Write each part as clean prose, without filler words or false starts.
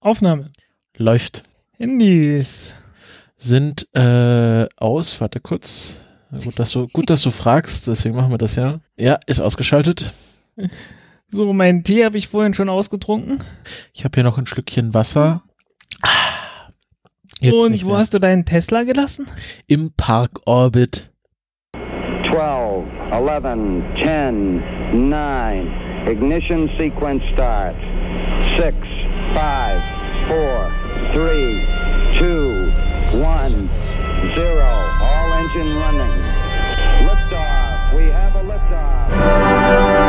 Aufnahme. Läuft. Handys. Sind aus, warte kurz. Gut, dass du fragst, deswegen machen wir das ja. Ja, ist ausgeschaltet. So, meinen Tee habe ich vorhin schon ausgetrunken. Ich habe hier noch ein Schlückchen Wasser. Jetzt und wo hast du deinen Tesla gelassen? Im Park Orbit. 12, 11, 10, 9. Ignition sequence starts. 6, 5, 4, 3, 2, 1, 0. All engine running. Liftoff. We have a liftoff.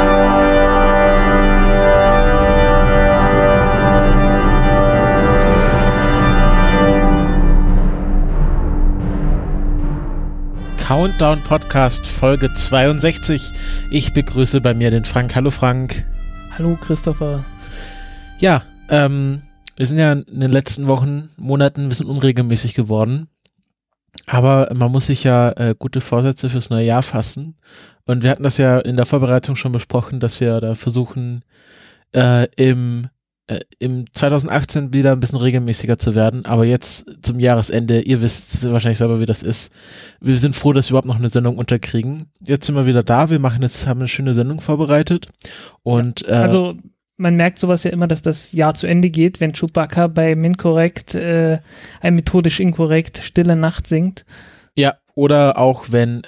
Countdown Podcast Folge 62. Ich begrüße bei mir den Frank. Hallo Frank. Hallo Christopher. Ja, wir sind ja in den letzten Wochen, Monaten ein bisschen unregelmäßig geworden. Aber man muss sich ja gute Vorsätze fürs neue Jahr fassen. Und wir hatten das ja in der Vorbereitung schon besprochen, dass wir da versuchen, im 2018 wieder ein bisschen regelmäßiger zu werden, aber jetzt zum Jahresende, ihr wisst wahrscheinlich selber, wie das ist. Wir sind froh, dass wir überhaupt noch eine Sendung unterkriegen. Jetzt sind wir wieder da, haben eine schöne Sendung vorbereitet und ja, also man merkt sowas ja immer, dass das Jahr zu Ende geht, wenn Chewbacca beim Inkorrekt, ein methodisch inkorrekt Stille Nacht singt. Ja, oder auch wenn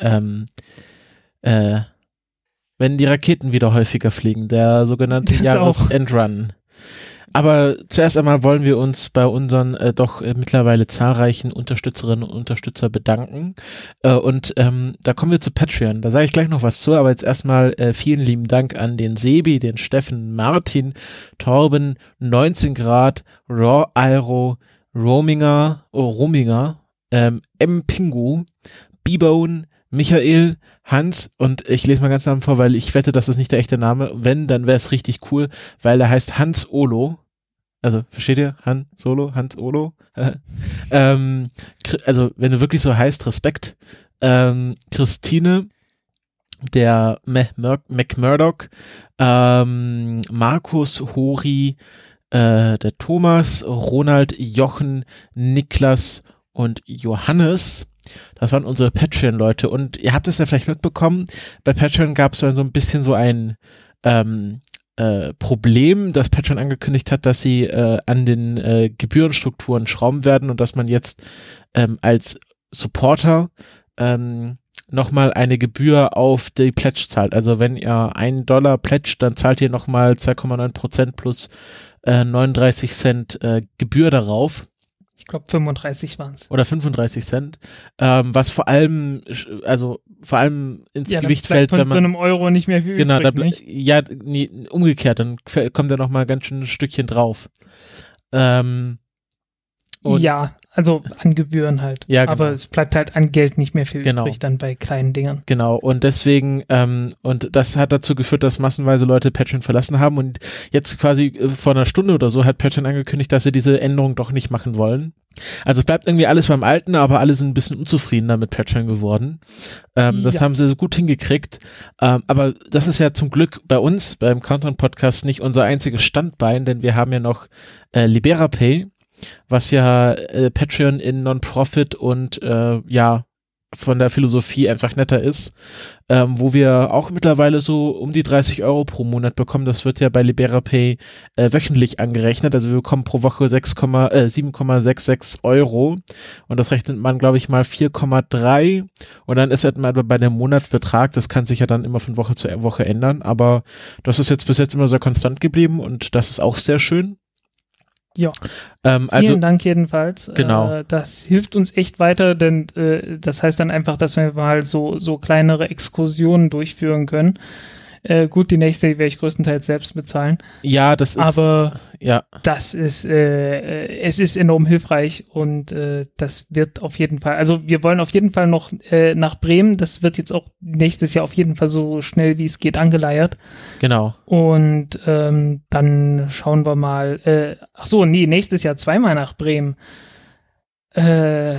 die Raketen wieder häufiger fliegen, der sogenannte Jahresendrun. Aber zuerst einmal wollen wir uns bei unseren mittlerweile zahlreichen Unterstützerinnen und Unterstützer bedanken. Und da kommen wir zu Patreon. Da sage ich gleich noch was zu, aber jetzt erstmal vielen lieben Dank an den Sebi, den Steffen, Martin, Torben, 19 Grad, Raw Aero, Rominger, M. Pingu, B-Bone, Michael, Hans und ich lese mal ganz Namen vor, weil ich wette, das ist nicht der echte Name. Wenn, dann wäre es richtig cool, weil er heißt Hans Olo. Also, versteht ihr? Hans Olo? Also, wenn du wirklich so heißt, Respekt. Christine, der McMurdoch, Markus, Hori, der Thomas, Ronald, Jochen, Niklas und Johannes. Das waren unsere Patreon-Leute und ihr habt es ja vielleicht mitbekommen, bei Patreon gab es so ein bisschen so ein Problem, dass Patreon angekündigt hat, dass sie an den Gebührenstrukturen schrauben werden und dass man jetzt als Supporter nochmal eine Gebühr auf die Pledge zahlt. Also wenn ihr $1 pledgt, dann zahlt ihr nochmal 2,9% plus 39 Cent Gebühr darauf. Ich glaube 35 waren es. Oder 35 Cent, was vor allem ins Gewicht fällt, wenn man von so einem Euro nicht mehr viel übrig, nicht? Ja, nee, umgekehrt, dann kommt da noch mal ganz schön ein Stückchen drauf. Ja, also an Gebühren halt. Ja, genau. Aber es bleibt halt an Geld nicht mehr viel übrig dann bei kleinen Dingern. Genau, und deswegen, und das hat dazu geführt, dass massenweise Leute Patreon verlassen haben und jetzt quasi vor einer Stunde oder so hat Patreon angekündigt, dass sie diese Änderung doch nicht machen wollen. Also es bleibt irgendwie alles beim Alten, aber alle sind ein bisschen unzufriedener mit Patreon geworden. Das haben sie gut hingekriegt. Aber das ist ja zum Glück bei uns, beim Countdown-Podcast, nicht unser einziges Standbein, denn wir haben ja noch LiberaPay, was ja Patreon in Non-Profit und von der Philosophie einfach netter ist, wo wir auch mittlerweile so um die 30 Euro pro Monat bekommen. Das wird ja bei LiberaPay wöchentlich angerechnet, also wir bekommen pro Woche 7,66 Euro und das rechnet man, glaube ich, mal 4,3 und dann ist halt mal bei dem Monatsbetrag, das kann sich ja dann immer von Woche zu Woche ändern, aber das ist jetzt bis jetzt immer sehr konstant geblieben und das ist auch sehr schön. Ja, vielen Dank jedenfalls. Genau. Das hilft uns echt weiter, denn das heißt dann einfach, dass wir mal so kleinere Exkursionen durchführen können. Gut, die nächste werde ich größtenteils selbst bezahlen. Ja, das ist. Aber das ist, es ist enorm hilfreich und das wird auf jeden Fall, also wir wollen auf jeden Fall noch nach Bremen. Das wird jetzt auch nächstes Jahr auf jeden Fall so schnell wie es geht angeleiert. Genau. Und dann schauen wir mal, nächstes Jahr zweimal nach Bremen.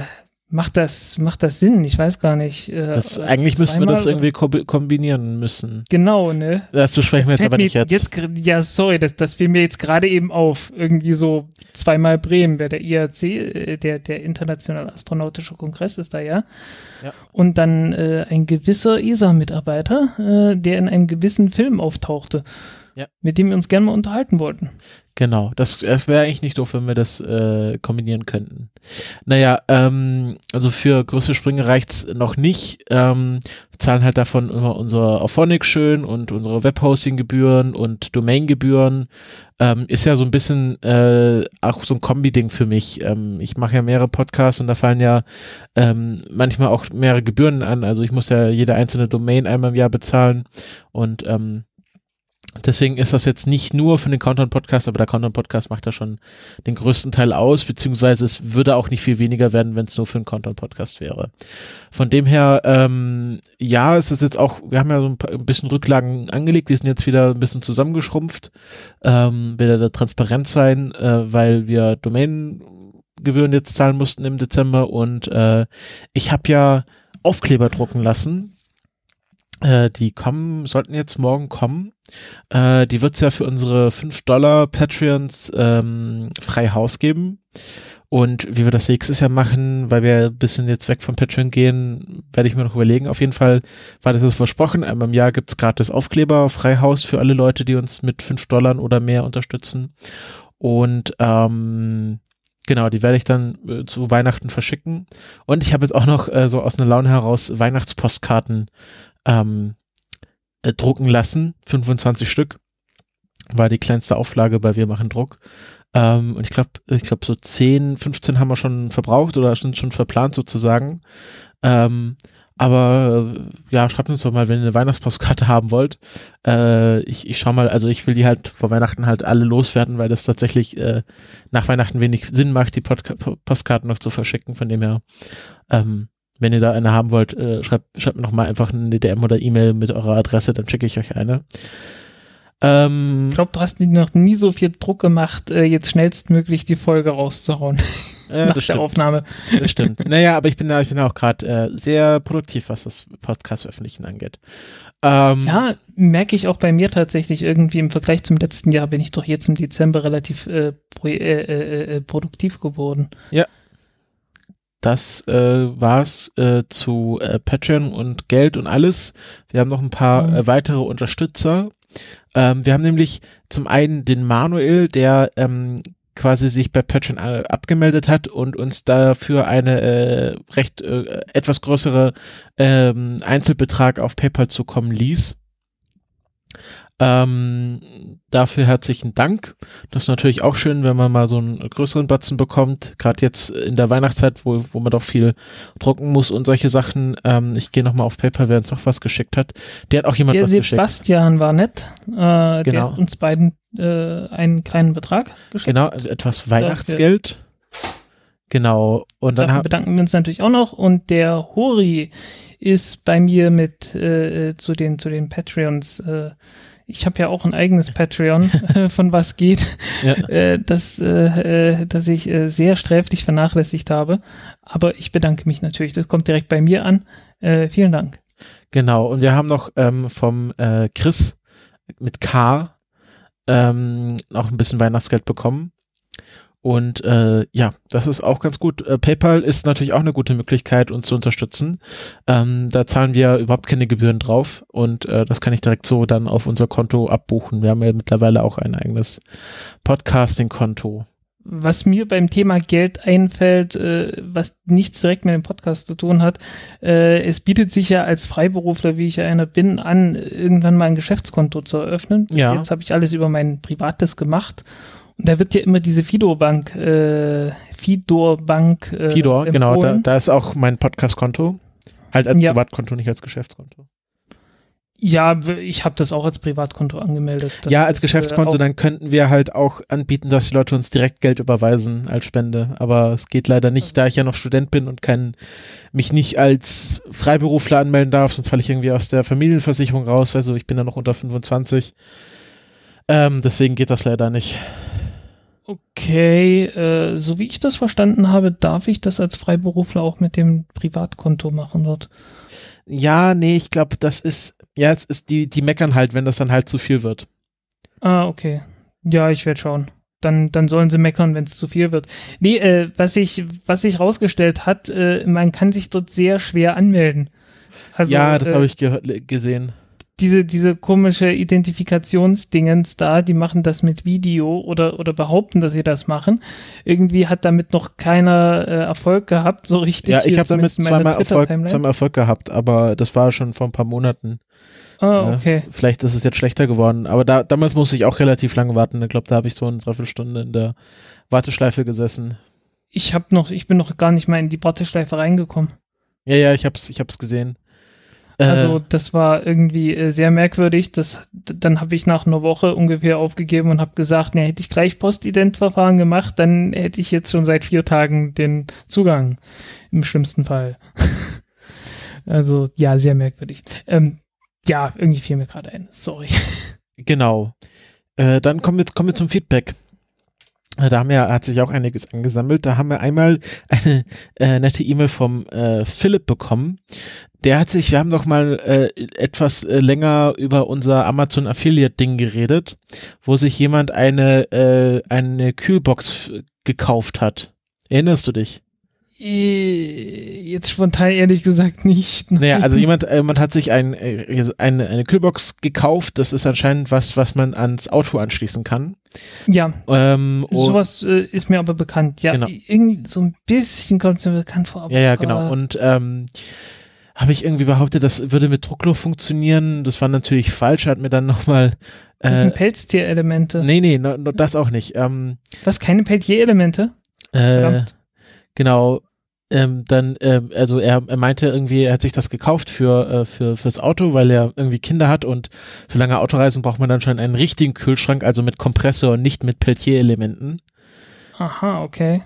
Macht das Sinn? Ich weiß gar nicht. Eigentlich müssten wir das irgendwie kombinieren müssen. Genau, ne? Dazu sprechen wir jetzt aber nicht jetzt. Ja, sorry, das fiel mir jetzt gerade eben auf. Irgendwie so zweimal Bremen, der IAC, der Internationale Astronautische Kongress ist da, ja. Und dann ein gewisser ESA-Mitarbeiter, der in einem gewissen Film auftauchte, mit dem wir uns gerne mal unterhalten wollten. Genau, das wäre eigentlich nicht doof, wenn wir das kombinieren könnten. Naja, also für größere Sprünge reicht's noch nicht. Wir zahlen halt davon immer unser Auphonic schön und unsere Webhosting-Gebühren und Domain-Gebühren. Ist ja so ein bisschen auch so ein Kombi-Ding für mich. Ich mache ja mehrere Podcasts und da fallen ja manchmal auch mehrere Gebühren an. Also ich muss ja jede einzelne Domain einmal im Jahr bezahlen und deswegen ist das jetzt nicht nur für den Countdown-Podcast, aber der Countdown-Podcast macht da schon den größten Teil aus, beziehungsweise es würde auch nicht viel weniger werden, wenn es nur für den Countdown-Podcast wäre. Von dem her, ja, es ist jetzt auch, wir haben ja so ein bisschen Rücklagen angelegt, die sind jetzt wieder ein bisschen zusammengeschrumpft, will da transparent sein, weil wir Domain-Gebühren jetzt zahlen mussten im Dezember und ich habe ja Aufkleber drucken lassen. Die sollten jetzt morgen kommen. Die wird's ja für unsere $5 Patreons frei Haus geben. Und wie wir das nächstes Jahr machen, weil wir ein bisschen jetzt weg vom Patreon gehen, werde ich mir noch überlegen. Auf jeden Fall war das versprochen. Einmal im Jahr gibt's gratis Aufkleber, frei Haus für alle Leute, die uns mit $5 oder mehr unterstützen. Und genau, die werde ich dann zu Weihnachten verschicken. Und ich habe jetzt auch noch so aus einer Laune heraus Weihnachtspostkarten drucken lassen, 25 Stück, war die kleinste Auflage bei Wir machen Druck. Und ich glaube so 10, 15 haben wir schon verbraucht oder sind schon verplant sozusagen. Aber ja, schreibt uns doch mal, wenn ihr eine Weihnachtspostkarte haben wollt. Ich schau mal, also ich will die halt vor Weihnachten halt alle loswerden, weil das tatsächlich nach Weihnachten wenig Sinn macht, die Postkarten noch zu verschicken. Von dem her, wenn ihr da eine haben wollt, schreibt mir noch mal einfach eine DM oder E-Mail mit eurer Adresse, dann schicke ich euch eine. Ich glaube, du hast noch nie so viel Druck gemacht, jetzt schnellstmöglich die Folge rauszuhauen. Nach der Aufnahme. Das stimmt. Naja, aber ich bin auch gerade sehr produktiv, was das Podcast-Veröffentlichen angeht. Ja, merke ich auch bei mir tatsächlich irgendwie im Vergleich zum letzten Jahr bin ich doch jetzt im Dezember relativ produktiv geworden. Ja. Das war's zu Patreon und Geld und alles. Wir haben noch ein paar weitere Unterstützer. Wir haben nämlich zum einen den Manuel, der quasi sich bei Patreon abgemeldet hat und uns dafür eine recht etwas größere Einzelbetrag auf PayPal zukommen ließ. Dafür herzlichen Dank. Das ist natürlich auch schön, wenn man mal so einen größeren Batzen bekommt, gerade jetzt in der Weihnachtszeit, wo man doch viel drucken muss und solche Sachen. Ich gehe nochmal auf PayPal, wer uns noch was geschickt hat. Der hat auch jemand was geschickt. Der Sebastian war nett. Genau. Der hat uns beiden einen kleinen Betrag geschickt. Genau, also etwas Weihnachtsgeld. Genau. Und dann dafür bedanken wir uns natürlich auch noch. Und der Hori ist bei mir mit zu den Patreons. Ich habe ja auch ein eigenes Patreon, von was geht, ja. Das ich sehr sträflich vernachlässigt habe. Aber ich bedanke mich natürlich. Das kommt direkt bei mir an. Vielen Dank. Genau. Und wir haben noch vom Chris mit K noch ein bisschen Weihnachtsgeld bekommen. Und ja, das ist auch ganz gut. PayPal ist natürlich auch eine gute Möglichkeit, uns zu unterstützen. Da zahlen wir überhaupt keine Gebühren drauf und das kann ich direkt so dann auf unser Konto abbuchen. Wir haben ja mittlerweile auch ein eigenes Podcasting-Konto. Was mir beim Thema Geld einfällt, was nichts direkt mit dem Podcast zu tun hat, es bietet sich ja als Freiberufler, wie ich ja einer bin, an, irgendwann mal ein Geschäftskonto zu eröffnen. Ja. Jetzt habe ich alles über mein Privates gemacht. Da wird ja immer diese Fidor, genau, da ist auch mein Podcast-Konto. Halt als Privatkonto, nicht als Geschäftskonto. Ja, ich habe das auch als Privatkonto angemeldet. Das ja, als Geschäftskonto, dann könnten wir halt auch anbieten, dass die Leute uns direkt Geld überweisen als Spende. Aber es geht leider nicht, da ich ja noch Student bin und mich nicht als Freiberufler anmelden darf, sonst falle ich irgendwie aus der Familienversicherung raus. Also ich bin ja noch unter 25. Deswegen geht das leider nicht. Okay, so wie ich das verstanden habe, darf ich das als Freiberufler auch mit dem Privatkonto machen dort. Ja, nee, ich glaube, es ist die meckern halt, wenn das dann halt zu viel wird. Ah, okay. Ja, ich werde schauen. Dann sollen sie meckern, wenn es zu viel wird. Nee, was sich rausgestellt hat, man kann sich dort sehr schwer anmelden. Also, ja, das habe ich gesehen. Diese komische Identifikationsdingens da, die machen das mit Video oder behaupten, dass sie das machen. Irgendwie hat damit noch keiner Erfolg gehabt, so richtig. Ja, ich habe damit zweimal Erfolg gehabt, aber das war schon vor ein paar Monaten. Ah, okay. Vielleicht ist es jetzt schlechter geworden, aber damals musste ich auch relativ lange warten. Ich glaube, da habe ich so eine Dreiviertelstunde in der Warteschleife gesessen. Ich bin noch gar nicht mal in die Warteschleife reingekommen. Ja, ich hab's gesehen. Also das war irgendwie sehr merkwürdig. Dann habe ich nach einer Woche ungefähr aufgegeben und habe gesagt, ne, hätte ich gleich Postident-Verfahren gemacht, dann hätte ich jetzt schon seit 4 Tagen den Zugang, im schlimmsten Fall. Also ja, sehr merkwürdig. Ja, irgendwie fiel mir gerade ein. Sorry. Genau. Dann kommen wir zum Feedback. Da hat sich auch einiges angesammelt. Da haben wir einmal eine nette E-Mail vom Philipp bekommen. Wir haben doch mal etwas länger über unser Amazon Affiliate Ding geredet, wo sich jemand eine Kühlbox gekauft hat. Erinnerst du dich? Jetzt spontan ehrlich gesagt nicht. Naja, also jemand hat sich eine Kühlbox gekauft. Das ist anscheinend was man ans Auto anschließen kann. Ja, sowas ist mir aber bekannt. Ja, genau. Irgendwie so ein bisschen kommt es mir bekannt vor. Aber, ja, genau. Und habe ich irgendwie behauptet, das würde mit Druckluft funktionieren. Das war natürlich falsch. Hat mir dann nochmal das sind Pelztierelemente. Nee, das auch nicht. Was, keine Peltier-Elemente? Genau. Also er meinte irgendwie, er hat sich das gekauft fürs Auto, weil er irgendwie Kinder hat und für lange Autoreisen braucht man dann schon einen richtigen Kühlschrank, also mit Kompressor und nicht mit Peltier-Elementen. Aha, okay.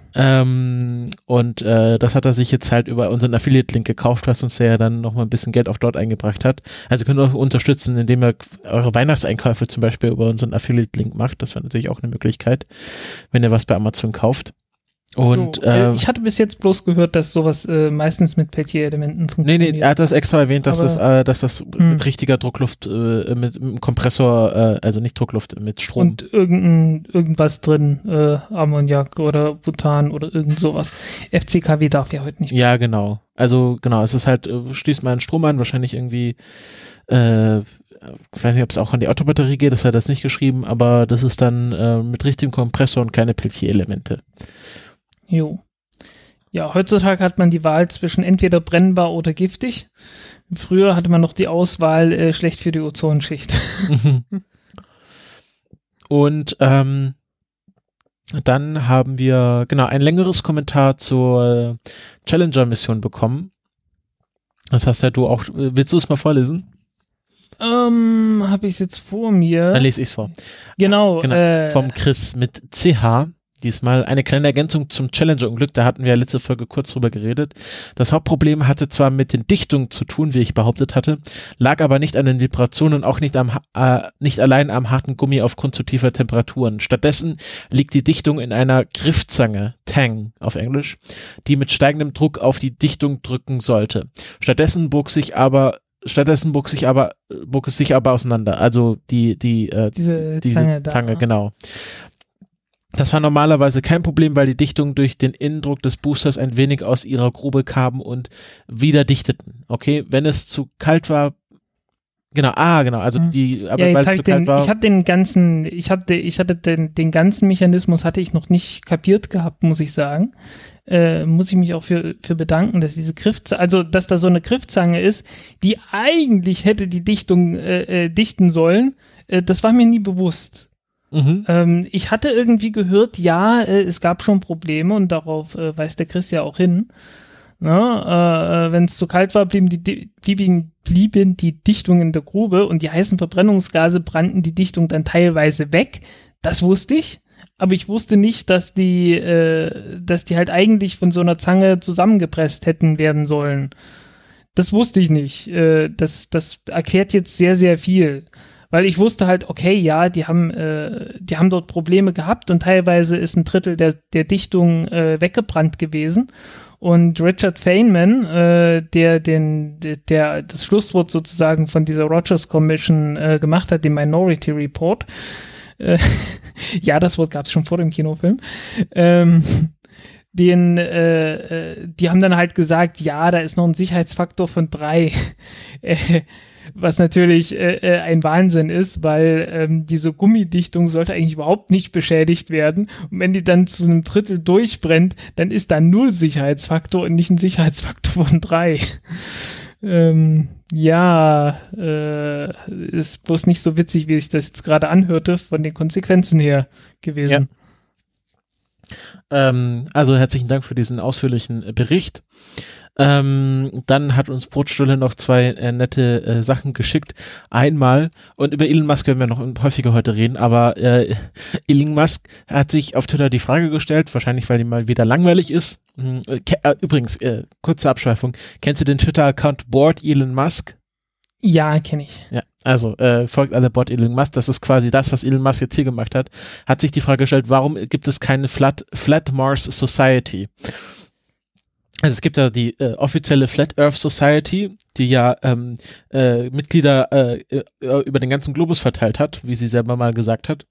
Und das hat er sich jetzt halt über unseren Affiliate-Link gekauft, was uns ja dann nochmal ein bisschen Geld auf dort eingebracht hat. Also könnt ihr auch unterstützen, indem ihr eure Weihnachtseinkäufe zum Beispiel über unseren Affiliate-Link macht. Das wäre natürlich auch eine Möglichkeit, wenn ihr was bei Amazon kauft. Und ich hatte bis jetzt bloß gehört, dass sowas meistens mit Peltier-Elementen funktioniert. Nee, er hat das extra erwähnt, dass das mit richtiger Druckluft, mit einem Kompressor, also nicht Druckluft, mit Strom. Und irgendwas drin, Ammoniak oder Butan oder irgend sowas. FCKW darf ja heute nicht mehr. Ja, genau. Also genau, es ist halt, schließt mal einen Strom an, wahrscheinlich irgendwie, ich weiß nicht, ob es auch an die Autobatterie geht, das hat er das nicht geschrieben, aber das ist dann mit richtigem Kompressor und keine Peltier-Elemente. Jo. Ja, heutzutage hat man die Wahl zwischen entweder brennbar oder giftig. Früher hatte man noch die Auswahl schlecht für die Ozonschicht. Und dann haben wir ein längeres Kommentar zur Challenger-Mission bekommen. Das hast ja du auch. Willst du es mal vorlesen? Habe ich es jetzt vor mir? Dann lese ich es vor. Genau. Vom Chris mit CH. Diesmal eine kleine Ergänzung zum Challenger-Unglück, da hatten wir ja letzte Folge kurz drüber geredet. Das Hauptproblem hatte zwar mit den Dichtungen zu tun, wie ich behauptet hatte, lag aber nicht an den Vibrationen und auch nicht allein am harten Gummi aufgrund zu tiefer Temperaturen. Stattdessen liegt die Dichtung in einer Griffzange, Tang auf Englisch, die mit steigendem Druck auf die Dichtung drücken sollte. Stattdessen bog es sich aber auseinander. Also diese Zange, genau. Das war normalerweise kein Problem, weil die Dichtungen durch den Innendruck des Boosters ein wenig aus ihrer Grube kamen und wieder dichteten. Okay, wenn es zu kalt war, genau, also weil es zu kalt war. Ich habe den ganzen Mechanismus hatte ich noch nicht kapiert gehabt, muss ich sagen. Muss ich mich auch für bedanken, dass diese dass da so eine Griffzange ist, die eigentlich hätte die Dichtung dichten sollen. Das war mir nie bewusst. Ich hatte irgendwie gehört, es gab schon Probleme und darauf weist der Chris ja auch hin. Wenn es zu kalt war, blieben die Dichtungen in der Grube und die heißen Verbrennungsgase brannten die Dichtung dann teilweise weg. Das wusste ich, aber ich wusste nicht, dass die halt eigentlich von so einer Zange zusammengepresst hätten werden sollen. Das wusste ich nicht. Das erklärt jetzt sehr, sehr viel. Weil ich wusste halt, okay, ja, die haben dort Probleme gehabt und teilweise ist ein Drittel der Dichtung weggebrannt gewesen. Und Richard Feynman, der das Schlusswort sozusagen von dieser Rogers Commission gemacht hat, dem Minority Report, ja, das Wort gab es schon vor dem Kinofilm, die haben dann halt gesagt, ja, da ist noch ein Sicherheitsfaktor von 3, was natürlich ein Wahnsinn ist, weil diese Gummidichtung sollte eigentlich überhaupt nicht beschädigt werden. Und wenn die dann zu einem Drittel durchbrennt, dann ist da 0 Sicherheitsfaktor und nicht ein Sicherheitsfaktor von 3. Ist bloß nicht so witzig, wie sich das jetzt gerade anhörte, von den Konsequenzen her gewesen. Ja. Also herzlichen Dank für diesen ausführlichen Bericht. Dann hat uns Brotstulle noch 2 nette Sachen geschickt. Einmal, und über Elon Musk werden wir noch häufiger heute reden, aber Elon Musk hat sich auf Twitter die Frage gestellt, wahrscheinlich weil ihm mal wieder langweilig ist. Übrigens, kurze Abschweifung, kennst du den Twitter-Account Bored Elon Musk? Ja, kenne ich. Ja, also folgt alle Bored Elon Musk, das ist quasi das, was Elon Musk jetzt hier gemacht hat. Hat sich die Frage gestellt, warum gibt es keine Flat Mars Society? Also es gibt ja die offizielle Flat Earth Society, die ja Mitglieder über den ganzen Globus verteilt hat, wie sie selber mal gesagt hat.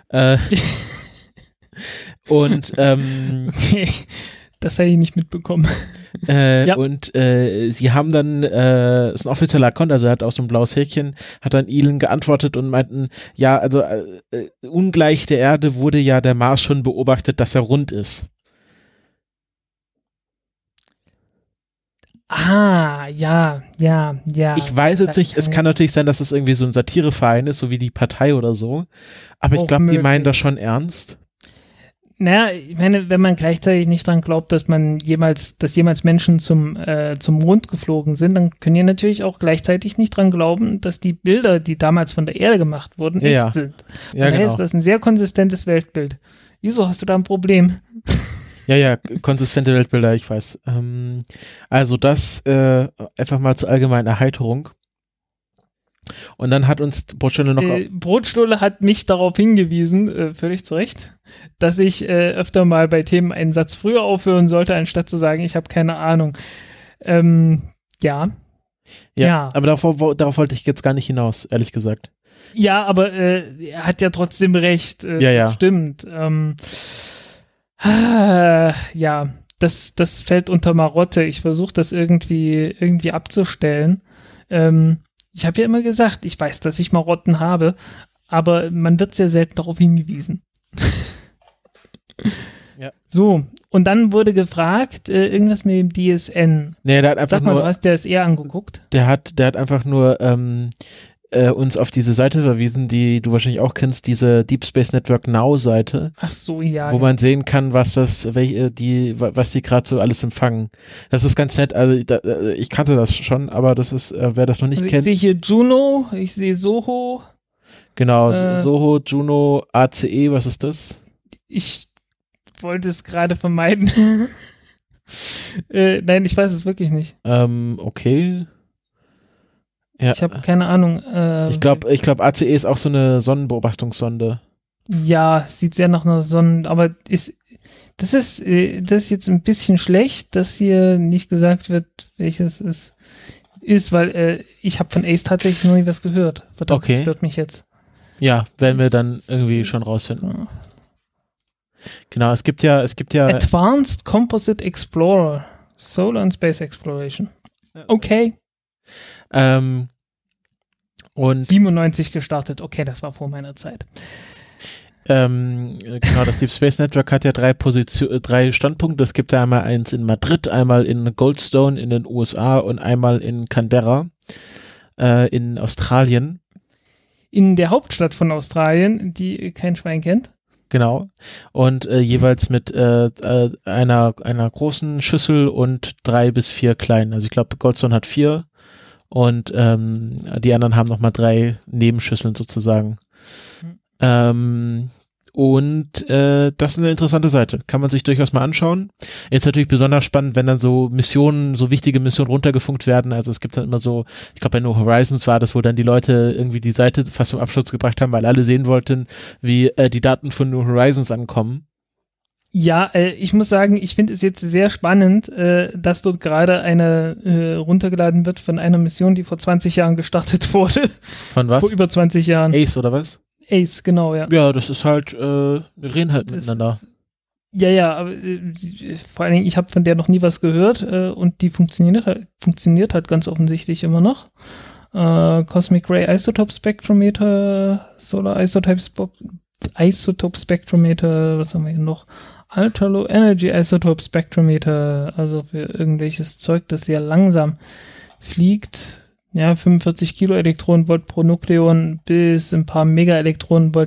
Und okay. Das hätte ich nicht mitbekommen. Ja. Und sie haben dann, ist ein offizieller Account, also er hat auch so ein blaues Häkchen, hat dann Elon geantwortet und meinten, ja, also ungleich der Erde wurde ja der Mars schon beobachtet, dass er rund ist. Ja. Ich weiß jetzt nicht, es kann natürlich sein, dass es irgendwie so ein Satireverein ist, so wie die Partei oder so, aber ich glaube, die meinen das schon ernst. Naja, ich meine, wenn man gleichzeitig nicht dran glaubt, dass jemals Menschen zum Mond geflogen sind, dann können die natürlich auch gleichzeitig nicht dran glauben, dass die Bilder, die damals von der Erde gemacht wurden, echt sind. Und daher ist das ein sehr konsistentes Weltbild. Wieso hast du da ein Problem? Ja, konsistente Weltbilder, ich weiß. Also das einfach mal zur allgemeinen Erheiterung. Und dann hat uns Brotstulle noch... Brotstulle hat mich darauf hingewiesen, völlig zu Recht, dass ich öfter mal bei Themen einen Satz früher aufhören sollte, anstatt zu sagen, ich habe keine Ahnung. Ja, aber darauf wollte ich jetzt gar nicht hinaus, ehrlich gesagt. Ja, aber er hat ja trotzdem recht. Das stimmt. Das fällt unter Marotte. Ich versuche das irgendwie abzustellen. Ich habe ja immer gesagt, ich weiß, dass ich Marotten habe, aber man wird sehr selten darauf hingewiesen. Ja. So, und dann wurde gefragt, irgendwas mit dem DSN. Nee, der hat einfach Sag mal, du hast dir das eher angeguckt? Der hat einfach nur uns auf diese Seite verwiesen, die du wahrscheinlich auch kennst, diese Deep Space Network Now Seite. Ach so, ja. Wo man sehen kann, was die gerade so alles empfangen. Das ist ganz nett, also ich kannte das schon, aber das ist, wer das noch nicht kennt. Ich sehe hier Juno, ich sehe Soho. Genau, Soho, Juno, ACE, was ist das? Ich wollte es gerade vermeiden. Nein, ich weiß es wirklich nicht. Okay. Ja. Ich habe keine Ahnung. Ich glaube, ACE ist auch so eine Sonnenbeobachtungssonde. Ja, sieht sehr nach einer Sonne, aber das ist jetzt ein bisschen schlecht, dass hier nicht gesagt wird, welches es ist, weil ich habe von Ace tatsächlich noch nie was gehört. Verdammt, okay. Das stört mich jetzt. Ja, werden wir dann irgendwie schon rausfinden. Genau, es gibt ja Advanced Composite Explorer, Solar and Space Exploration. Okay. Und 97 gestartet. Okay, das war vor meiner Zeit. Genau, das Deep Space Network hat ja 3 Standpunkte. Es gibt ja einmal eins in Madrid, einmal in Goldstone in den USA und einmal in Canberra in Australien. In der Hauptstadt von Australien, die kein Schwein kennt. Genau. Und jeweils mit einer großen Schüssel und 3 bis 4 kleinen. Also ich glaube, Goldstone hat 4 und die anderen haben nochmal 3 Nebenschüsseln sozusagen. Und das ist eine interessante Seite. Kann man sich durchaus mal anschauen. Jetzt natürlich besonders spannend, wenn dann so Missionen, so wichtige Missionen runtergefunkt werden. Also es gibt dann immer so, ich glaube bei New Horizons war das, wo dann die Leute irgendwie die Seite fast zum Absturz gebracht haben, weil alle sehen wollten, wie die Daten von New Horizons ankommen. Ja, ich muss sagen, ich finde es jetzt sehr spannend, dass dort gerade eine runtergeladen wird von einer Mission, die vor 20 Jahren gestartet wurde. Von was? Vor über 20 Jahren. Ace oder was? Ace, genau, ja. Ja, das ist halt, wir reden halt miteinander. Ja, aber vor allen Dingen, ich habe von der noch nie was gehört und die funktioniert halt ganz offensichtlich immer noch. Cosmic Ray Isotope Spectrometer, Solar Isotope Spectrometer, was haben wir hier noch? Ultra Low Energy Isotope Spectrometer, also für irgendwelches Zeug, das sehr langsam fliegt. Ja, 45 Kiloelektronenvolt pro Nukleon bis ein paar Megaelektronenvolt.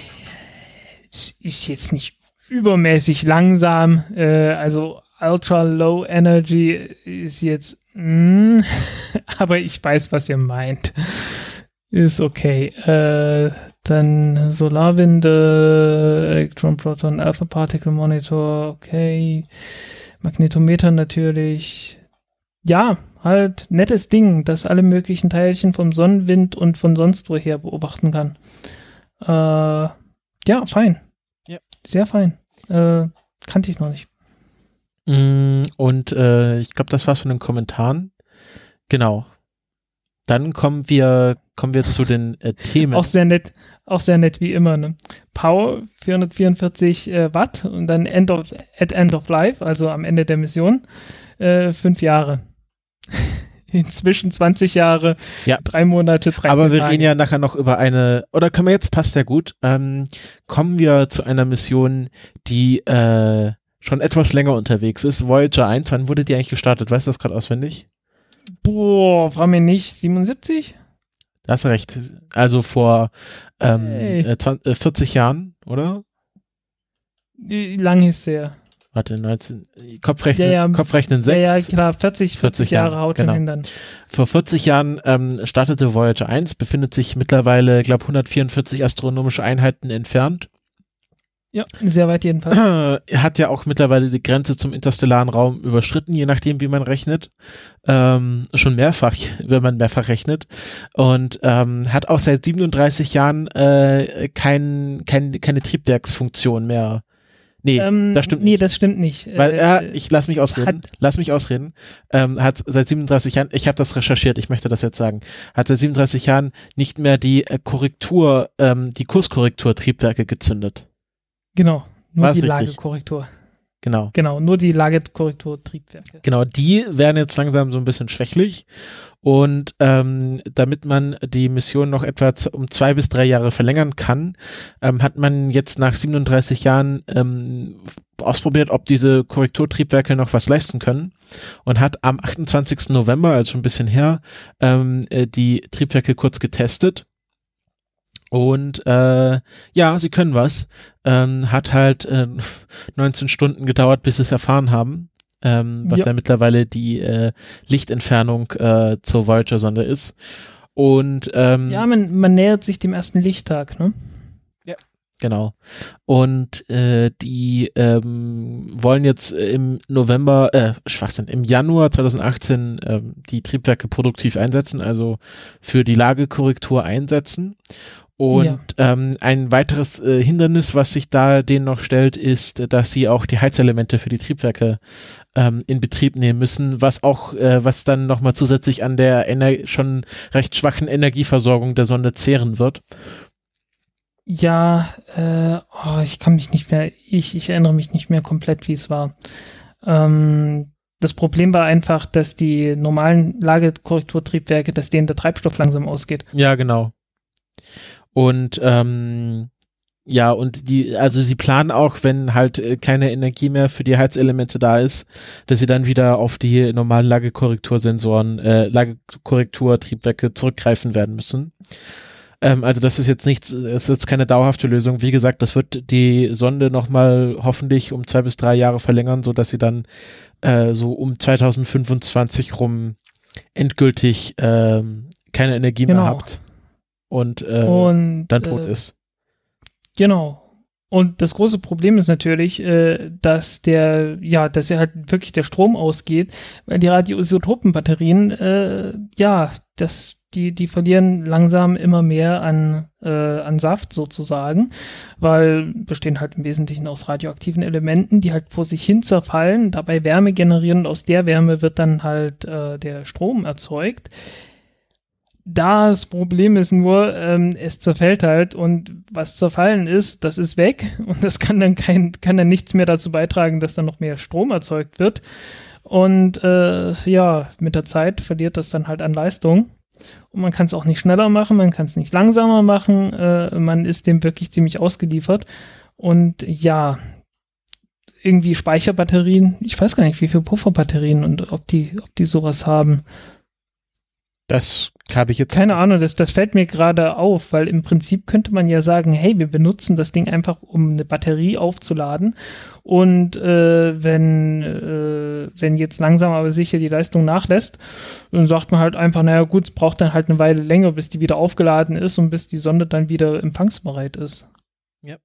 Es ist jetzt nicht übermäßig langsam, also Ultra Low Energy ist jetzt, aber ich weiß, was ihr meint. Ist okay. Dann Solarwinde, Elektron, Proton, Alpha Particle Monitor, okay. Magnetometer natürlich. Ja, halt nettes Ding, das alle möglichen Teilchen vom Sonnenwind und von sonst woher beobachten kann. Ja, fein. Ja. Sehr fein. Kannte ich noch nicht. Und ich glaube, das war's von den Kommentaren. Genau. Dann kommen wir zu den Themen. Auch sehr nett wie immer, ne? Power 444 Watt und dann End of Life, also am Ende der Mission, 5 Jahre. Inzwischen 20 Jahre, ja. 3 Monate, 3 Aber wir Tage. reden ja nachher noch über oder können wir jetzt, passt ja gut, kommen wir zu einer Mission, die schon etwas länger unterwegs ist. Voyager 1, wann wurde die eigentlich gestartet? Weißt du das gerade auswendig? Boah, frag mich nicht, 77? Da hast du recht. Also vor 40 Jahren, oder? Wie lang ist der? Warte, Kopfrechnen 6. Ja, klar, 40 Jahre haut genau. hin dann. Vor 40 Jahren startete Voyager 1, befindet sich mittlerweile, glaube 144 astronomische Einheiten entfernt. Ja, sehr weit jedenfalls. Hat ja auch mittlerweile die Grenze zum interstellaren Raum überschritten, je nachdem, wie man rechnet. Schon mehrfach, wenn man mehrfach rechnet. Und hat auch seit 37 Jahren keine Triebwerksfunktion mehr. Nee, das stimmt nicht. Nee, das stimmt nicht. Weil, lass mich ausreden. Hat seit 37 Jahren, ich habe das recherchiert, ich möchte das jetzt sagen, hat seit 37 Jahren nicht mehr die die Kurskorrektur-Triebwerke gezündet. Genau, nur die richtig? Lagekorrektur. Genau, nur die Lagekorrektur-Triebwerke. Genau, die werden jetzt langsam so ein bisschen schwächlich und damit man die Mission noch etwa um 2 bis 3 Jahre verlängern kann, hat man jetzt nach 37 Jahren ausprobiert, ob diese Korrekturtriebwerke noch was leisten können und hat am 28. November, also schon ein bisschen her, die Triebwerke kurz getestet. Und ja, sie können was. Hat halt 19 Stunden gedauert, bis sie es erfahren haben, was ja mittlerweile die Lichtentfernung zur Voyager-Sonde ist. Und ja, man nähert sich dem ersten Lichttag, ne? Ja, genau. Und die wollen jetzt im Januar 2018 die Triebwerke produktiv einsetzen, also für die Lagekorrektur einsetzen. Und ein weiteres Hindernis, was sich da denen noch stellt, ist, dass sie auch die Heizelemente für die Triebwerke in Betrieb nehmen müssen, was dann nochmal zusätzlich an der schon recht schwachen Energieversorgung der Sonde zehren wird. Ja, ich erinnere mich nicht mehr komplett, wie es war. Das Problem war einfach, dass die normalen Lagekorrekturtriebwerke, dass denen der Treibstoff langsam ausgeht. Ja, genau. Und sie planen auch, wenn halt keine Energie mehr für die Heizelemente da ist, dass sie dann wieder auf die normalen Lagekorrekturtriebwerke zurückgreifen werden müssen. Also das ist jetzt keine dauerhafte Lösung. Wie gesagt, das wird die Sonde nochmal hoffentlich um 2 bis 3 Jahre verlängern, so dass sie dann so um 2025 rum endgültig keine Energie mehr habt. Und dann tot ist. Genau. Und das große Problem ist natürlich, dass ja halt wirklich der Strom ausgeht, weil die Radioisotopenbatterien, die verlieren langsam immer mehr an Saft sozusagen, weil bestehen halt im Wesentlichen aus radioaktiven Elementen, die halt vor sich hin zerfallen, dabei Wärme generieren und aus der Wärme wird dann halt der Strom erzeugt. Das Problem ist nur, es zerfällt halt und was zerfallen ist, das ist weg und das kann dann nichts mehr dazu beitragen, dass dann noch mehr Strom erzeugt wird und mit der Zeit verliert das dann halt an Leistung und man kann es auch nicht schneller machen, man kann es nicht langsamer machen, man ist dem wirklich ziemlich ausgeliefert und ja, irgendwie Speicherbatterien, ich weiß gar nicht, wie viele Pufferbatterien und ob die sowas haben. Das habe ich jetzt. Keine Ahnung, das fällt mir gerade auf, weil im Prinzip könnte man ja sagen, hey, wir benutzen das Ding einfach, um eine Batterie aufzuladen und wenn jetzt langsam aber sicher die Leistung nachlässt, dann sagt man halt einfach, naja gut, es braucht dann halt eine Weile länger, bis die wieder aufgeladen ist und bis die Sonde dann wieder empfangsbereit ist. Ja.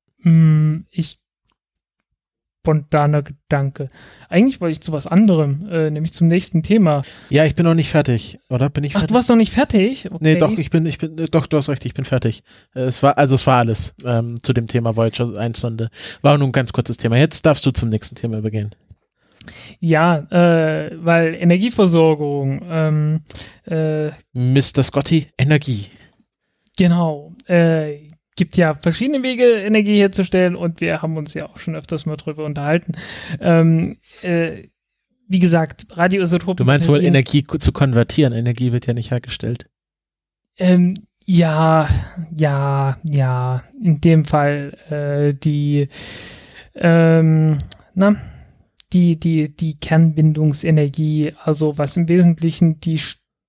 Spontaner Gedanke. Eigentlich wollte ich zu was anderem, nämlich zum nächsten Thema. Ja, ich bin noch nicht fertig, oder? Bin ich fertig? Ach, du warst noch nicht fertig? Okay. Nee, doch, doch, du hast recht, ich bin fertig. Es war alles zu dem Thema Voyager 1 Sonde. War nur ein ganz kurzes Thema. Jetzt darfst du zum nächsten Thema übergehen. Ja, weil Energieversorgung, Mr. Scotty, Energie. Genau, gibt ja verschiedene Wege, Energie herzustellen und wir haben uns ja auch schon öfters mal drüber unterhalten. Wie gesagt, Radioisotopen. Du meinst wohl Energie zu konvertieren? Energie wird ja nicht hergestellt. Ja, in dem Fall die Kernbindungsenergie, also was im Wesentlichen die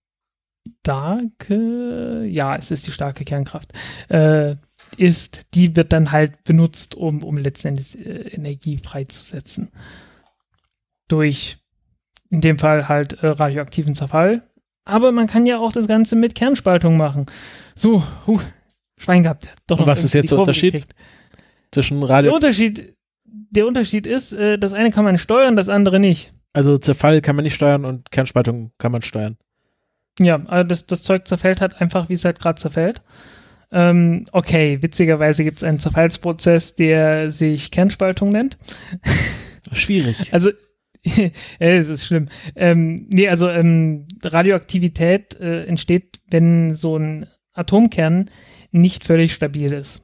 es ist die starke Kernkraft, die wird dann halt benutzt, um letzten Endes Energie freizusetzen. Durch, in dem Fall halt radioaktiven Zerfall. Aber man kann ja auch das Ganze mit Kernspaltung machen. So, Schwein gehabt. Doch noch. Und was ist jetzt der Unterschied zwischen Radio? Der Unterschied ist, das eine kann man steuern, das andere nicht. Also Zerfall kann man nicht steuern und Kernspaltung kann man steuern. Ja, also das Zeug zerfällt halt einfach, wie es halt gerade zerfällt. Okay, witzigerweise gibt es einen Zerfallsprozess, der sich Kernspaltung nennt. Schwierig. Also, es ist schlimm. Radioaktivität entsteht, wenn so ein Atomkern nicht völlig stabil ist.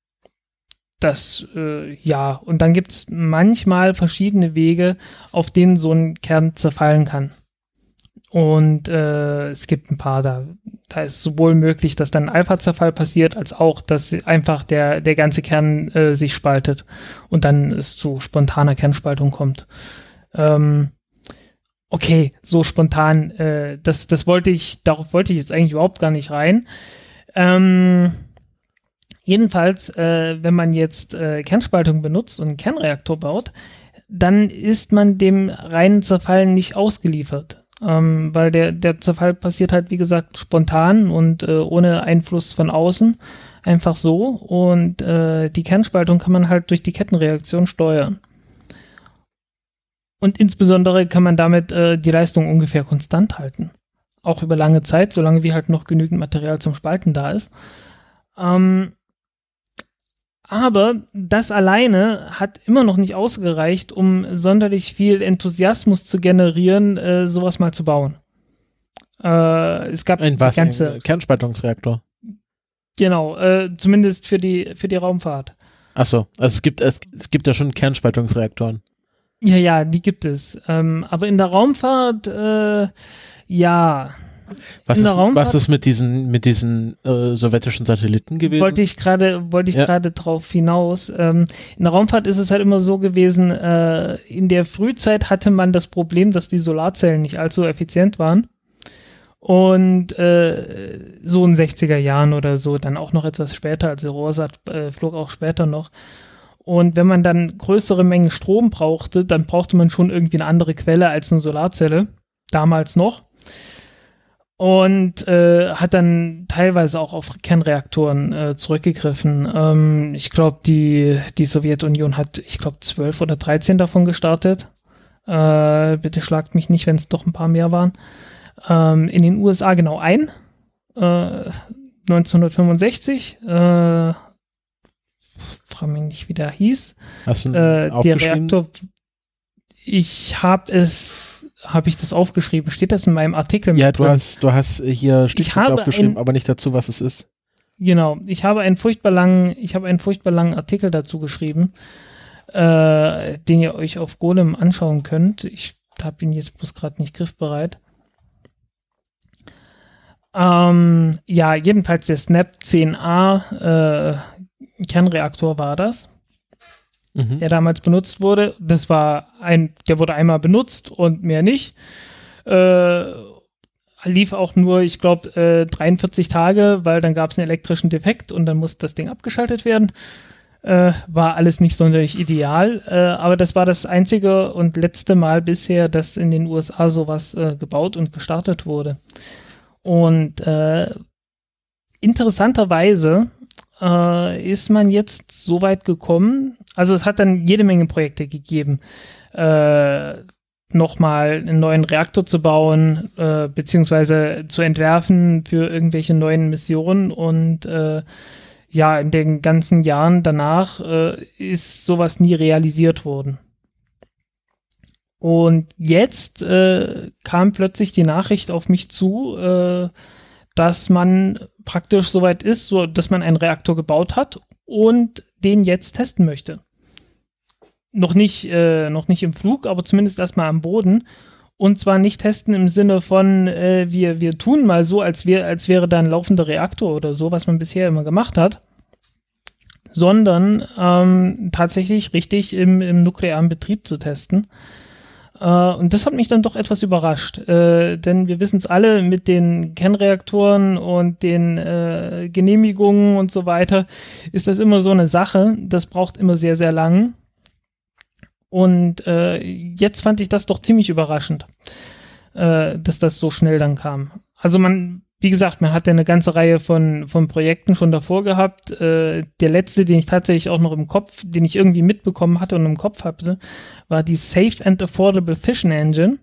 Und dann gibt es manchmal verschiedene Wege, auf denen so ein Kern zerfallen kann. Und es gibt ein paar, da ist sowohl möglich, dass dann Alpha-Zerfall passiert, als auch, dass einfach der ganze Kern sich spaltet und dann es zu spontaner Kernspaltung kommt. Okay, so spontan, darauf wollte ich jetzt eigentlich überhaupt gar nicht rein. Jedenfalls, wenn man jetzt Kernspaltung benutzt und einen Kernreaktor baut, dann ist man dem reinen Zerfall nicht ausgeliefert. Weil der Zerfall passiert halt, wie gesagt, spontan und ohne Einfluss von außen, einfach so. Und die Kernspaltung kann man halt durch die Kettenreaktion steuern. Und insbesondere kann man damit die Leistung ungefähr konstant halten. Auch über lange Zeit, solange wie halt noch genügend Material zum Spalten da ist. Aber das alleine hat immer noch nicht ausgereicht, um sonderlich viel Enthusiasmus zu generieren, sowas mal zu bauen. Es gab ein Kernspaltungsreaktor. Genau, zumindest für die Raumfahrt. Achso, also es gibt ja schon Kernspaltungsreaktoren. Ja, die gibt es. Aber in der Raumfahrt, Was ist mit diesen sowjetischen Satelliten gewesen? Wollte ich gerade drauf hinaus. In der Raumfahrt ist es halt immer so gewesen, in der Frühzeit hatte man das Problem, dass die Solarzellen nicht allzu effizient waren. Und so in den 60er Jahren oder so, dann auch noch etwas später, also Rohrsat flog auch später noch. Und wenn man dann größere Mengen Strom brauchte, dann brauchte man schon irgendwie eine andere Quelle als eine Solarzelle. Damals noch. und hat dann teilweise auch auf Kernreaktoren zurückgegriffen. Ich glaube, die Sowjetunion hat, 12 oder 13 davon gestartet. Bitte schlagt mich nicht, wenn es doch ein paar mehr waren. In den USA genau 1965. Frage mich nicht, wie der hieß. Hast du der Reaktor. Habe ich das aufgeschrieben? Steht das in meinem Artikel? Ja, du hast hier Stichpunkte aufgeschrieben, aber nicht dazu, was es ist. Genau, ich habe einen furchtbar langen Artikel dazu geschrieben, den ihr euch auf Golem anschauen könnt. Ich habe ihn jetzt bloß gerade nicht griffbereit. Ja, jedenfalls der SNAP 10A Kernreaktor war das, der damals benutzt wurde. Der wurde einmal benutzt und mehr nicht. Lief auch nur, 43 Tage, weil dann gab es einen elektrischen Defekt und dann musste das Ding abgeschaltet werden. War alles nicht sonderlich ideal, aber das war das einzige und letzte Mal bisher, dass in den USA sowas gebaut und gestartet wurde. Und interessanterweise ist man jetzt so weit gekommen, also es hat dann jede Menge Projekte gegeben, nochmal einen neuen Reaktor zu bauen, beziehungsweise zu entwerfen für irgendwelche neuen Missionen und in den ganzen Jahren danach ist sowas nie realisiert worden. Und jetzt kam plötzlich die Nachricht auf mich zu, dass man praktisch soweit ist, so dass man einen Reaktor gebaut hat und den jetzt testen möchte. Noch nicht im Flug, aber zumindest erstmal am Boden. Und zwar nicht testen im Sinne von, wir tun mal so, als wäre da ein laufender Reaktor oder so, was man bisher immer gemacht hat, sondern tatsächlich richtig im nuklearen Betrieb zu testen. Und das hat mich dann doch etwas überrascht, denn wir wissen es alle, mit den Kernreaktoren und den Genehmigungen und so weiter ist das immer so eine Sache, das braucht immer sehr, sehr lang. Und jetzt fand ich das doch ziemlich überraschend, dass das so schnell dann kam. Also wie gesagt, man hat ja eine ganze Reihe von Projekten schon davor gehabt. Der letzte, den ich tatsächlich auch noch den ich irgendwie mitbekommen hatte und im Kopf hatte, war die Safe and Affordable Fission Engine,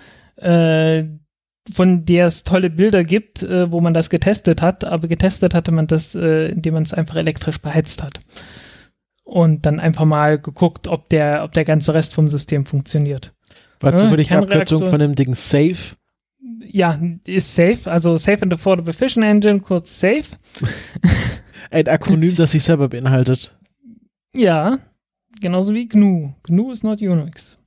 von der es tolle Bilder gibt, wo man das getestet hat. Aber getestet hatte man das, indem man es einfach elektrisch beheizt hat. Und dann einfach mal geguckt, ob der ganze Rest vom System funktioniert. War zufällig die Abkürzung von dem Ding Safe? Ja, ist Safe, also Safe and Affordable Fission Engine, kurz Safe. Ein Akronym, das sich selber beinhaltet. Ja, genauso wie GNU. GNU is not Unix.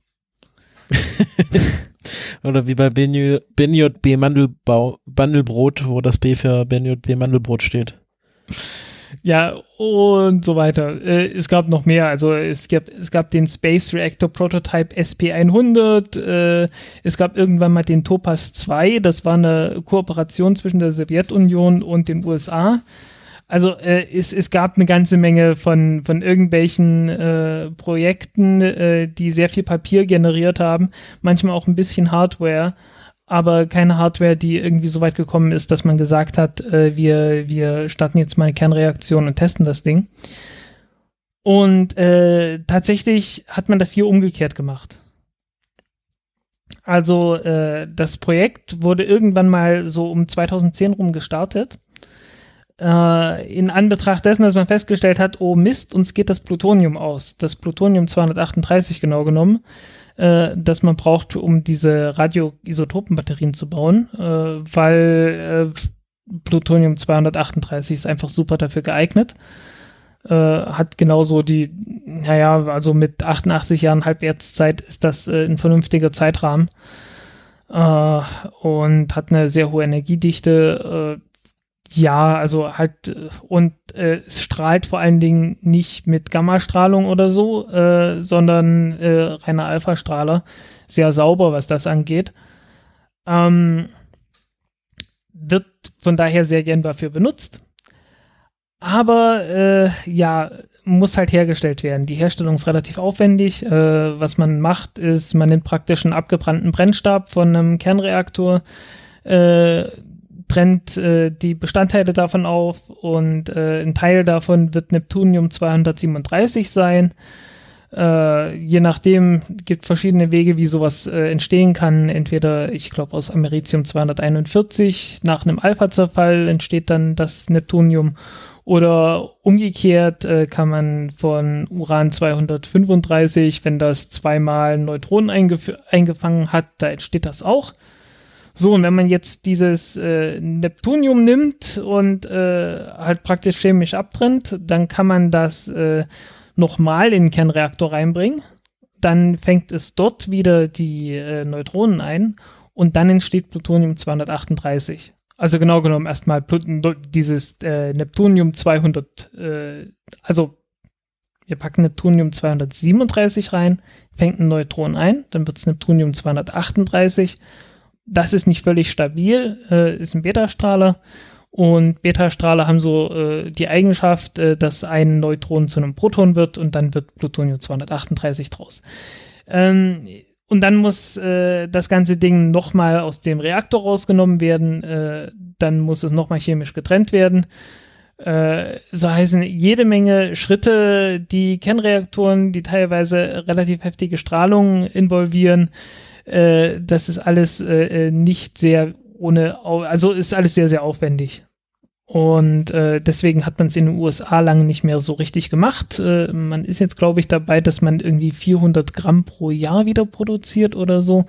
Oder wie bei BNJB Mandelbrot, wo das B für BNJB Mandelbrot steht. Ja, und so weiter. Es gab noch mehr. Also es gab den Space Reactor Prototype SP100. Es gab irgendwann mal den Topaz 2. Das war eine Kooperation zwischen der Sowjetunion und den USA. Also es gab eine ganze Menge von irgendwelchen Projekten, die sehr viel Papier generiert haben. Manchmal auch ein bisschen Hardware. Aber keine Hardware, die irgendwie so weit gekommen ist, dass man gesagt hat, wir starten jetzt mal eine Kernreaktion und testen das Ding. Und tatsächlich hat man das hier umgekehrt gemacht. Also das Projekt wurde irgendwann mal so um 2010 rum gestartet. In Anbetracht dessen, dass man festgestellt hat, oh Mist, uns geht das Plutonium aus. Das Plutonium 238 genau genommen. Das man braucht, um diese Radioisotopenbatterien zu bauen, weil Plutonium 238 ist einfach super dafür geeignet. Hat genauso also mit 88 Jahren Halbwertszeit ist das ein vernünftiger Zeitrahmen und hat eine sehr hohe Energiedichte. Es strahlt vor allen Dingen nicht mit Gammastrahlung oder so, sondern reiner Alphastrahler. Sehr sauber, was das angeht. Wird von daher sehr gern dafür benutzt. Aber muss halt hergestellt werden. Die Herstellung ist relativ aufwendig. Was man macht, ist, man nimmt praktisch einen abgebrannten Brennstab von einem Kernreaktor, trennt die Bestandteile davon auf und ein Teil davon wird Neptunium-237 sein. Je nachdem gibt verschiedene Wege, wie sowas entstehen kann. Entweder, ich glaube, aus Americium-241 nach einem Alpha-Zerfall entsteht dann das Neptunium oder umgekehrt kann man von Uran-235, wenn das zweimal Neutronen eingefangen hat, da entsteht das auch. So, und wenn man jetzt dieses Neptunium nimmt und halt praktisch chemisch abtrennt, dann kann man das nochmal in den Kernreaktor reinbringen. Dann fängt es dort wieder die Neutronen ein und dann entsteht Plutonium-238. Also genau genommen erstmal dieses Neptunium-200, also wir packen Neptunium-237 rein, fängt ein Neutron ein, dann wird es Neptunium-238. Das ist nicht völlig stabil, ist ein Betastrahler. Und Betastrahler haben so die Eigenschaft, dass ein Neutron zu einem Proton wird und dann wird Plutonium-238 draus. Und dann muss das ganze Ding nochmal aus dem Reaktor rausgenommen werden, dann muss es nochmal chemisch getrennt werden. So heißen jede Menge Schritte, die Kernreaktoren, die teilweise relativ heftige Strahlung involvieren. Das ist alles nicht sehr also ist alles sehr, sehr aufwendig. Und deswegen hat man es in den USA lange nicht mehr so richtig gemacht. Man ist jetzt, glaube ich, dabei, dass man irgendwie 400 Gramm pro Jahr wieder produziert oder so.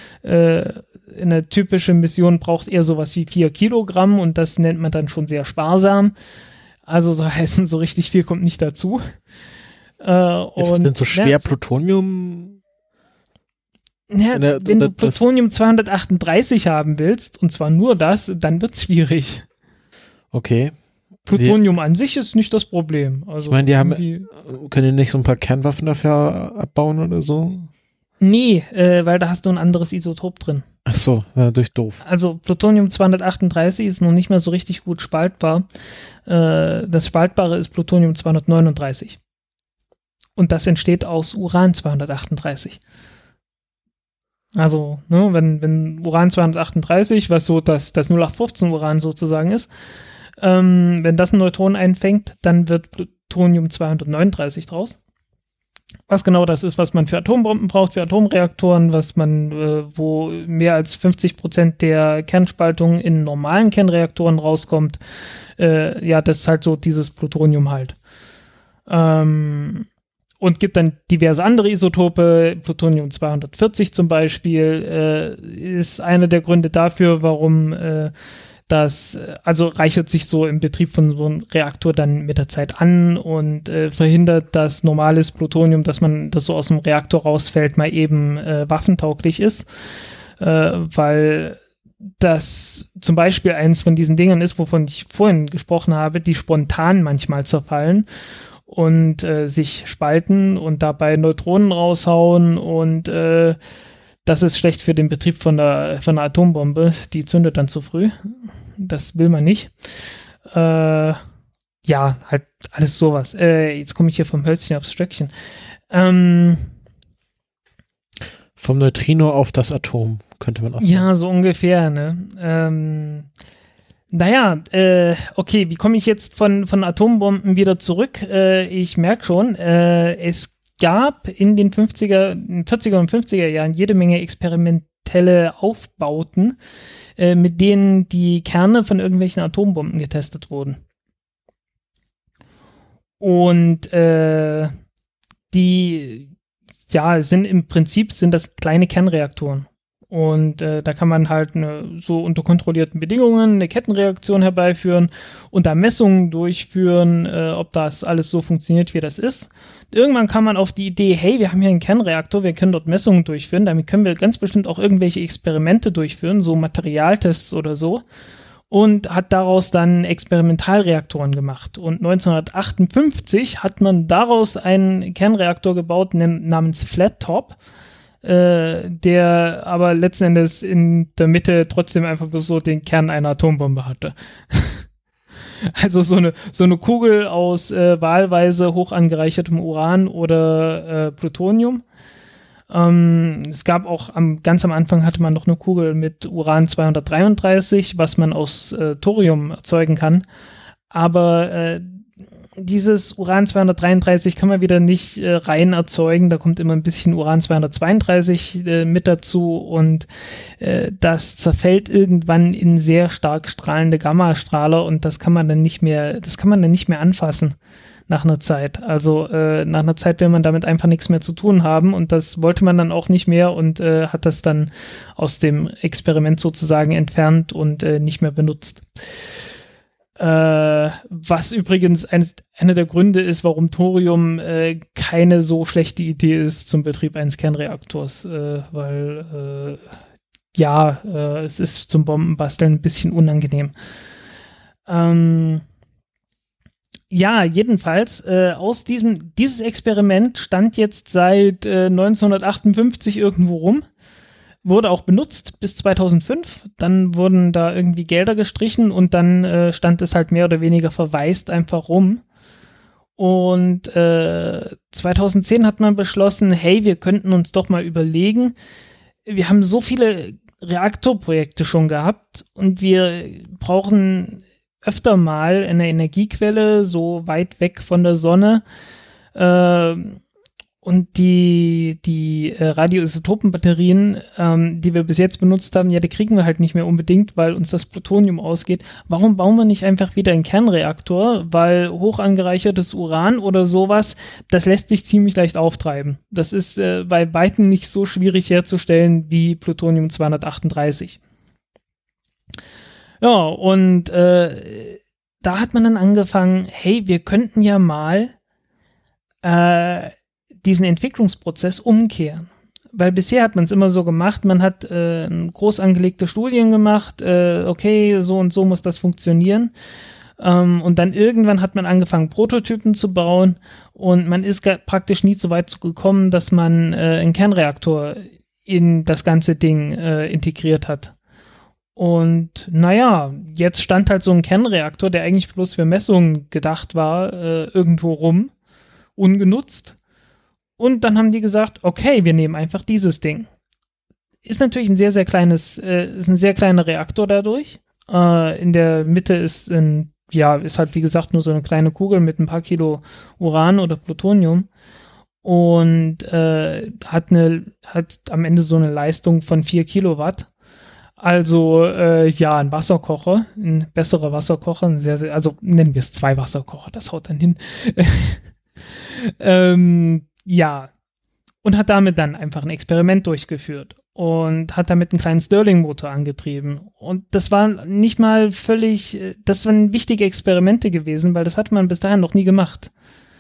Eine typische Mission braucht eher sowas wie 4 Kilogramm und das nennt man dann schon sehr sparsam. Also so heißen, so richtig viel kommt nicht dazu. Ist es denn so schwer, Plutonium? Ja, wenn du Plutonium 238 haben willst, und zwar nur das, dann wird's schwierig. Okay. Plutonium an sich ist nicht das Problem. Also ich meine, können die nicht so ein paar Kernwaffen dafür abbauen oder so? Nee, weil da hast du ein anderes Isotop drin. Ach so, natürlich doof. Also Plutonium 238 ist noch nicht mehr so richtig gut spaltbar. Das Spaltbare ist Plutonium 239. Und das entsteht aus Uran 238. Also, ne, wenn Uran 238, was so das 0815 Uran sozusagen ist, wenn das ein Neutron einfängt, dann wird Plutonium 239 draus. Was genau das ist, was man für Atombomben braucht, für Atomreaktoren, was man, wo mehr als 50% der Kernspaltung in normalen Kernreaktoren rauskommt, ja, das ist halt so dieses Plutonium halt. Und gibt dann diverse andere Isotope, Plutonium 240 zum Beispiel, ist einer der Gründe dafür, warum also reichert sich so im Betrieb von so einem Reaktor dann mit der Zeit an und verhindert, dass normales Plutonium, das so aus dem Reaktor rausfällt, mal eben waffentauglich ist, weil das zum Beispiel eins von diesen Dingen ist, wovon ich vorhin gesprochen habe, die spontan manchmal zerfallen und sich spalten und dabei Neutronen raushauen und das ist schlecht für den Betrieb von der Atombombe. Die zündet dann zu früh. Das will man nicht. Ja, halt alles sowas. Jetzt komme ich hier vom Hölzchen aufs Stöckchen. Vom Neutrino auf das Atom, könnte man auch sagen. Ja, so ungefähr, ne? Naja, okay, wie komme ich jetzt von Atombomben wieder zurück? Ich merke schon, es gab in den 40er und 50er Jahren jede Menge experimentelle Aufbauten, mit denen die Kerne von irgendwelchen Atombomben getestet wurden. Und die, ja, im Prinzip sind das kleine Kernreaktoren. Und da kann man halt so unter kontrollierten Bedingungen eine Kettenreaktion herbeiführen und da Messungen durchführen, ob das alles so funktioniert, wie das ist. Irgendwann kam man auf die Idee, hey, wir haben hier einen Kernreaktor, wir können dort Messungen durchführen, damit können wir ganz bestimmt auch irgendwelche Experimente durchführen, so Materialtests oder so. Und hat daraus dann Experimentalreaktoren gemacht. Und 1958 hat man daraus einen Kernreaktor gebaut namens Flat Top, der aber letzten Endes in der Mitte trotzdem einfach bloß so den Kern einer Atombombe hatte. Also so eine Kugel aus wahlweise hoch angereichertem Uran oder Plutonium. Es gab auch ganz am Anfang hatte man noch eine Kugel mit Uran-233, was man aus Thorium erzeugen kann. Aber dieses Uran-233 kann man wieder nicht rein erzeugen. Da kommt immer ein bisschen Uran-232 mit dazu und das zerfällt irgendwann in sehr stark strahlende Gammastrahler und das kann man dann nicht mehr anfassen nach einer Zeit. Also nach einer Zeit will man damit einfach nichts mehr zu tun haben und das wollte man dann auch nicht mehr und hat das dann aus dem Experiment sozusagen entfernt und nicht mehr benutzt. Was übrigens einer der Gründe ist, warum Thorium keine so schlechte Idee ist zum Betrieb eines Kernreaktors, weil es ist zum Bombenbasteln ein bisschen unangenehm. Jedenfalls, aus dieses Experiment stand jetzt seit 1958 irgendwo rum, wurde auch benutzt bis 2005, dann wurden da irgendwie Gelder gestrichen und dann stand es halt mehr oder weniger verwaist einfach rum. Und 2010 hat man beschlossen, hey, wir könnten uns doch mal überlegen, wir haben so viele Reaktorprojekte schon gehabt und wir brauchen öfter mal eine Energiequelle so weit weg von der Sonne und die Radioisotopenbatterien, die wir bis jetzt benutzt haben, die kriegen wir halt nicht mehr unbedingt, weil uns das Plutonium ausgeht. Warum bauen wir nicht einfach wieder einen Kernreaktor? Weil hoch angereichertes Uran oder sowas, das lässt sich ziemlich leicht auftreiben. Das ist bei weitem nicht so schwierig herzustellen wie Plutonium 238. Ja, und da hat man dann angefangen, hey, wir könnten ja mal diesen Entwicklungsprozess umkehren. Weil bisher hat man es immer so gemacht, man hat groß angelegte Studien gemacht, okay, so und so muss das funktionieren. Und dann irgendwann hat man angefangen, Prototypen zu bauen und man ist praktisch nie so weit gekommen, dass man einen Kernreaktor in das ganze Ding integriert hat. Und naja, jetzt stand halt so ein Kernreaktor, der eigentlich bloß für Messungen gedacht war, irgendwo rum, ungenutzt. Und dann haben die gesagt, okay, wir nehmen einfach dieses Ding. Ist natürlich ein sehr, sehr kleines, ist ein sehr kleiner Reaktor dadurch. In der Mitte ist halt wie gesagt nur so eine kleine Kugel mit ein paar Kilo Uran oder Plutonium. Und hat am Ende so eine Leistung von 4 Kilowatt. Also, ein Wasserkocher, ein besserer Wasserkocher, also nennen wir es 2 Wasserkocher, das haut dann hin. Und hat damit dann einfach ein Experiment durchgeführt und hat damit einen kleinen Stirling-Motor angetrieben. Und das war nicht mal das waren wichtige Experimente gewesen, weil das hat man bis dahin noch nie gemacht.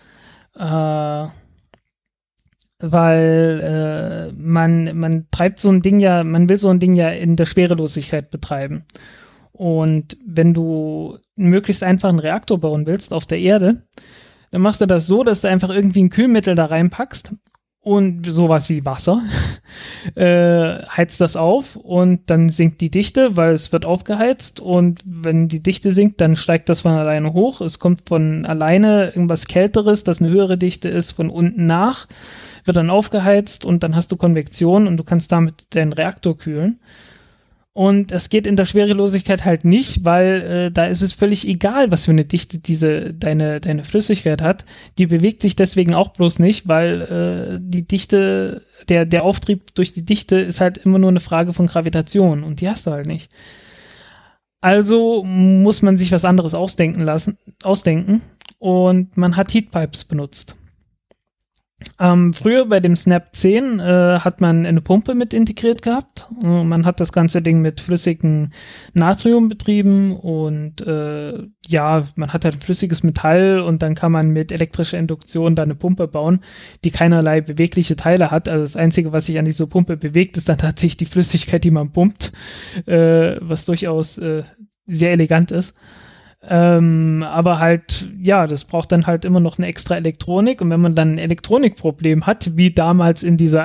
Weil man treibt so ein Ding man will so ein Ding ja in der Schwerelosigkeit betreiben. Und wenn du einen möglichst einfachen Reaktor bauen willst auf der Erde, dann machst du das so, dass du einfach irgendwie ein Kühlmittel da reinpackst und sowas wie Wasser, heizt das auf und dann sinkt die Dichte, weil es wird aufgeheizt und wenn die Dichte sinkt, dann steigt das von alleine hoch. Es kommt von alleine irgendwas Kälteres, das eine höhere Dichte ist, von unten nach, wird dann aufgeheizt und dann hast du Konvektion und du kannst damit deinen Reaktor kühlen. Und es geht in der Schwerelosigkeit halt nicht, weil da ist es völlig egal, was für eine Dichte deine Flüssigkeit hat. Die bewegt sich deswegen auch bloß nicht, weil die Dichte, der Auftrieb durch die Dichte ist halt immer nur eine Frage von Gravitation und die hast du halt nicht. Also muss man sich was anderes ausdenken und man hat Heatpipes benutzt. Früher bei dem Snap 10 hat man eine Pumpe mit integriert gehabt. Man hat das ganze Ding mit flüssigem Natrium betrieben und man hat halt ein flüssiges Metall und dann kann man mit elektrischer Induktion da eine Pumpe bauen, die keinerlei bewegliche Teile hat. Also das Einzige, was sich an dieser Pumpe bewegt, ist dann tatsächlich die Flüssigkeit, die man pumpt, was durchaus sehr elegant ist. Aber halt, das braucht dann halt immer noch eine extra Elektronik und wenn man dann ein Elektronikproblem hat, wie damals in diesem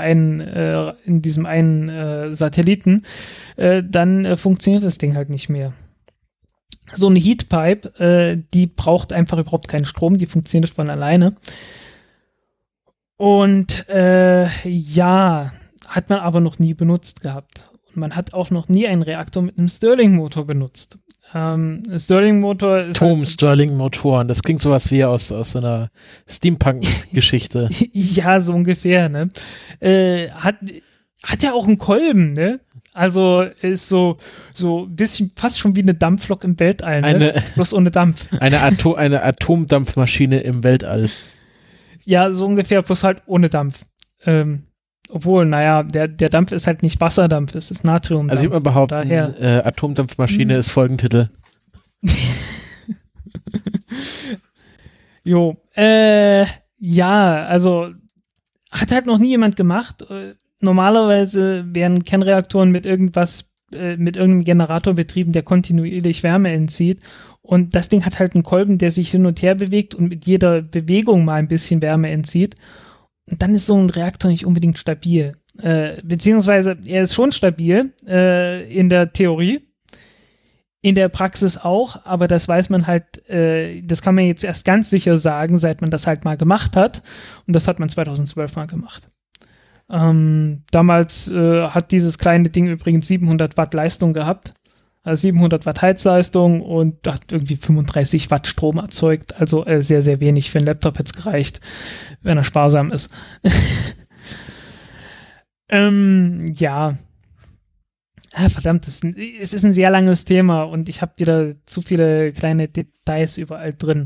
einen Satelliten, dann funktioniert das Ding halt nicht mehr. So eine Heatpipe, die braucht einfach überhaupt keinen Strom, die funktioniert von alleine. Und ja, hat man aber noch nie benutzt gehabt. Und man hat auch noch nie einen Reaktor mit einem Stirling-Motor benutzt. Stirling-Motor ist Stirling-Motoren, das klingt sowas wie aus so einer Steampunk-Geschichte. Ja, so ungefähr, ne? Hat ja auch einen Kolben, ne? Also ist so ein bisschen fast schon wie eine Dampflok im Weltall, ne? Bloß ohne Dampf. Eine Atomdampfmaschine im Weltall. Ja, so ungefähr, bloß halt ohne Dampf. Obwohl, naja, der Dampf ist halt nicht Wasserdampf, es ist Natriumdampf. Also ich würde mal behaupten, Atomdampfmaschine ist Folgentitel. Jo, ja, also hat halt noch nie jemand gemacht. Normalerweise werden Kernreaktoren mit irgendeinem Generator betrieben, der kontinuierlich Wärme entzieht. Und das Ding hat halt einen Kolben, der sich hin und her bewegt und mit jeder Bewegung mal ein bisschen Wärme entzieht. Und dann ist so ein Reaktor nicht unbedingt stabil. Beziehungsweise er ist schon stabil in der Theorie, in der Praxis auch, aber das weiß man halt, das kann man jetzt erst ganz sicher sagen, seit man das halt mal gemacht hat. Und das hat man 2012 mal gemacht. Damals hat dieses kleine Ding übrigens 700 Watt Leistung gehabt. Also 700 Watt Heizleistung und hat irgendwie 35 Watt Strom erzeugt. Also sehr, sehr wenig. Für einen Laptop hätte es gereicht, wenn er sparsam ist. Ja. Verdammt, es ist ein sehr langes Thema und ich habe wieder zu viele kleine Details überall drin.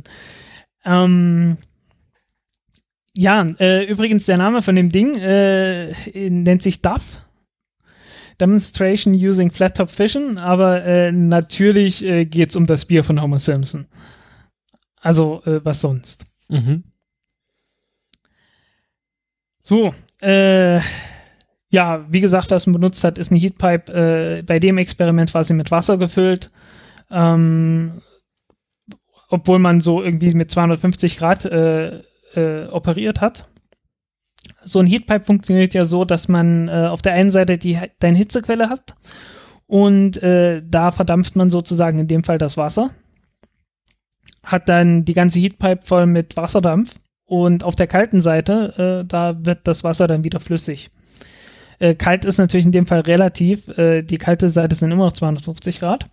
Ja, übrigens der Name von dem Ding nennt sich DUF. Demonstration Using Flat Top Fission, aber natürlich geht es um das Bier von Homer Simpson. Also, was sonst? Mhm. So, ja, wie gesagt, was man benutzt hat, ist eine Heatpipe. Bei dem Experiment war sie mit Wasser gefüllt. Obwohl man so irgendwie mit 250 Grad operiert hat. So ein Heatpipe funktioniert ja so, dass man auf der einen Seite deine Hitzequelle hat und da verdampft man sozusagen in dem Fall das Wasser, hat dann die ganze Heatpipe voll mit Wasserdampf und auf der kalten Seite, da wird das Wasser dann wieder flüssig. Kalt ist natürlich in dem Fall relativ, die kalte Seite sind immer noch 250 Grad.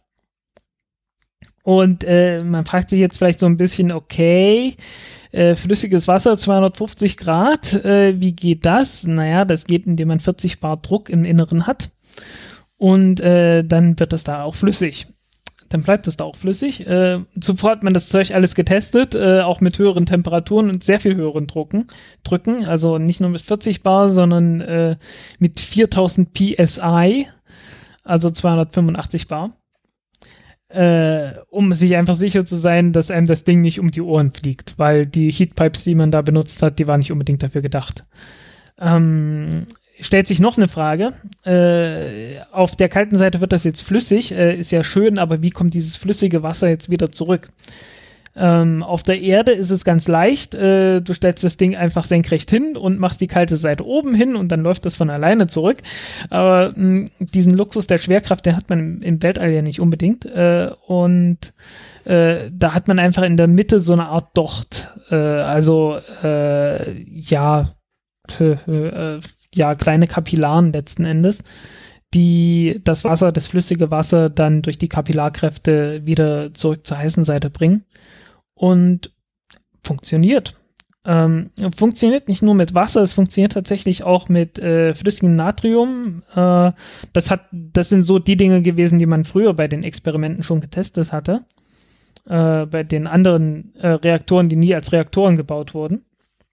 Und man fragt sich jetzt vielleicht so ein bisschen, okay, flüssiges Wasser, 250 Grad, wie geht das? Naja, das geht, indem man 40 Bar Druck im Inneren hat und dann wird das da auch flüssig. Dann bleibt es da auch flüssig. Zuvor hat man das Zeug alles getestet, auch mit höheren Temperaturen und sehr viel höheren Drücken. Also nicht nur mit 40 Bar, sondern mit 4000 PSI, also 285 Bar. Um sich einfach sicher zu sein, dass einem das Ding nicht um die Ohren fliegt, weil die Heatpipes, die man da benutzt hat, die waren nicht unbedingt dafür gedacht. Stellt sich noch eine Frage. Auf der kalten Seite wird das jetzt flüssig, ist ja schön, aber wie kommt dieses flüssige Wasser jetzt wieder zurück? Auf der Erde ist es ganz leicht. Du stellst das Ding einfach senkrecht hin und machst die kalte Seite oben hin und dann läuft das von alleine zurück. Aber diesen Luxus der Schwerkraft, den hat man im Weltall ja nicht unbedingt. Da hat man einfach in der Mitte so eine Art Docht. Kleine Kapillaren letzten Endes, die das Wasser, das flüssige Wasser dann durch die Kapillarkräfte wieder zurück zur heißen Seite bringen. Und funktioniert. Funktioniert nicht nur mit Wasser, es funktioniert tatsächlich auch mit flüssigem Natrium. Das sind so die Dinge gewesen, die man früher bei den Experimenten schon getestet hatte. Bei den anderen Reaktoren, die nie als Reaktoren gebaut wurden.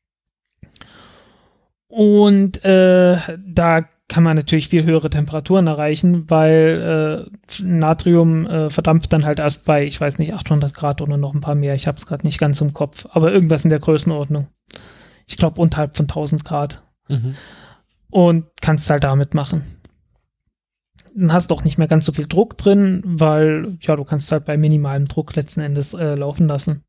Und da kann man natürlich viel höhere Temperaturen erreichen, weil Natrium verdampft dann halt erst bei, ich weiß nicht, 800 Grad oder noch ein paar mehr. Ich habe es gerade nicht ganz im Kopf, aber irgendwas in der Größenordnung. Ich glaube unterhalb von 1000 Grad. Mhm. Und kannst halt damit machen. Dann hast du auch nicht mehr ganz so viel Druck drin, weil ja, du kannst halt bei minimalem Druck letzten Endes laufen lassen.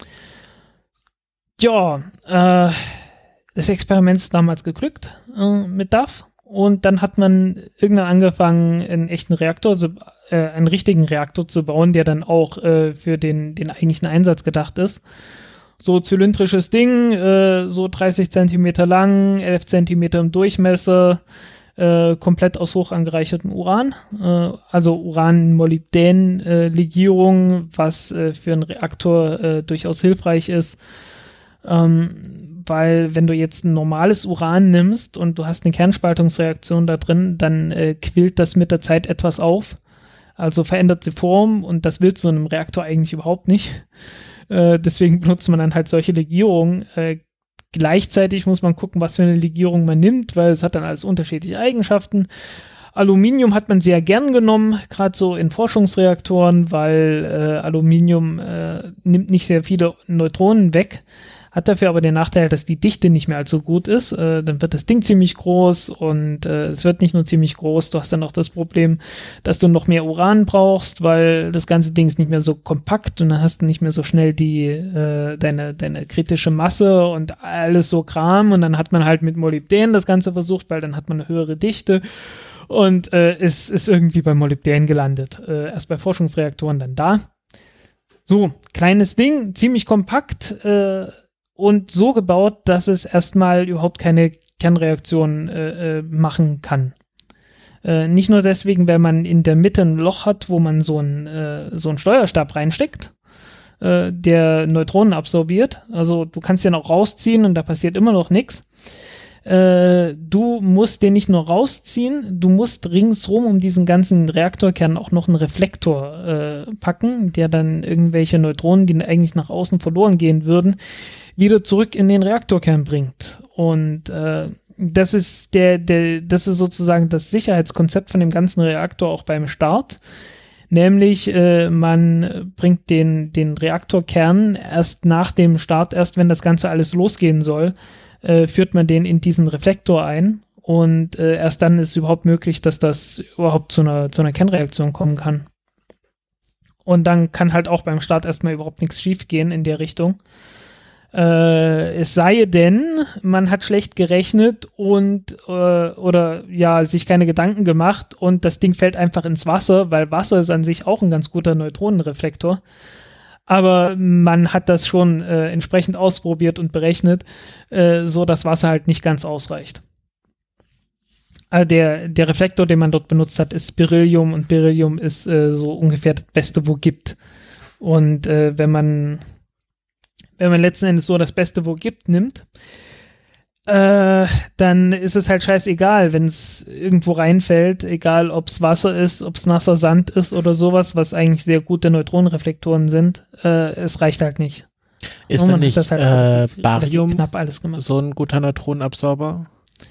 Ja, das Experiment ist damals geglückt mit DUF. Und dann hat man irgendwann angefangen, einen richtigen Reaktor zu bauen, der dann auch für den eigentlichen Einsatz gedacht ist. So zylindrisches Ding, so 30 Zentimeter lang, 11 Zentimeter im Durchmesser, komplett aus hoch angereichertem Uran, also Uran-Molybdän-Legierung, was für einen Reaktor durchaus hilfreich ist, weil wenn du jetzt ein normales Uran nimmst und du hast eine Kernspaltungsreaktion da drin, dann quillt das mit der Zeit etwas auf, also verändert die Form und das willst du in einem Reaktor eigentlich überhaupt nicht. Deswegen benutzt man dann halt solche Legierungen. Gleichzeitig muss man gucken, was für eine Legierung man nimmt, weil es hat dann alles unterschiedliche Eigenschaften. Aluminium hat man sehr gern genommen, gerade so in Forschungsreaktoren, weil Aluminium nimmt nicht sehr viele Neutronen weg, hat dafür aber den Nachteil, dass die Dichte nicht mehr allzu gut ist. Dann wird das Ding ziemlich groß und es wird nicht nur ziemlich groß, du hast dann auch das Problem, dass du noch mehr Uran brauchst, weil das ganze Ding ist nicht mehr so kompakt und dann hast du nicht mehr so schnell deine kritische Masse und alles so Kram und dann hat man halt mit Molybdän das Ganze versucht, weil dann hat man eine höhere Dichte und ist irgendwie bei Molybdän gelandet. Erst bei Forschungsreaktoren, dann da. So, kleines Ding, ziemlich kompakt, und so gebaut, dass es erstmal überhaupt keine Kernreaktion machen kann. Nicht nur deswegen, weil man in der Mitte ein Loch hat, wo man so einen Steuerstab reinsteckt, der Neutronen absorbiert. Also du kannst den auch rausziehen und da passiert immer noch nichts. Du musst den nicht nur rausziehen, du musst ringsrum um diesen ganzen Reaktorkern auch noch einen Reflektor packen, der dann irgendwelche Neutronen, die eigentlich nach außen verloren gehen würden, wieder zurück in den Reaktorkern bringt. Und das ist sozusagen das Sicherheitskonzept von dem ganzen Reaktor auch beim Start. Nämlich man bringt den Reaktorkern erst nach dem Start, erst wenn das Ganze alles losgehen soll, führt man den in diesen Reflektor ein und erst dann ist es überhaupt möglich, dass das überhaupt zu einer Kernreaktion kommen kann. Und dann kann halt auch beim Start erstmal überhaupt nichts schief gehen in der Richtung. Es sei denn, man hat schlecht gerechnet und sich keine Gedanken gemacht und das Ding fällt einfach ins Wasser, weil Wasser ist an sich auch ein ganz guter Neutronenreflektor. Aber man hat das schon entsprechend ausprobiert und berechnet, so dass Wasser halt nicht ganz ausreicht. Also der Reflektor, den man dort benutzt hat, ist Beryllium und Beryllium ist so ungefähr das Beste, wo gibt. Und wenn man letzten Endes so das Beste, wo gibt, nimmt, dann ist es halt scheißegal, wenn es irgendwo reinfällt, egal ob es Wasser ist, ob es nasser Sand ist oder sowas, was eigentlich sehr gute Neutronenreflektoren sind. Es reicht halt nicht. Ist dann nicht halt Barium knapp alles gemacht. So ein guter Neutronenabsorber?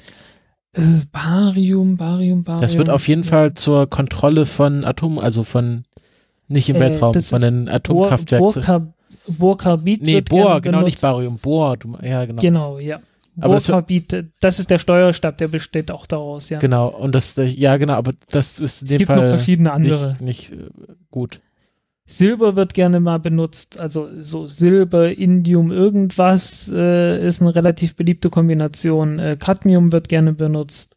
Barium. Das wird auf jeden Fall zur Kontrolle von also von, nicht im Weltraum, von den Atomkraftwerken. Bohrkarbid wird Bohr, genau, benutzt. Nicht Barium, Bohr, ja, genau. Genau, ja. Bohrkarbid, das ist der Steuerstab, der besteht auch daraus, ja. Genau, und aber das ist in dem Fall es gibt noch verschiedene andere. Nicht gut. Silber wird gerne mal benutzt, also so Silber, Indium, irgendwas ist eine relativ beliebte Kombination. Cadmium wird gerne benutzt,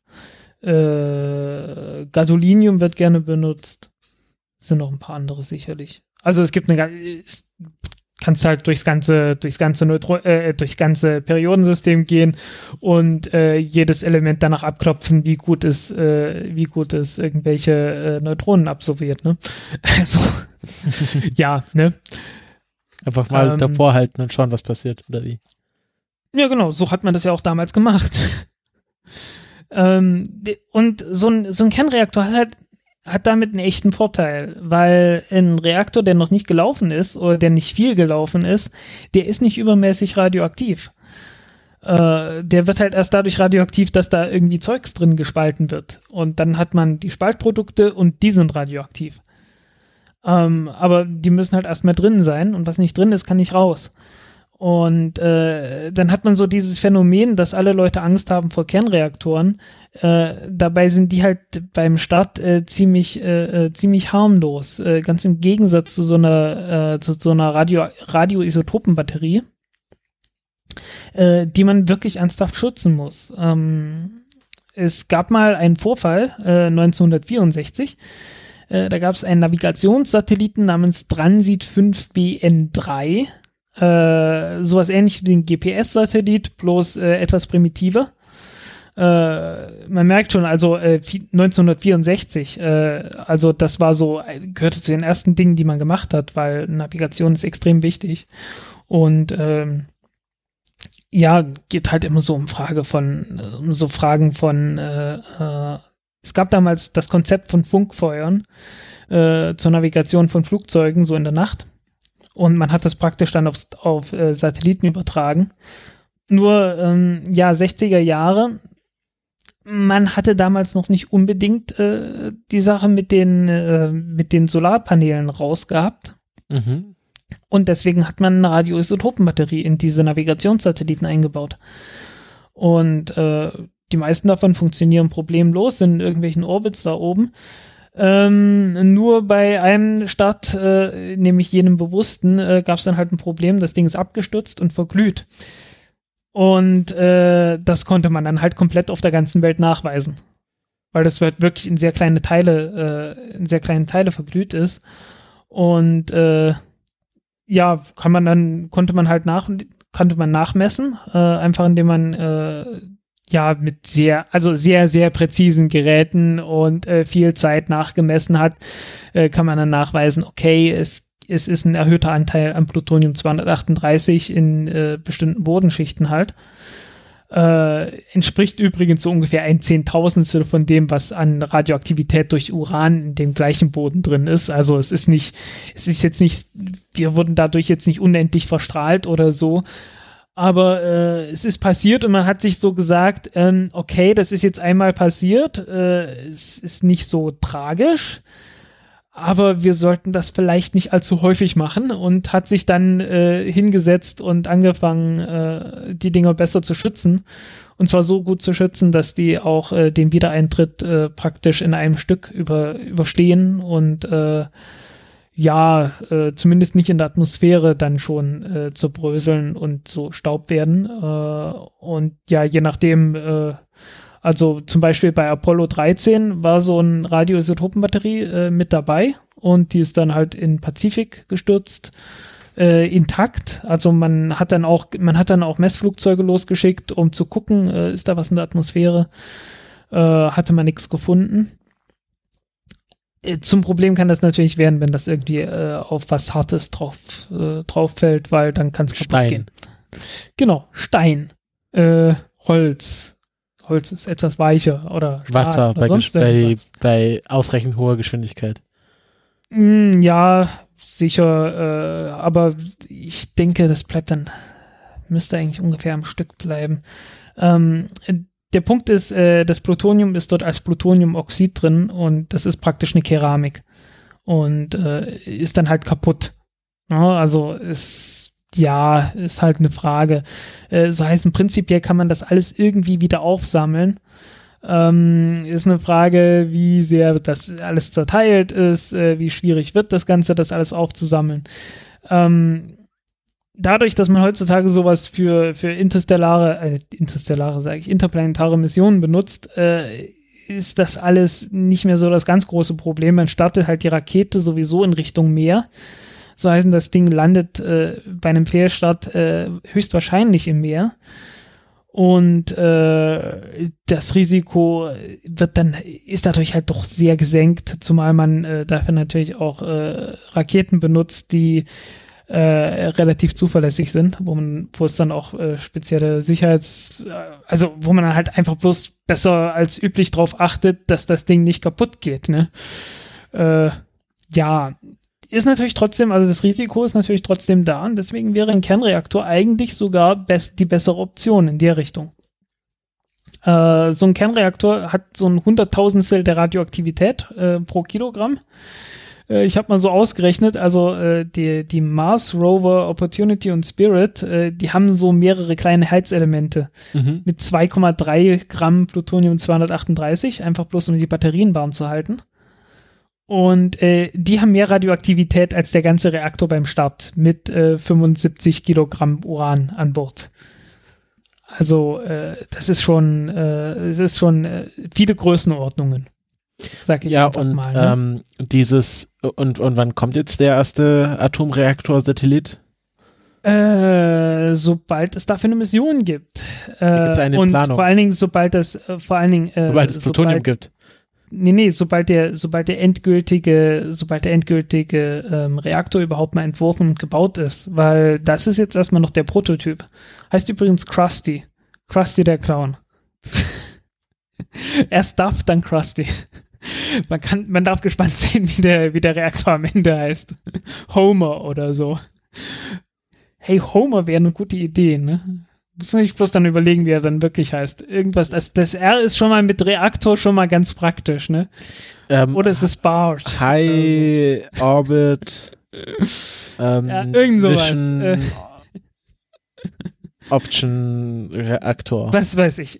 Gadolinium wird gerne benutzt, sind noch ein paar andere sicherlich. Also es gibt kannst halt durchs ganze Periodensystem gehen und jedes Element danach abklopfen, wie gut es irgendwelche Neutronen absorbiert, ne? Also ja, ne? Einfach mal davor halten und schauen, was passiert, oder wie? Ja, genau, so hat man das ja auch damals gemacht. Und so ein Kernreaktor hat damit einen echten Vorteil, weil ein Reaktor, der noch nicht gelaufen ist oder der nicht viel gelaufen ist, der ist nicht übermäßig radioaktiv. Der wird halt erst dadurch radioaktiv, dass da irgendwie Zeugs drin gespalten wird. Und dann hat man die Spaltprodukte und die sind radioaktiv. Aber die müssen halt erstmal drin sein und was nicht drin ist, kann nicht raus. Und dann hat man so dieses Phänomen, dass alle Leute Angst haben vor Kernreaktoren. Dabei sind die halt beim Start ziemlich harmlos. Ganz im Gegensatz zu so einer Radioisotopenbatterie, die man wirklich ernsthaft schützen muss. Es gab mal einen Vorfall 1964. Da gab es einen Navigationssatelliten namens Transit 5BN3. sowas ähnliches wie ein GPS-Satellit, bloß etwas primitiver. Man merkt schon, also 1964, also das war so, gehörte zu den ersten Dingen, die man gemacht hat, weil Navigation ist extrem wichtig. Und geht halt immer so um Fragen von es gab damals das Konzept von Funkfeuern zur Navigation von Flugzeugen, so in der Nacht. Und man hat das praktisch dann auf Satelliten übertragen. Nur, 60er Jahre, man hatte damals noch nicht unbedingt die Sache mit den Solarpanelen rausgehabt. Mhm. Und deswegen hat man eine Radioisotopenbatterie in diese Navigationssatelliten eingebaut. Und die meisten davon funktionieren problemlos, sind in irgendwelchen Orbits da oben. Nur bei einem Start, nämlich jenem bewussten, gab es dann halt ein Problem, das Ding ist abgestürzt und verglüht. Und das konnte man dann halt komplett auf der ganzen Welt nachweisen. Weil das halt wirklich in sehr kleine Teile verglüht ist. Und konnte man nachmessen, einfach indem man mit sehr, sehr präzisen Geräten und viel Zeit nachgemessen hat, kann man dann nachweisen, okay, es ist ein erhöhter Anteil an Plutonium-238 in bestimmten Bodenschichten halt. Entspricht übrigens so ungefähr 1/10.000 von dem, was an Radioaktivität durch Uran in dem gleichen Boden drin ist. Also wir wurden dadurch jetzt nicht unendlich verstrahlt oder so. Aber es ist passiert und man hat sich so gesagt, okay, das ist jetzt einmal passiert, es ist nicht so tragisch, aber wir sollten das vielleicht nicht allzu häufig machen und hat sich dann hingesetzt und angefangen, die Dinger besser zu schützen. Und zwar so gut zu schützen, dass die auch den Wiedereintritt praktisch in einem Stück überstehen und zumindest nicht in der Atmosphäre dann schon zerbröseln und so Staub werden. Und je nachdem, also zum Beispiel bei Apollo 13 war so eine Radioisotopenbatterie mit dabei und die ist dann halt in den Pazifik gestürzt, intakt. Also man hat dann auch Messflugzeuge losgeschickt, um zu gucken, ist da was in der Atmosphäre. Hatte man nichts gefunden. Zum Problem kann das natürlich werden, wenn das irgendwie auf was Hartes drauf fällt, weil dann kann es kaputt gehen. Genau, Stein, Holz. Holz ist etwas weicher oder Wasser bei ausreichend hoher Geschwindigkeit. Ja, sicher, aber ich denke, müsste eigentlich ungefähr am Stück bleiben. Der Punkt ist, das Plutonium ist dort als Plutoniumoxid drin und das ist praktisch eine Keramik und ist dann halt kaputt. Ja, also ist halt eine Frage. So heißt, prinzipiell kann man das alles irgendwie wieder aufsammeln. Ist eine Frage, wie sehr das alles zerteilt ist, wie schwierig wird das Ganze, das alles aufzusammeln. Dadurch, dass man heutzutage sowas für interplanetare Missionen benutzt, ist das alles nicht mehr so das ganz große Problem. Man startet halt die Rakete sowieso in Richtung Meer. So heißt, das Ding landet bei einem Fehlstart höchstwahrscheinlich im Meer. Und das Risiko ist dadurch halt doch sehr gesenkt, zumal man dafür natürlich auch Raketen benutzt, die relativ zuverlässig sind, wo es dann auch spezielle wo man halt einfach bloß besser als üblich drauf achtet, dass das Ding nicht kaputt geht, ne? Ist natürlich trotzdem, also das Risiko ist natürlich trotzdem da und deswegen wäre ein Kernreaktor eigentlich sogar die bessere Option in der Richtung. So ein Kernreaktor hat so ein 100.000stel der Radioaktivität pro Kilogramm. Ich habe mal so ausgerechnet, also die Mars Rover Opportunity und Spirit, die haben so mehrere kleine Heizelemente mit 2,3 Gramm Plutonium-238, einfach bloß um die Batterien warm zu halten. Und die haben mehr Radioaktivität als der ganze Reaktor beim Start mit 75 Kilogramm Uran an Bord. Also das ist schon viele Größenordnungen. Sag ich einfach mal. Ne? Und wann kommt jetzt der erste Atomreaktor-Satellit? Sobald es dafür eine Mission gibt. Gibt es eine und Planung? vor allen Dingen, sobald es Plutonium gibt. Nee, sobald der endgültige Reaktor überhaupt mal entworfen und gebaut ist, weil das ist jetzt erstmal noch der Prototyp. Heißt übrigens Krusty. Krusty der Clown. Erst Duff, dann Krusty. Man darf gespannt sehen, wie der Reaktor am Ende heißt. Homer oder so. Hey, Homer wäre eine gute Idee, ne? Muss man nicht bloß dann überlegen, wie er dann wirklich heißt. Irgendwas, das R ist schon mal mit Reaktor schon mal ganz praktisch, ne? Oder ist es Bart? High Orbit ja, irgend sowas. Mission Option Reaktor. Was weiß ich.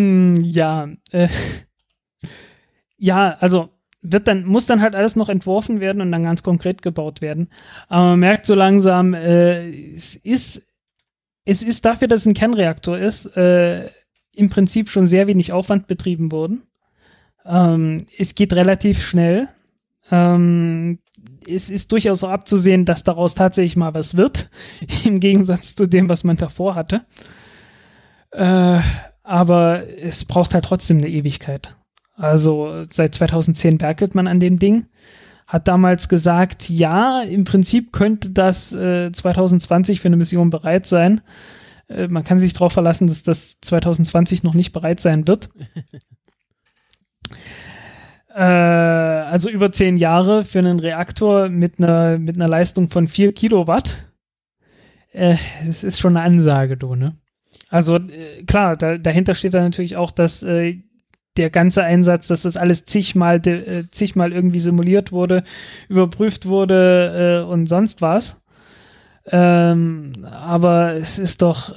Ja, also muss dann halt alles noch entworfen werden und dann ganz konkret gebaut werden. Aber man merkt so langsam, es ist dafür, dass es ein Kernreaktor ist, im Prinzip schon sehr wenig Aufwand betrieben worden. Es geht relativ schnell. Es ist durchaus auch abzusehen, dass daraus tatsächlich mal was wird, im Gegensatz zu dem, was man davor hatte. Aber es braucht halt trotzdem eine Ewigkeit. Also seit 2010 werkelt man an dem Ding. Hat damals gesagt, ja, im Prinzip könnte das 2020 für eine Mission bereit sein. Man kann sich darauf verlassen, dass das 2020 noch nicht bereit sein wird. Also über 10 Jahre für einen Reaktor mit einer Leistung von 4 Kilowatt. Es ist schon eine Ansage, du, ne? Also klar, dahinter steht dann natürlich auch, dass der ganze Einsatz, dass das alles zigmal irgendwie simuliert wurde, überprüft wurde und sonst was. Aber es ist doch,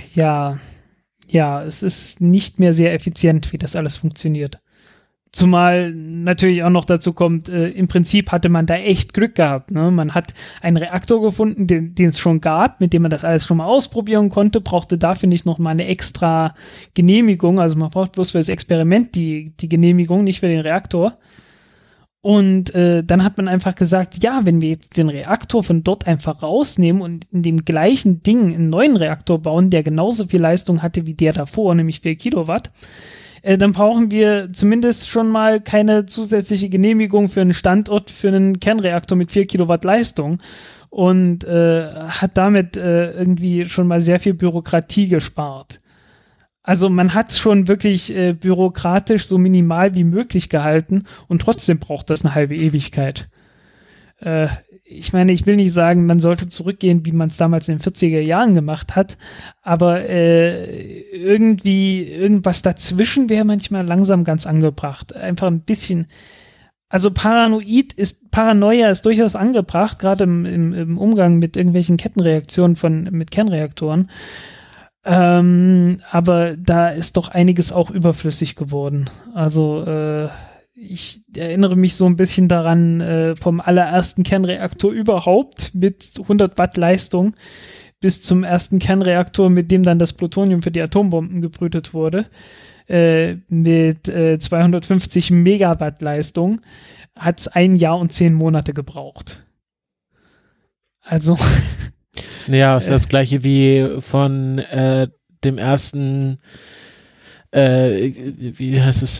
es ist nicht mehr sehr effizient, wie das alles funktioniert. Zumal natürlich auch noch dazu kommt, im Prinzip hatte man da echt Glück gehabt. Ne? Man hat einen Reaktor gefunden, den es schon gab, mit dem man das alles schon mal ausprobieren konnte, brauchte dafür nicht noch mal eine extra Genehmigung. Also man braucht bloß für das Experiment die Genehmigung, nicht für den Reaktor. Und dann hat man einfach gesagt, ja, wenn wir jetzt den Reaktor von dort einfach rausnehmen und in dem gleichen Ding einen neuen Reaktor bauen, der genauso viel Leistung hatte wie der davor, nämlich 4 Kilowatt, dann brauchen wir zumindest schon mal keine zusätzliche Genehmigung für einen Standort für einen Kernreaktor mit 4 Kilowatt Leistung und hat damit irgendwie schon mal sehr viel Bürokratie gespart. Also man hat es schon wirklich bürokratisch so minimal wie möglich gehalten und trotzdem braucht das eine halbe Ewigkeit. Ich meine, ich will nicht sagen, man sollte zurückgehen, wie man es damals in den 40er Jahren gemacht hat, aber irgendwas dazwischen wäre manchmal langsam ganz angebracht. Einfach ein bisschen, also Paranoia ist durchaus angebracht, gerade im Umgang mit irgendwelchen Kettenreaktionen mit Kernreaktoren. Aber da ist doch einiges auch überflüssig geworden. Also ich erinnere mich so ein bisschen daran, vom allerersten Kernreaktor überhaupt mit 100 Watt Leistung bis zum ersten Kernreaktor, mit dem dann das Plutonium für die Atombomben gebrütet wurde, mit 250 Megawatt Leistung, hat es 1 Jahr und 10 Monate gebraucht. Also ja, ist das gleiche wie von dem ersten wie heißt es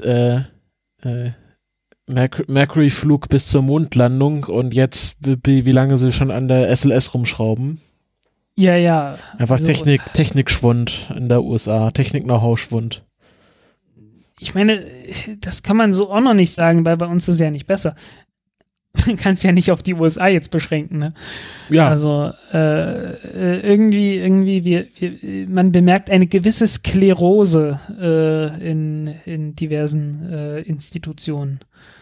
Mercury-Flug bis zur Mondlandung und jetzt wie lange sie schon an der SLS rumschrauben. Ja. Einfach also, Technikschwund in der USA, Technik-Know-how-Schwund. Ich meine, das kann man so auch noch nicht sagen, weil bei uns ist es ja nicht besser. Man kann es ja nicht auf die USA jetzt beschränken, ne? Ja. Also irgendwie man bemerkt eine gewisse Sklerose in diversen Institutionen.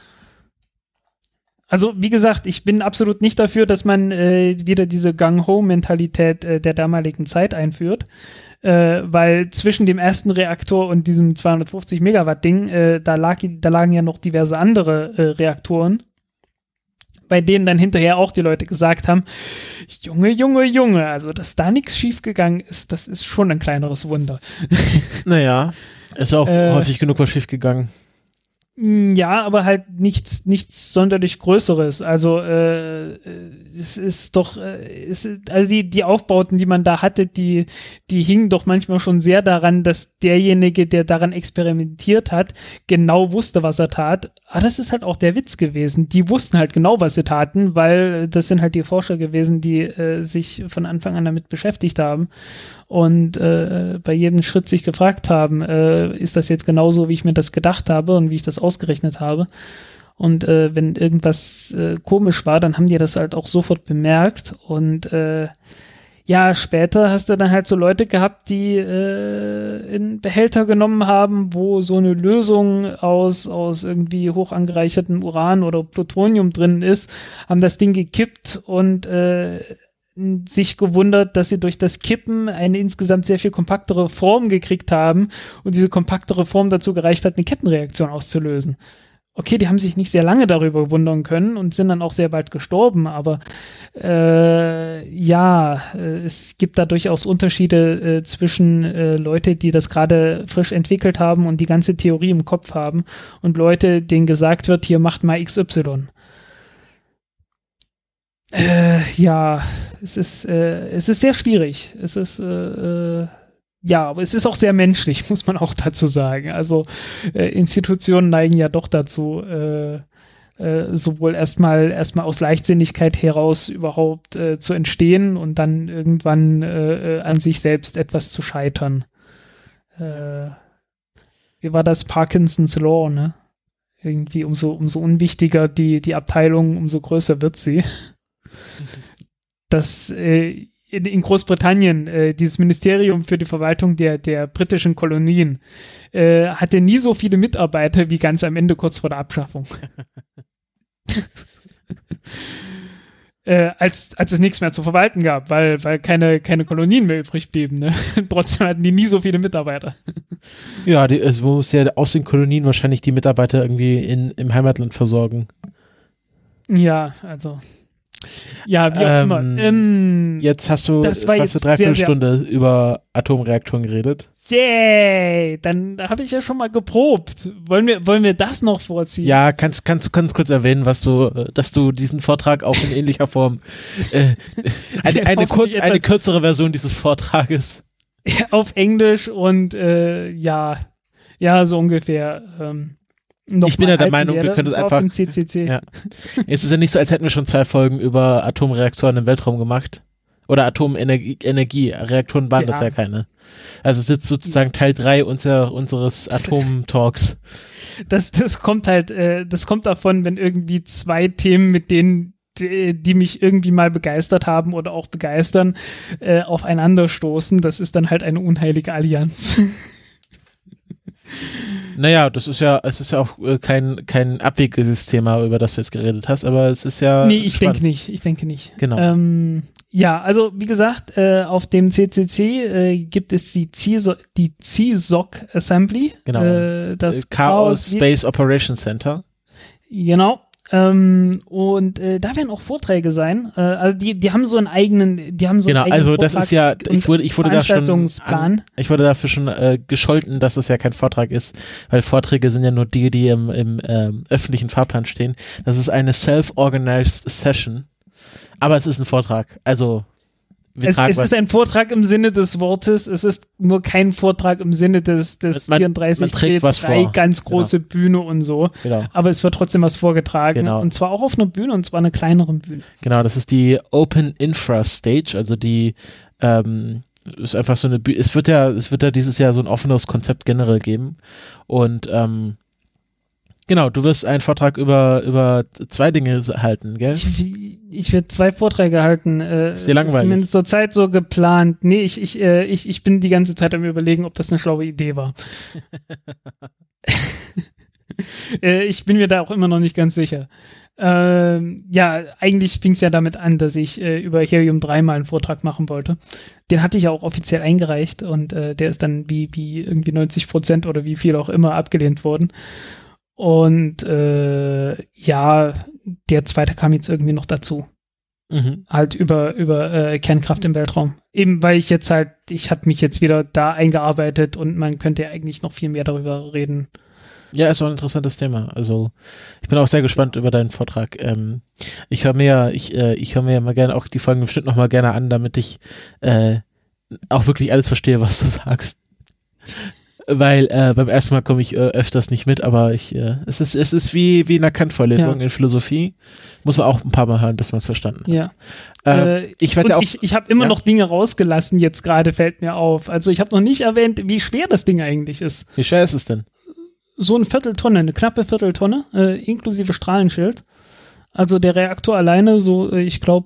Also wie gesagt, ich bin absolut nicht dafür, dass man wieder diese Gung-Ho-Mentalität der damaligen Zeit einführt, weil zwischen dem ersten Reaktor und diesem 250 Megawatt Ding, da lagen ja noch diverse andere Reaktoren, bei denen dann hinterher auch die Leute gesagt haben, Junge, also dass da nichts schiefgegangen ist, das ist schon ein kleineres Wunder. Naja, ist auch häufig genug was schiefgegangen. Ja, aber halt nichts sonderlich Größeres. Also es ist doch, also die Aufbauten, die man da hatte, die hingen doch manchmal schon sehr daran, dass derjenige, der daran experimentiert hat, genau wusste, was er tat. Aber das ist halt auch der Witz gewesen. Die wussten halt genau, was sie taten, weil das sind halt die Forscher gewesen, die sich von Anfang an damit beschäftigt haben und bei jedem Schritt sich gefragt haben, ist das jetzt genauso, wie ich mir das gedacht habe und wie ich das ausgerechnet habe. Und wenn irgendwas komisch war, dann haben die das halt auch sofort bemerkt. Und ja, später hast du dann halt so Leute gehabt, die in Behälter genommen haben, wo so eine Lösung aus irgendwie hoch angereichertem Uran oder Plutonium drin ist, haben das Ding gekippt und sich gewundert, dass sie durch das Kippen eine insgesamt sehr viel kompaktere Form gekriegt haben und diese kompaktere Form dazu gereicht hat, eine Kettenreaktion auszulösen. Okay, die haben sich nicht sehr lange darüber wundern können und sind dann auch sehr bald gestorben, aber es gibt da durchaus Unterschiede zwischen Leute, die das gerade frisch entwickelt haben und die ganze Theorie im Kopf haben und Leute, denen gesagt wird, hier macht mal XY. Es ist sehr schwierig. Es ist aber es ist auch sehr menschlich, muss man auch dazu sagen. Also Institutionen neigen ja doch dazu, sowohl erstmal aus Leichtsinnigkeit heraus überhaupt zu entstehen und dann irgendwann an sich selbst etwas zu scheitern. Wie war das? Parkinson's Law, ne? Irgendwie umso unwichtiger die Abteilung, umso größer wird sie. Das in Großbritannien, dieses Ministerium für die Verwaltung der britischen Kolonien, hatte nie so viele Mitarbeiter wie ganz am Ende kurz vor der Abschaffung. Als es nichts mehr zu verwalten gab, weil keine Kolonien mehr übrig blieben. Ne? Trotzdem hatten die nie so viele Mitarbeiter. Ja, man muss ja aus den Kolonien wahrscheinlich die Mitarbeiter irgendwie im Heimatland versorgen. Ja, also ja, wie auch immer. Jetzt hast du dreiviertel Stunde über Atomreaktoren geredet. Yay! Dann habe ich ja schon mal geprobt. Wollen wir das noch vorziehen? Ja, kannst kurz erwähnen, dass du diesen Vortrag auch in ähnlicher Form eine kürzere Version dieses Vortrages auf Englisch und so ungefähr. Ich bin ja der Meinung, wir können es einfach. CCC. Ja. Es ist ja nicht so, als hätten wir schon 2 Folgen über Atomreaktoren im Weltraum gemacht. Oder Atomenergie. Reaktoren waren das ja keine. Also es ist jetzt sozusagen Teil 3 unseres Atom-Talks. Das kommt davon, wenn irgendwie 2 Themen, mit denen die mich irgendwie mal begeistert haben oder auch begeistern, aufeinander stoßen. Das ist dann halt eine unheilige Allianz. Naja, es ist ja auch kein abwegiges Thema, über das du jetzt geredet hast, aber es ist ja. Nee, ich denke nicht. Genau. Also wie gesagt, auf dem CCC gibt es die CSOC Assembly. Genau. Das Chaos Space Operations Center. Genau. Und da werden auch Vorträge sein. Also die haben so einen eigenen, also das ist ja, ich wurde dafür schon gescholten, dass es ja kein Vortrag ist, weil Vorträge sind ja nur die im öffentlichen Fahrplan stehen. Das ist eine self-organized Session, aber es ist ein Vortrag. Also es ist ein Vortrag im Sinne des Wortes, es ist nur kein Vortrag im Sinne des 34C3, ganz große Bühne und so. Genau. Aber es wird trotzdem was vorgetragen. Genau. Und zwar auch auf einer Bühne, und zwar einer kleineren Bühne. Genau, das ist die Open Infra Stage, also die ist einfach so eine Bühne. Es wird ja dieses Jahr so ein offenes Konzept generell geben. Und genau, du wirst einen Vortrag über 2 Dinge halten, gell? Ich werde 2 Vorträge halten. Ist dir langweilig? Ist zumindest zur Zeit so geplant. Nee, ich bin die ganze Zeit am Überlegen, ob das eine schlaue Idee war. Ich bin mir da auch immer noch nicht ganz sicher. Eigentlich fing es ja damit an, dass ich über Helium-3 mal einen Vortrag machen wollte. Den hatte ich ja auch offiziell eingereicht und der ist dann wie irgendwie 90% oder wie viel auch immer abgelehnt worden. Und der zweite kam jetzt irgendwie noch dazu. Halt über Kernkraft im Weltraum. Eben weil ich hatte mich jetzt wieder da eingearbeitet und man könnte ja eigentlich noch viel mehr darüber reden. Ja, ist auch ein interessantes Thema. Also ich bin auch sehr gespannt über deinen Vortrag. Ich höre mir ja mal gerne auch die Folgen bestimmt noch mal gerne an, damit ich auch wirklich alles verstehe, was du sagst. Weil beim ersten Mal komme ich öfters nicht mit, aber es ist wie in einer Kant-Vorlesung in Philosophie. Muss man auch ein paar Mal hören, bis man es verstanden hat. Ja. Ich habe immer noch Dinge rausgelassen, jetzt gerade fällt mir auf. Also ich habe noch nicht erwähnt, wie schwer das Ding eigentlich ist. Wie schwer ist es denn? So eine Vierteltonne, eine knappe Vierteltonne, inklusive Strahlenschild. Also der Reaktor alleine, so ich glaube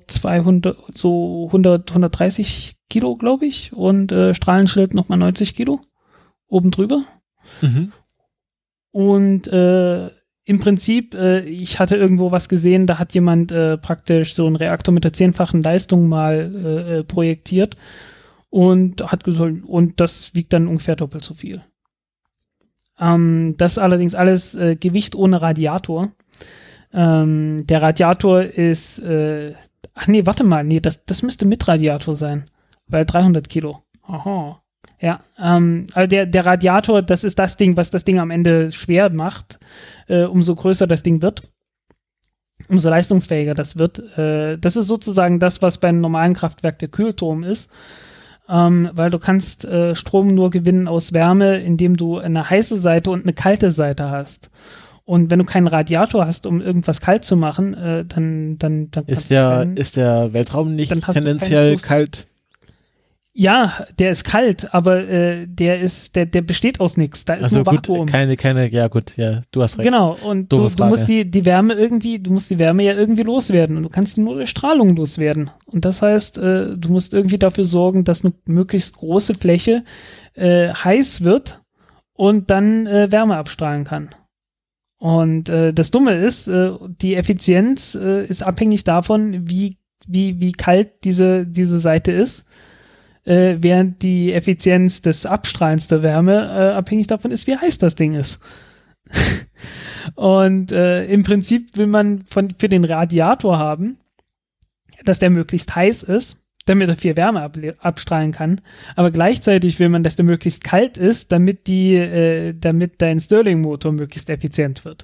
130 Kilo, glaube ich. Und Strahlenschild nochmal 90 Kilo. Oben drüber. Mhm. Und im Prinzip, ich hatte irgendwo was gesehen, da hat jemand praktisch so einen Reaktor mit der 10-fachen Leistung mal projektiert und hat gesagt, und das wiegt dann ungefähr doppelt so viel. Das ist allerdings alles Gewicht ohne Radiator. Der Radiator ist, das müsste mit Radiator sein, weil 300 Kilo. Aha. Ja, also der Radiator, das ist das Ding, was das Ding am Ende schwer macht. Umso größer das Ding wird, umso leistungsfähiger das wird. Das ist sozusagen das, was beim normalen Kraftwerk der Kühlturm ist. Weil du kannst Strom nur gewinnen aus Wärme, indem du eine heiße Seite und eine kalte Seite hast. Und wenn du keinen Radiator hast, um irgendwas kalt zu machen, dann ist der Weltraum nicht tendenziell kalt? Ja, der ist kalt, aber der besteht aus nichts. Da ist nur Vakuum. Du hast recht. Genau, und du musst die Wärme ja irgendwie loswerden und du kannst nur durch Strahlung loswerden. Und das heißt, du musst irgendwie dafür sorgen, dass eine möglichst große Fläche heiß wird und dann Wärme abstrahlen kann. Und das Dumme ist, die Effizienz ist abhängig davon, wie kalt diese Seite ist. Während die Effizienz des Abstrahlens der Wärme abhängig davon ist, wie heiß das Ding ist. Und im Prinzip will man für den Radiator haben, dass der möglichst heiß ist, damit er viel Wärme abstrahlen kann. Aber gleichzeitig will man, dass der möglichst kalt ist, damit dein Stirling-Motor möglichst effizient wird.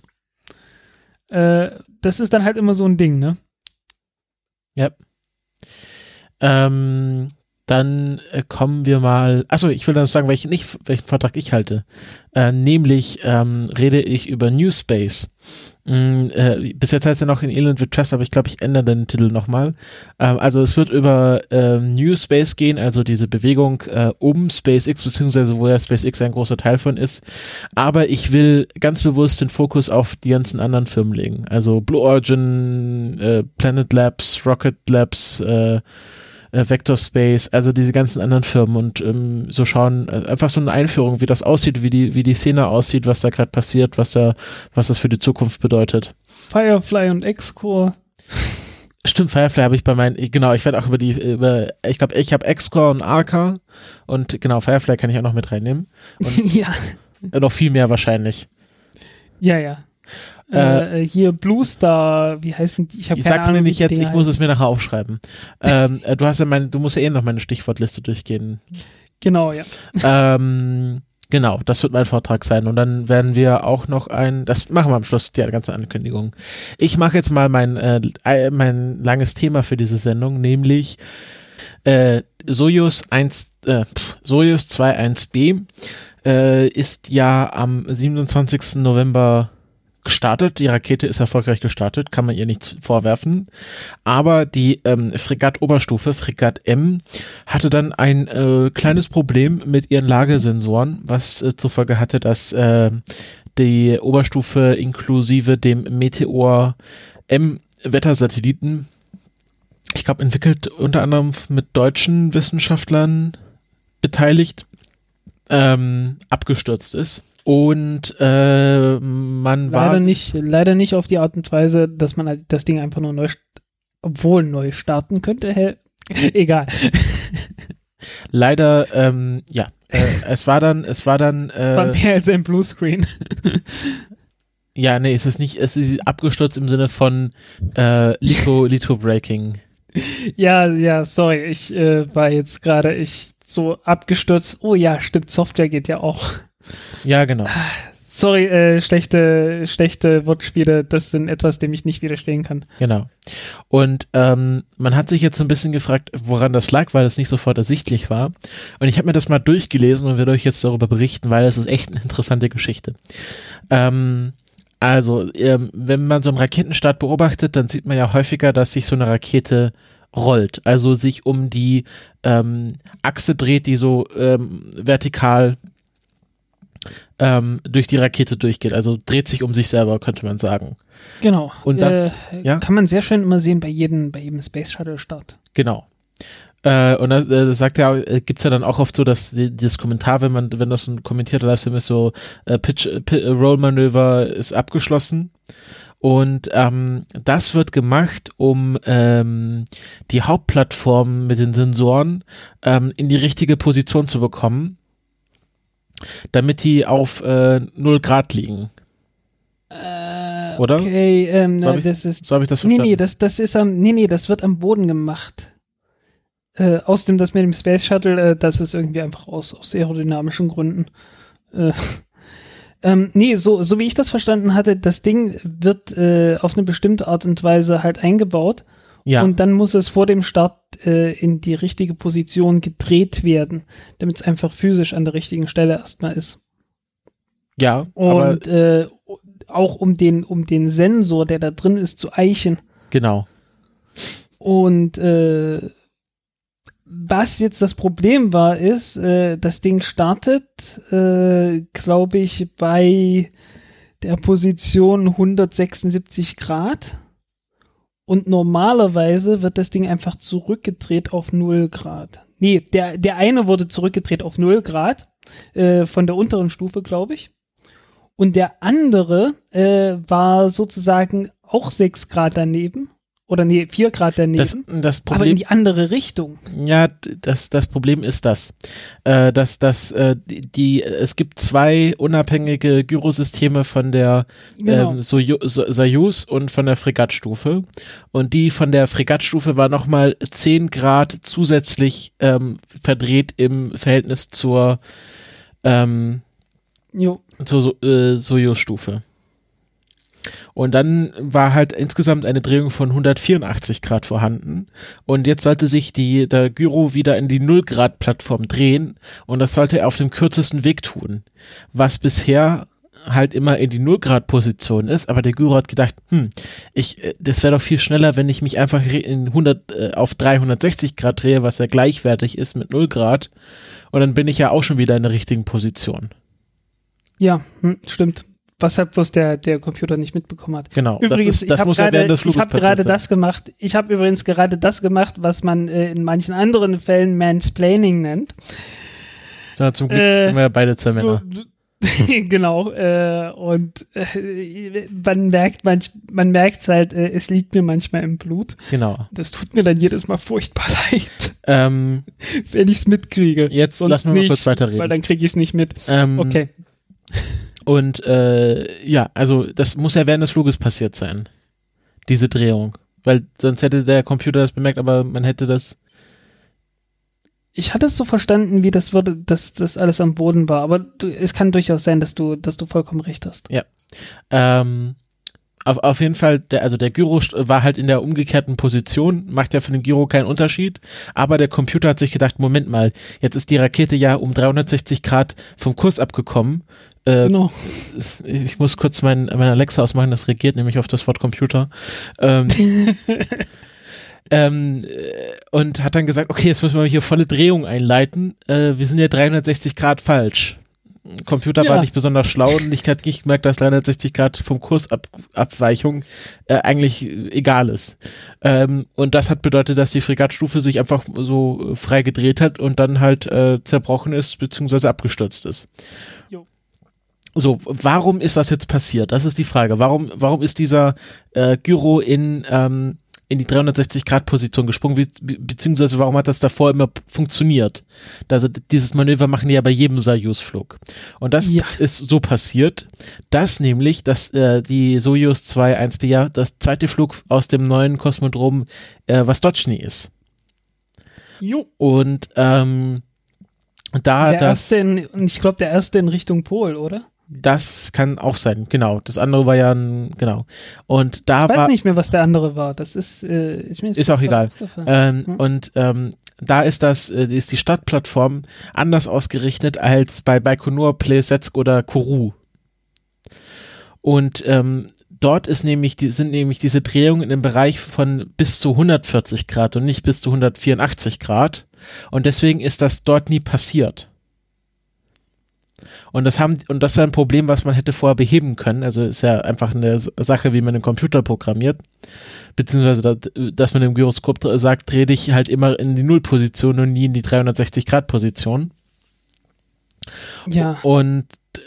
Das ist dann halt immer so ein Ding, ne? Ja. Dann kommen wir mal, ich will dann sagen, welchen Vortrag ich halte. Nämlich rede ich über New Space. Bis jetzt heißt er noch in Elend with Trust, aber ich glaube, ich ändere den Titel nochmal. Also es wird über New Space gehen, also diese Bewegung um SpaceX, beziehungsweise wo ja SpaceX ein großer Teil von ist. Aber ich will ganz bewusst den Fokus auf die ganzen anderen Firmen legen. Also Blue Origin, Planet Labs, Rocket Labs, Vector Space, also diese ganzen anderen Firmen und so schauen, einfach so eine Einführung, wie das aussieht, wie die Szene aussieht, was da gerade passiert, was das für die Zukunft bedeutet. Firefly und X-Core. Stimmt, Firefly habe ich ich werde auch ich glaube, ich habe X-Core und Arca und genau, Firefly kann ich auch noch mit reinnehmen. Und ja. Noch viel mehr wahrscheinlich. Ja. Hier Blue Star, wie heißen die? Ich sag's mir nicht jetzt, ich muss es mir nachher aufschreiben. Du musst ja noch meine Stichwortliste durchgehen. Genau, ja. Genau, das wird mein Vortrag sein und dann werden wir auch noch das machen wir am Schluss, die ganze Ankündigung. Ich mache jetzt mal mein langes Thema für diese Sendung, nämlich Soyuz 21B ist ja am 27. November gestartet. Die Rakete ist erfolgreich gestartet, kann man ihr nicht vorwerfen. Aber die Fregatt-Oberstufe, Fregatt M, hatte dann ein kleines Problem mit ihren Lagesensoren, was zur Folge hatte, dass die Oberstufe inklusive dem Meteor M Wettersatelliten, ich glaube entwickelt unter anderem mit deutschen Wissenschaftlern beteiligt, abgestürzt ist. Und man war leider nicht auf die Art und Weise, dass man halt das Ding einfach nur neu starten könnte. Egal. Leider, es war dann es war mehr als ein Bluescreen. Ja, nee, es ist abgestürzt im Sinne von Litho-Breaking. Ja, sorry, ich war jetzt gerade so abgestürzt. Oh ja, stimmt, Software geht ja auch. Ja, genau. Sorry, schlechte Wortspiele, das sind etwas, dem ich nicht widerstehen kann. Genau. Und man hat sich jetzt so ein bisschen gefragt, woran das lag, weil es nicht sofort ersichtlich war. Und ich habe mir das mal durchgelesen und werde euch jetzt darüber berichten, weil es ist echt eine interessante Geschichte. Wenn man so einen Raketenstart beobachtet, dann sieht man ja häufiger, dass sich so eine Rakete rollt, also sich um die Achse dreht, die so vertikal durch die Rakete durchgeht, also dreht sich um sich selber, könnte man sagen. Genau. Und das kann man sehr schön immer sehen bei jedem Space Shuttle Start. Genau. Und das sagt ja, gibt's ja dann auch oft so, dass das Kommentar, wenn das ein kommentierter Livestream ist, so Roll-Manöver ist abgeschlossen. Und das wird gemacht, um die Hauptplattform mit den Sensoren in die richtige Position zu bekommen, damit die auf 0 Grad liegen. Oder? Okay, so habe ich das verstanden? Das wird am Boden gemacht. Außerdem das mit dem Space Shuttle, das ist irgendwie einfach aus aerodynamischen Gründen. So wie ich das verstanden hatte, das Ding wird auf eine bestimmte Art und Weise halt eingebaut. Ja. Und dann muss es vor dem Start in die richtige Position gedreht werden, damit es einfach physisch an der richtigen Stelle erstmal ist. Ja. Und auch um den Sensor, der da drin ist, zu eichen. Genau. Und was jetzt das Problem war, ist, das Ding startet, glaube ich, bei der Position 176 Grad. Und normalerweise wird das Ding einfach zurückgedreht auf 0 Grad. Nee, der eine wurde zurückgedreht auf 0 Grad, von der unteren Stufe, glaube ich. Und der andere war sozusagen auch 6 Grad daneben. Oder 4 Grad daneben, das Problem, aber in die andere Richtung. Ja, das Problem ist es gibt 2 unabhängige Gyrosysteme von der Soyuz und von der Fregattstufe. Und die von der Fregattstufe war nochmal 10 Grad zusätzlich verdreht im Verhältnis zur Soyuz-Stufe. Und dann war halt insgesamt eine Drehung von 184 Grad vorhanden. Und jetzt sollte sich der Gyro wieder in die 0-Grad-Plattform drehen. Und das sollte er auf dem kürzesten Weg tun. Was bisher halt immer in die 0-Grad-Position ist. Aber der Gyro hat gedacht, das wäre doch viel schneller, wenn ich mich einfach auf 360 Grad drehe, was ja gleichwertig ist mit 0 Grad. Und dann bin ich ja auch schon wieder in der richtigen Position. Ja, stimmt. Was halt bloß der Computer nicht mitbekommen hat. Genau. Übrigens, ich habe übrigens gerade das gemacht, was man in manchen anderen Fällen Mansplaining nennt. So, zum Glück sind wir ja beide 2 Männer. Genau. Und man merkt es halt, es liegt mir manchmal im Blut. Genau. Das tut mir dann jedes Mal furchtbar leid. Wenn ich es mitkriege. Jetzt lassen wir mal kurz weiterreden. Weil dann kriege ich es nicht mit. Okay. Und also das muss ja während des Fluges passiert sein, diese Drehung, weil sonst hätte der Computer das bemerkt, aber man hätte das. Ich hatte es so verstanden, dass das alles am Boden war, aber es kann durchaus sein, dass du vollkommen recht hast. Ja. Auf jeden Fall, der Gyro war halt in der umgekehrten Position, macht ja für den Gyro keinen Unterschied, aber der Computer hat sich gedacht, Moment mal, jetzt ist die Rakete ja um 360 Grad vom Kurs abgekommen. Genau. Ich muss kurz mein Alexa ausmachen, das reagiert nämlich auf das Wort Computer. Und hat dann gesagt, okay, jetzt müssen wir hier volle Drehung einleiten. Wir sind ja 360 Grad falsch. Computer war nicht besonders schlau und ich hatte nicht gemerkt, dass 360 Grad vom Kursabweichung eigentlich egal ist. Und das hat bedeutet, dass die Fregattstufe sich einfach so frei gedreht hat und dann halt zerbrochen ist bzw. abgestürzt ist. Jo. So, warum ist das jetzt passiert? Das ist die Frage. Warum ist dieser Gyro in die 360-Grad-Position gesprungen, beziehungsweise warum hat das davor immer funktioniert? Also dieses Manöver machen die ja bei jedem Soyuz-Flug. Und das ist so passiert, dass nämlich die Soyuz 2-1B ja das zweite Flug aus dem neuen Kosmodrom Vostochny ist. Jo. Und ich glaube der erste in Richtung Pol, oder? Das kann auch sein, genau. Das andere war ja genau. Und da ich weiß nicht mehr, was der andere war. Das ist auch egal. Und da ist ist die Stadtplattform anders ausgerichtet als bei Baikonur, Plesetsk oder Kourou. Und dort sind nämlich diese Drehungen im Bereich von bis zu 140 Grad und nicht bis zu 184 Grad. Und deswegen ist das dort nie passiert. Und das war ein Problem, was man hätte vorher beheben können. Also ist ja einfach eine Sache, wie man einen Computer programmiert. Beziehungsweise, dass man im Gyroskop sagt, dreh dich halt immer in die Nullposition und nie in die 360-Grad-Position. Ja. Und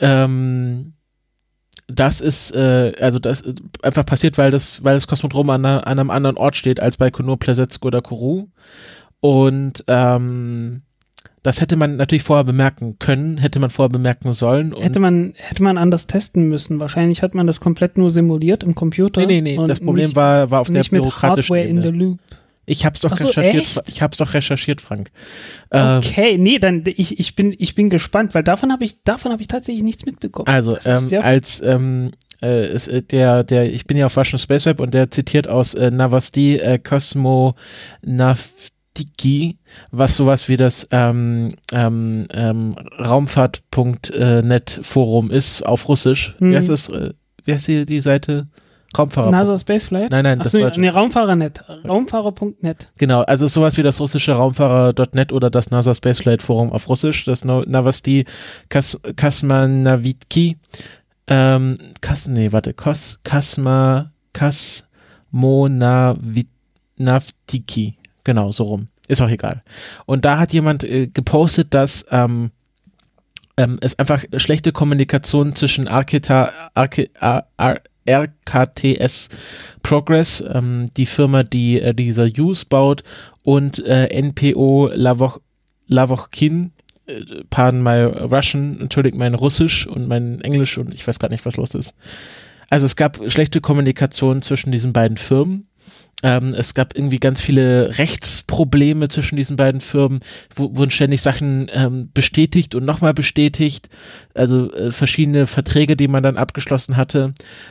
das ist einfach passiert, weil das Kosmodrom an einem anderen Ort steht als bei Baikonur, Plesetsk oder Kourou. Und das hätte man natürlich vorher bemerken können, hätte man vorher bemerken sollen. Und hätte man anders testen müssen. Wahrscheinlich hat man das komplett nur simuliert im Computer. Nee, das Problem war auf der bürokratischen Ebene. In the loop. Ich hab's doch recherchiert, Frank. Okay, nee, dann ich bin gespannt, weil davon habe ich tatsächlich nichts mitbekommen. Also, ich bin ja auf Russian Space Web und der zitiert aus Novosti Kosmonavtiki, was sowas wie das Raumfahrt.net Forum ist, auf Russisch. Wie heißt hier die Seite? Raumfahrer. NASA Spaceflight? Nein, das Deutsche. Nee, Raumfahrernet. Raumfahrer.net. Genau, also sowas wie das russische Raumfahrer.net oder das NASA Spaceflight Forum auf Russisch, das Novosti Kosmonavtiki. Kosmonavtiki. Genau, so rum. Ist auch egal. Und da hat jemand gepostet, dass es einfach schlechte Kommunikation zwischen RKTS Progress, die Firma, die dieser Use baut, und NPO Lavochkin, pardon my Russian, entschuldigt mein Russisch und mein Englisch und ich weiß gar nicht, was los ist. Also es gab schlechte Kommunikation zwischen diesen beiden Firmen. Es gab irgendwie ganz viele Rechtsprobleme zwischen diesen beiden Firmen, wurden ständig Sachen bestätigt und nochmal bestätigt, also verschiedene Verträge, die man dann abgeschlossen hatte.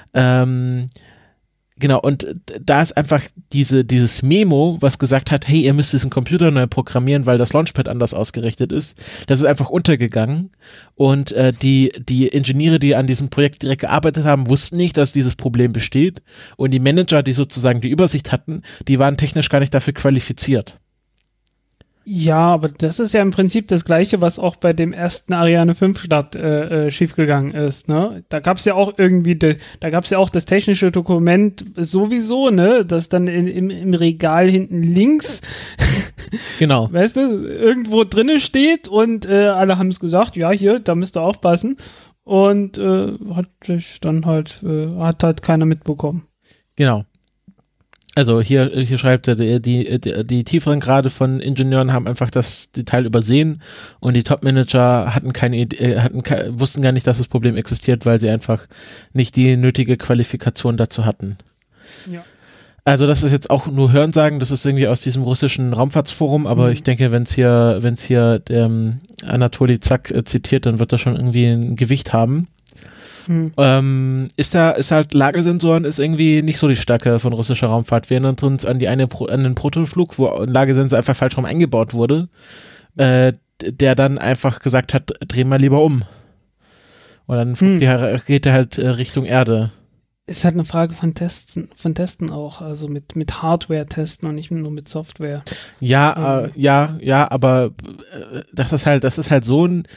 Genau, und da ist einfach dieses Memo, was gesagt hat, hey, ihr müsst diesen Computer neu programmieren, weil das Launchpad anders ausgerichtet ist, das ist einfach untergegangen und die Ingenieure, die an diesem Projekt direkt gearbeitet haben, wussten nicht, dass dieses Problem besteht und die Manager, die sozusagen die Übersicht hatten, die waren technisch gar nicht dafür qualifiziert. Ja, aber das ist ja im Prinzip das Gleiche, was auch bei dem ersten Ariane 5 Start schiefgegangen ist, ne? Da gab's ja auch das technische Dokument sowieso, ne? Das dann im Regal hinten links, genau, weißt du, irgendwo drinne steht und alle haben es gesagt, ja, hier, da müsst ihr aufpassen und hat halt keiner mitbekommen. Genau. Also hier schreibt er, die tieferen Grade von Ingenieuren haben einfach das Detail übersehen und die Top-Manager hatten keine Idee, wussten gar nicht, dass das Problem existiert, weil sie einfach nicht die nötige Qualifikation dazu hatten. Ja. Also das ist jetzt auch nur Hörensagen, das ist irgendwie aus diesem russischen Raumfahrtsforum, aber ich denke, wenn's hier Anatoli Zack zitiert, dann wird das schon irgendwie ein Gewicht haben. Ist halt Lagesensoren ist irgendwie nicht so die Stärke von russischer Raumfahrt. Wir erinnern uns an den Protonflug, wo ein Lagesensor einfach falsch rum eingebaut wurde, der dann einfach gesagt hat, dreh mal lieber um. Und dann flog die Rakete halt Richtung Erde. Ist halt eine Frage von Testen auch, also mit Hardware testen und nicht nur mit Software. Ja, aber das ist halt so ein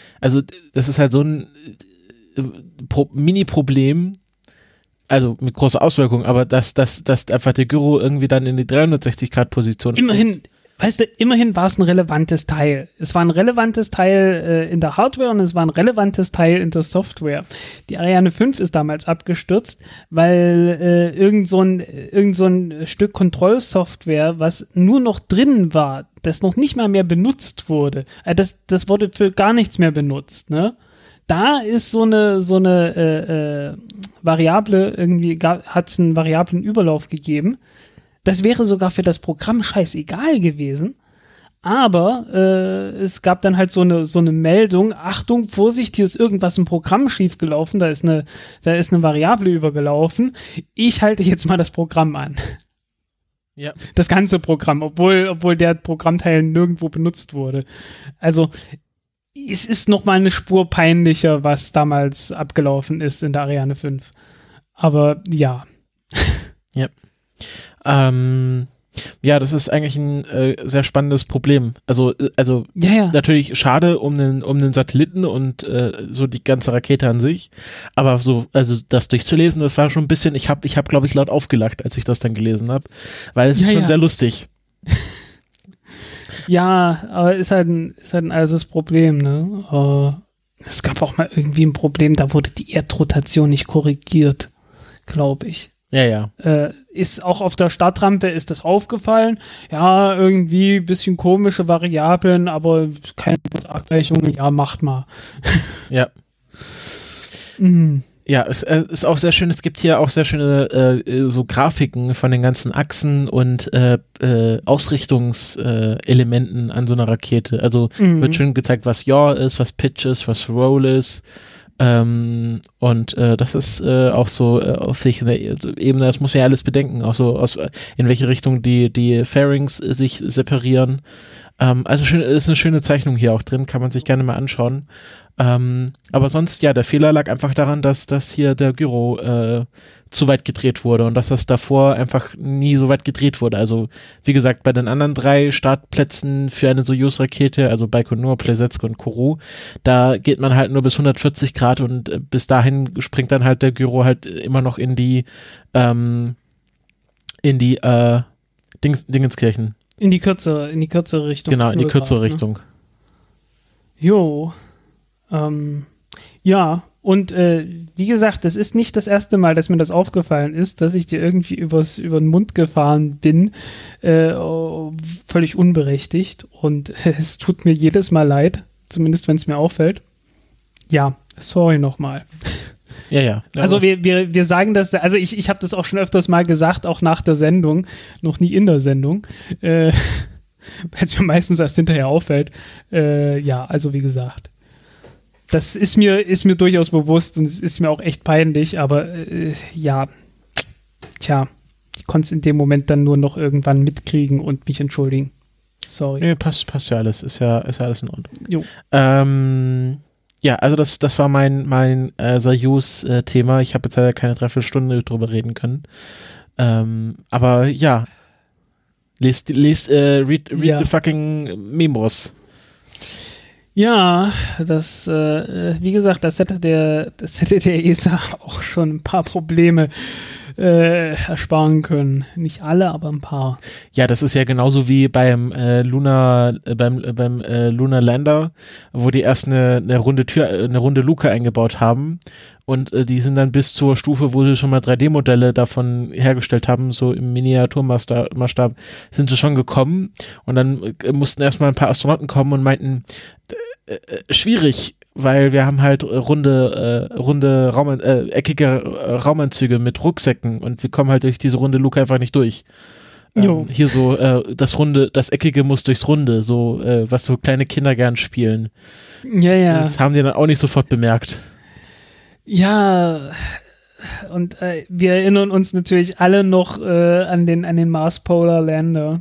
Mini-Problem, also mit großer Auswirkung, aber dass einfach der Gyro irgendwie dann in die 360-Grad-Position Immerhin war es ein relevantes Teil. Es war ein relevantes Teil in der Hardware und es war ein relevantes Teil in der Software. Die Ariane 5 ist damals abgestürzt, weil irgend so ein Stück Kontrollsoftware, was nur noch drin war, das noch nicht mal mehr benutzt wurde. Das wurde für gar nichts mehr benutzt, ne? Da ist so eine Variable, irgendwie hat es einen variablen Überlauf gegeben. Das wäre sogar für das Programm scheißegal gewesen, Aber es gab dann halt so eine Meldung, Achtung, Vorsicht, hier ist irgendwas im Programm schiefgelaufen, da ist eine Variable übergelaufen. Ich halte jetzt mal das Programm an. Ja. Das ganze Programm, obwohl der Programmteil nirgendwo benutzt wurde. Also es ist noch mal eine Spur peinlicher, was damals abgelaufen ist in der Ariane 5. Aber ja. Ja. Ja, das ist eigentlich ein sehr spannendes Problem. Also natürlich schade um den Satelliten und so die ganze Rakete an sich. Aber so, also das durchzulesen, das war schon ein bisschen, ich hab glaube ich laut aufgelacht, als ich das dann gelesen habe, weil es ist schon sehr lustig. Ja, aber ist halt ein altes Problem, ne? Es gab auch mal irgendwie ein Problem, da wurde die Erdrotation nicht korrigiert, glaube ich. Ja. Ist auch auf der Startrampe ist das aufgefallen. Ja, irgendwie ein bisschen komische Variablen, aber keine Abweichungen. Ja, macht mal. Ja. Mhm. Ja, es ist auch sehr schön, es gibt hier auch sehr schöne so Grafiken von den ganzen Achsen und Ausrichtungselementen an so einer Rakete. Also wird schön gezeigt, was Yaw ist, was Pitch ist, was Roll ist. Und das ist auch so auf sich in der Ebene, das muss man ja alles bedenken, auch so in welche Richtung die Fairings sich separieren. Also ist eine schöne Zeichnung hier auch drin, kann man sich gerne mal anschauen. Aber sonst, ja, der Fehler lag einfach daran, dass hier der Gyro zu weit gedreht wurde und dass das davor einfach nie so weit gedreht wurde. Also, wie gesagt, bei den anderen 3 Startplätzen für eine Soyuz-Rakete, also Baikonur, Plesetsk und Kourou, da geht man halt nur bis 140 Grad und bis dahin springt dann halt der Gyro halt immer noch in die Dingenskirchen. In die kürzere Richtung. Genau, in die kürzere Richtung. Ne? Jo. Ja, und wie gesagt, das ist nicht das erste Mal, dass mir das aufgefallen ist, dass ich dir irgendwie über den Mund gefahren bin, völlig unberechtigt, und es tut mir jedes Mal leid, zumindest wenn es mir auffällt. Ja, sorry nochmal. Ja. Also wir sagen das, also ich habe das auch schon öfters mal gesagt, auch nach der Sendung, noch nie in der Sendung, weil es mir meistens erst hinterher auffällt. Ja, also wie gesagt. Das ist mir durchaus bewusst und es ist mir auch echt peinlich, aber ja, tja, ich konnte es in dem Moment dann nur noch irgendwann mitkriegen und mich entschuldigen. Sorry. Nee, passt ja alles, ist ja alles in Ordnung. Jo. Ja, also das war mein Soyuz-Thema. Ich habe jetzt leider keine Dreiviertelstunde drüber reden können. Aber ja, read the fucking Memos. Ja, das, wie gesagt, das hätte der ESA auch schon ein paar Probleme ersparen können. Nicht alle, aber ein paar. Ja, das ist ja genauso wie beim Lunar Lander, wo die erst eine runde Luke eingebaut haben. Und die sind dann bis zur Stufe, wo sie schon mal 3D-Modelle davon hergestellt haben, so im Miniaturmaßstab, sind sie schon gekommen. Und dann mussten erstmal ein paar Astronauten kommen und meinten, schwierig, weil wir haben halt eckige Raumanzüge mit Rucksäcken und wir kommen halt durch diese runde Luke einfach nicht durch. Hier so, das Eckige muss durchs Runde, so, was so kleine Kinder gern spielen. Ja. Das haben die dann auch nicht sofort bemerkt. Ja, und wir erinnern uns natürlich alle noch an den Mars Polar Lander.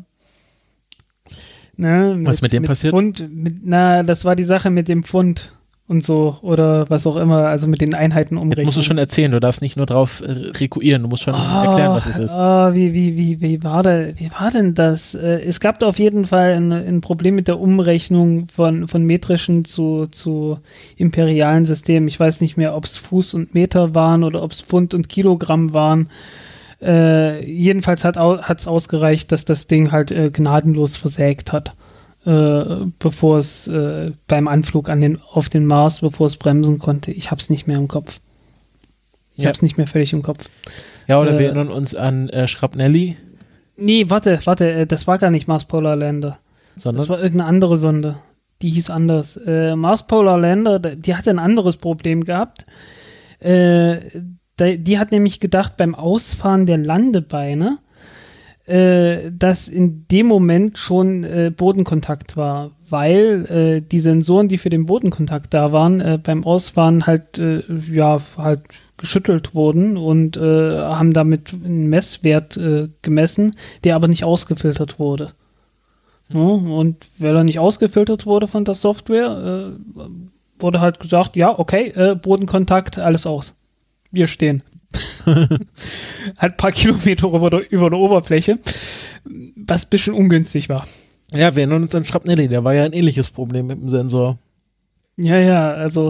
Ne, was mit dem passiert? Das war die Sache mit dem Pfund und so, oder was auch immer, also mit den Einheiten umrechnen. Jetzt musst du schon erzählen, du darfst nicht nur drauf rekurrieren, du musst schon erklären, was es ist. Wie war denn das? Es gab da auf jeden Fall ein Problem mit der Umrechnung von metrischen zu imperialen Systemen. Ich weiß nicht mehr, ob es Fuß und Meter waren oder ob es Pfund und Kilogramm waren. Jedenfalls hat es ausgereicht, dass das Ding halt gnadenlos versägt hat, bevor es beim Anflug auf den Mars, bevor es bremsen konnte. Ich hab's nicht mehr im Kopf. Ich hab's nicht mehr völlig im Kopf. Ja, oder wir erinnern uns an Schrapnelli. Nee, warte, das war gar nicht Mars Polar Lander. Sondern? Das war irgendeine andere Sonde. Die hieß anders. Mars Polar Lander, die hatte ein anderes Problem gehabt. Die hat nämlich gedacht, beim Ausfahren der Landebeine dass in dem Moment schon Bodenkontakt war, weil die Sensoren, die für den Bodenkontakt da waren, beim Ausfahren halt geschüttelt wurden und haben damit einen Messwert gemessen, der aber nicht ausgefiltert wurde. Ja, und weil er nicht ausgefiltert wurde von der Software, wurde halt gesagt, ja, okay, Bodenkontakt, alles aus. Wir stehen. Halt ein paar Kilometer über der Oberfläche, was ein bisschen ungünstig war. Ja, wir erinnern uns an Schrapnelli, der war ja ein ähnliches Problem mit dem Sensor. Ja, also.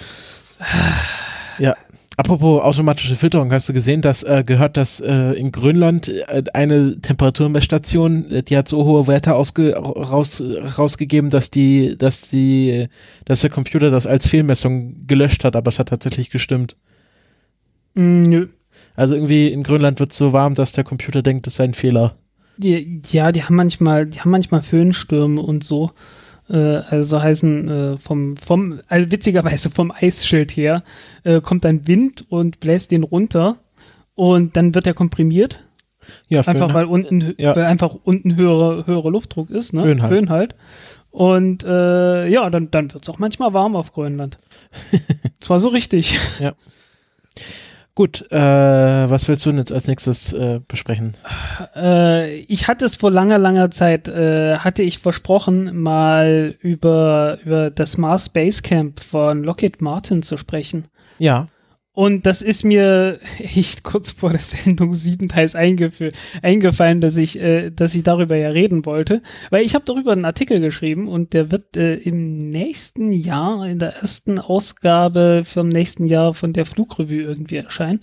Ja, apropos automatische Filterung, hast du gesehen, dass dass in Grönland eine Temperaturmessstation, die hat so hohe Werte rausgegeben, dass der Computer das als Fehlmessung gelöscht hat, aber es hat tatsächlich gestimmt. Nö. Also irgendwie in Grönland wird es so warm, dass der Computer denkt, das sei ein Fehler. Die haben manchmal Föhnstürme und so. Also heißen also witzigerweise vom Eisschild her kommt ein Wind und bläst den runter und dann wird er komprimiert. Ja, einfach weil unten höherer Luftdruck ist, ne? Föhn halt. Und dann wird es auch manchmal warm auf Grönland. Zwar so richtig. Ja. Gut, was willst du denn jetzt als nächstes besprechen? Ich hatte es vor langer Zeit, hatte ich versprochen, mal über das Mars Base Camp von Lockheed Martin zu sprechen. Ja. Und das ist mir echt kurz vor der Sendung siebenteils eingefallen, dass ich darüber ja reden wollte. Weil ich habe darüber einen Artikel geschrieben und der wird im nächsten Jahr, in der ersten Ausgabe vom nächsten Jahr von der Flugrevue irgendwie erscheinen.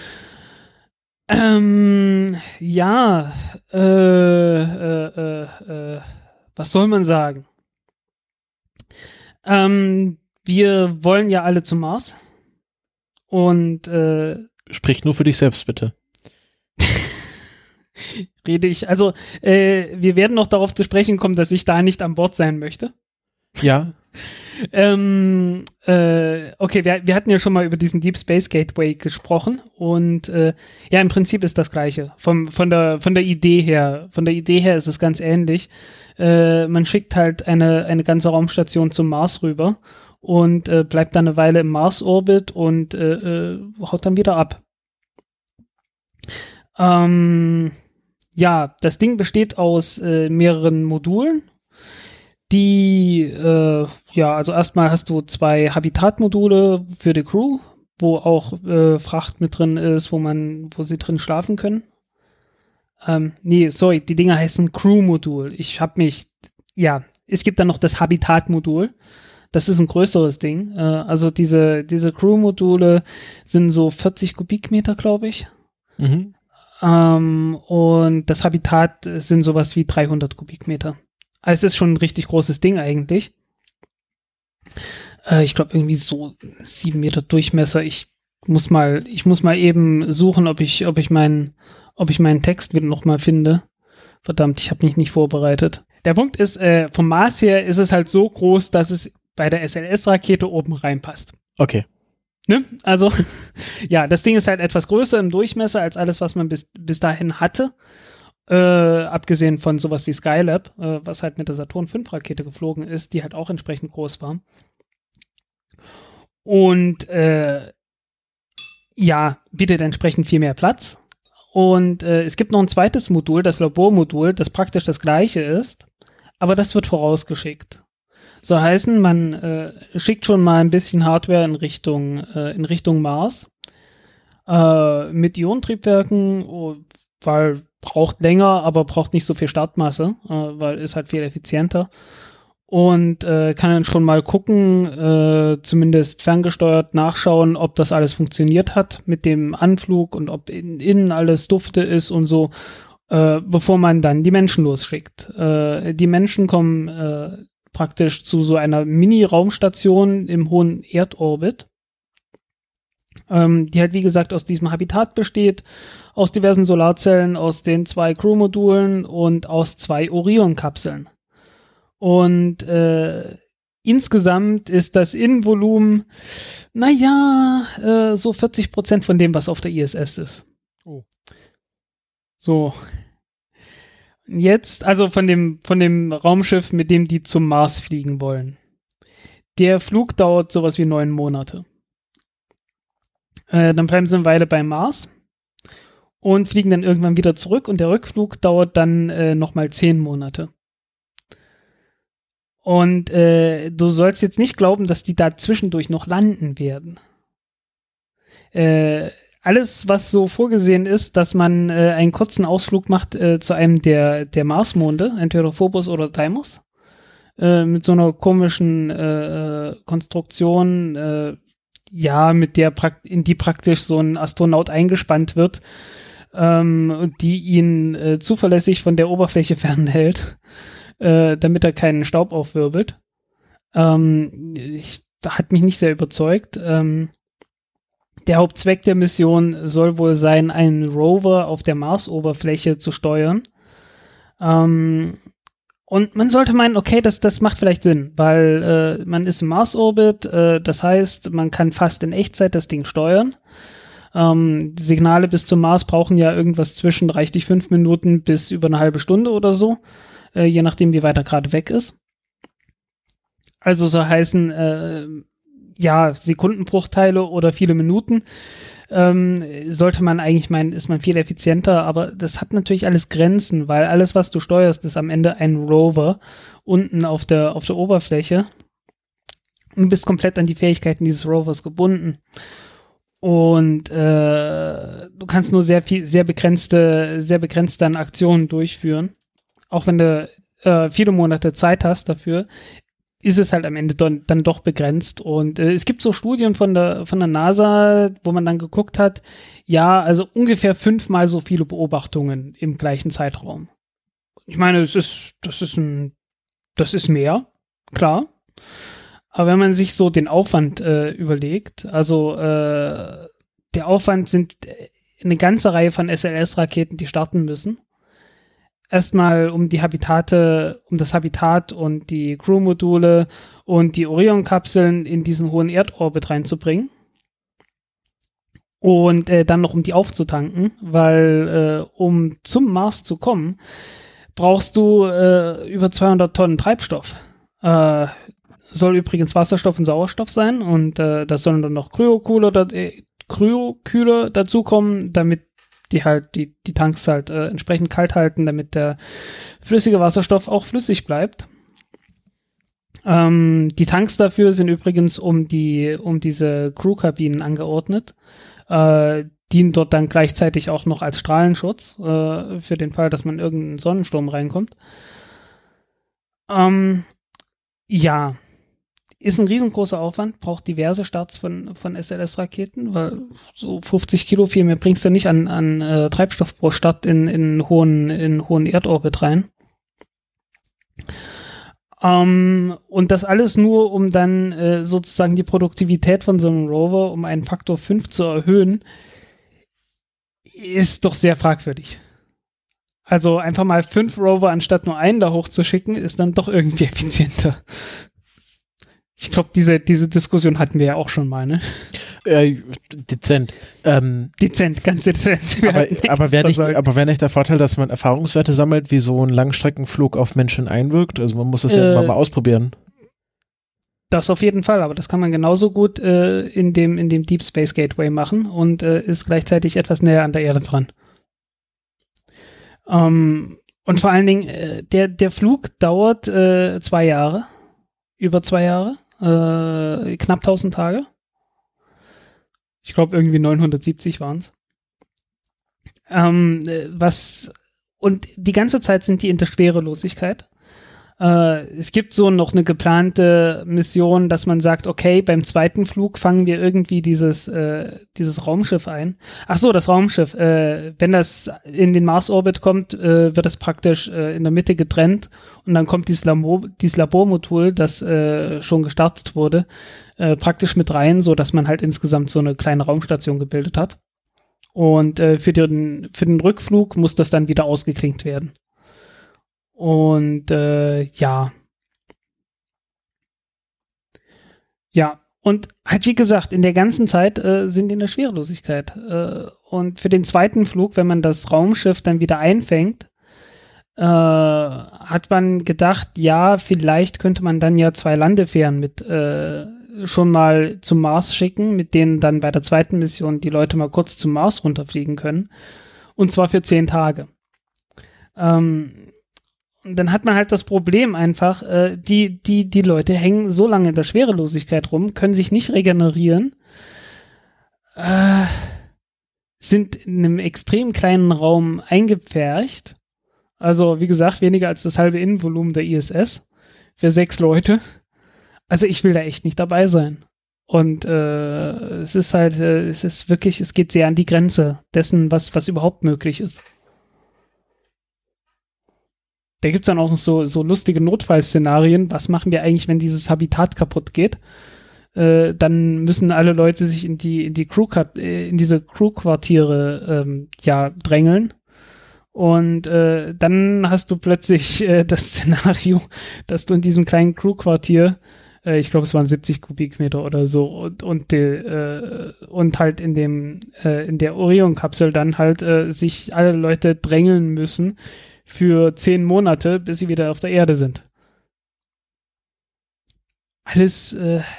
Was soll man sagen? Wir wollen ja alle zum Mars. Und sprich nur für dich selbst, bitte. Rede ich. Also, wir werden noch darauf zu sprechen kommen, dass ich da nicht an Bord sein möchte. Ja. Okay, wir hatten ja schon mal über diesen Deep Space Gateway gesprochen und im Prinzip ist das Gleiche. Von der Idee her. Von der Idee her ist es ganz ähnlich. Man schickt halt eine ganze Raumstation zum Mars rüber und bleibt dann eine Weile im Mars-Orbit und haut dann wieder ab. Das Ding besteht aus mehreren Modulen, die, also erstmal hast du 2 Habitatmodule für die Crew, wo auch Fracht mit drin ist, wo sie drin schlafen können. Die Dinger heißen Crew-Modul. Es gibt dann noch das Habitat-Modul. Das ist ein größeres Ding. Also diese Crew-Module sind so 40 Kubikmeter, glaube ich. Mhm. Und das Habitat sind sowas wie 300 Kubikmeter. Also es ist schon ein richtig großes Ding eigentlich. Ich glaube irgendwie so 7 Meter Durchmesser. Ich muss mal eben suchen, ob ich meinen Text wieder noch mal finde. Verdammt, ich habe mich nicht vorbereitet. Der Punkt ist, vom Maß her ist es halt so groß, dass es bei der SLS-Rakete oben reinpasst. Okay. Ne? Also, ja, das Ding ist halt etwas größer im Durchmesser als alles, was man bis dahin hatte. Abgesehen von sowas wie Skylab, was halt mit der Saturn-5-Rakete geflogen ist, die halt auch entsprechend groß war. Und bietet entsprechend viel mehr Platz. Und es gibt noch ein zweites Modul, das Labormodul, das praktisch das gleiche ist, aber das wird vorausgeschickt. Soll heißen, man schickt schon mal ein bisschen Hardware in Richtung Mars mit Ionentriebwerken, weil braucht länger, aber braucht nicht so viel Startmasse, weil ist halt viel effizienter. Und kann dann schon mal gucken, zumindest ferngesteuert nachschauen, ob das alles funktioniert hat mit dem Anflug und ob innen alles dufte ist und so, bevor man dann die Menschen losschickt. Die Menschen kommen praktisch zu so einer Mini-Raumstation im hohen Erdorbit, die halt wie gesagt aus diesem Habitat besteht, aus diversen Solarzellen, aus den 2 Crew-Modulen und aus 2 Orion-Kapseln. Und insgesamt ist das Innenvolumen, so 40% von dem, was auf der ISS ist. Oh. So. Jetzt, also von dem Raumschiff, mit dem die zum Mars fliegen wollen. Der Flug dauert sowas wie 9 Monate. Dann bleiben sie eine Weile beim Mars und fliegen dann irgendwann wieder zurück und der Rückflug dauert dann nochmal 10 Monate. Und du sollst jetzt nicht glauben, dass die da zwischendurch noch landen werden. Alles, was so vorgesehen ist, dass man einen kurzen Ausflug macht zu einem der Marsmonde, entweder Phobos oder Deimos, mit so einer komischen Konstruktion, in die praktisch so ein Astronaut eingespannt wird, die ihn zuverlässig von der Oberfläche fernhält, damit er keinen Staub aufwirbelt. Hat mich nicht sehr überzeugt. Der Hauptzweck der Mission soll wohl sein, einen Rover auf der Marsoberfläche zu steuern. Und man sollte meinen, okay, das macht vielleicht Sinn, weil man ist im Mars-Orbit, das heißt, man kann fast in Echtzeit das Ding steuern. Die Signale bis zum Mars brauchen ja irgendwas zwischen reichlich 5 Minuten bis über eine halbe Stunde oder so, je nachdem, wie weit er gerade weg ist. Also so heißen, Sekundenbruchteile oder viele Minuten, sollte man eigentlich meinen, ist man viel effizienter, aber das hat natürlich alles Grenzen, weil alles, was du steuerst, ist am Ende ein Rover unten auf der Oberfläche. Du bist komplett an die Fähigkeiten dieses Rovers gebunden. Und du kannst nur sehr begrenzte an Aktionen durchführen. Auch wenn du viele Monate Zeit hast dafür, ist es halt am Ende dann doch begrenzt. Und es gibt so Studien von der NASA, wo man dann geguckt hat, ja, also ungefähr 5-mal so viele Beobachtungen im gleichen Zeitraum. Ich meine, das ist mehr, klar. Aber wenn man sich so den Aufwand überlegt, also der Aufwand sind eine ganze Reihe von SLS-Raketen, die starten müssen. Erstmal um das Habitat und die Crew-Module und die Orion-Kapseln in diesen hohen Erdorbit reinzubringen. Und dann noch um die aufzutanken, weil um zum Mars zu kommen, brauchst du über 200 Tonnen Treibstoff. Soll übrigens Wasserstoff und Sauerstoff sein und da sollen dann noch Kryokühler dazukommen, damit die halt die Tanks halt entsprechend kalt halten, damit der flüssige Wasserstoff auch flüssig bleibt. Die Tanks dafür sind übrigens um diese Crewkabinen angeordnet, dienen dort dann gleichzeitig auch noch als Strahlenschutz für den Fall, dass man irgendeinen Sonnensturm reinkommt. Ist ein riesengroßer Aufwand, braucht diverse Starts von SLS-Raketen, weil so 50 Kilo viel mehr bringst du nicht an Treibstoff pro Start in hohen Erdorbit rein. Und das alles nur, um dann sozusagen die Produktivität von so einem Rover um einen Faktor 5 zu erhöhen, ist doch sehr fragwürdig. Also einfach mal 5 Rover anstatt nur einen da hochzuschicken, ist dann doch irgendwie effizienter. Ich glaube, diese Diskussion hatten wir ja auch schon mal, ne? Dezent. Dezent, ganz dezent. Aber wäre nicht der Vorteil, dass man Erfahrungswerte sammelt, wie so ein Langstreckenflug auf Menschen einwirkt? Also man muss das ja mal ausprobieren. Das auf jeden Fall, aber das kann man genauso gut in dem Deep Space Gateway machen und ist gleichzeitig etwas näher an der Erde dran. Und vor allen Dingen, der Flug dauert 2 Jahre. Über 2 Jahre, knapp 1000 Tage. Ich glaube, irgendwie 970 waren es. Und die ganze Zeit sind die in der Schwerelosigkeit. Es gibt so noch eine geplante Mission, dass man sagt, okay, beim zweiten Flug fangen wir irgendwie dieses Raumschiff ein. Ach so, das Raumschiff. Wenn das in den Mars-Orbit kommt, wird das praktisch in der Mitte getrennt und dann kommt dieses Labormodul, das schon gestartet wurde, praktisch mit rein, so dass man halt insgesamt so eine kleine Raumstation gebildet hat. Und für den Rückflug muss das dann wieder ausgeklinkt werden. Und und halt wie gesagt, in der ganzen Zeit sind die in der Schwerelosigkeit. Und für den zweiten Flug, wenn man das Raumschiff dann wieder einfängt, hat man gedacht, ja, vielleicht könnte man dann ja 2 Landefähren mit schon mal zum Mars schicken, mit denen dann bei der zweiten Mission die Leute mal kurz zum Mars runterfliegen können. Und zwar für 10 Tage. Dann hat man halt das Problem einfach, die Leute hängen so lange in der Schwerelosigkeit rum, können sich nicht regenerieren, sind in einem extrem kleinen Raum eingepfercht. Also, wie gesagt, weniger als das halbe Innenvolumen der ISS für 6 Leute. Also, ich will da echt nicht dabei sein. Und es ist halt, es ist wirklich, es geht sehr an die Grenze dessen, was überhaupt möglich ist. Da gibt es dann auch noch so lustige Notfallszenarien. Was machen wir eigentlich, wenn dieses Habitat kaputt geht? Dann müssen alle Leute sich in diese Crew-Quartiere drängeln. Und dann hast du plötzlich das Szenario, dass du in diesem kleinen Crew-Quartier, ich glaube, es waren 70 Kubikmeter oder so, und halt in der Orion-Kapsel dann halt sich alle Leute drängeln müssen für 10 Monate, bis sie wieder auf der Erde sind. Alles,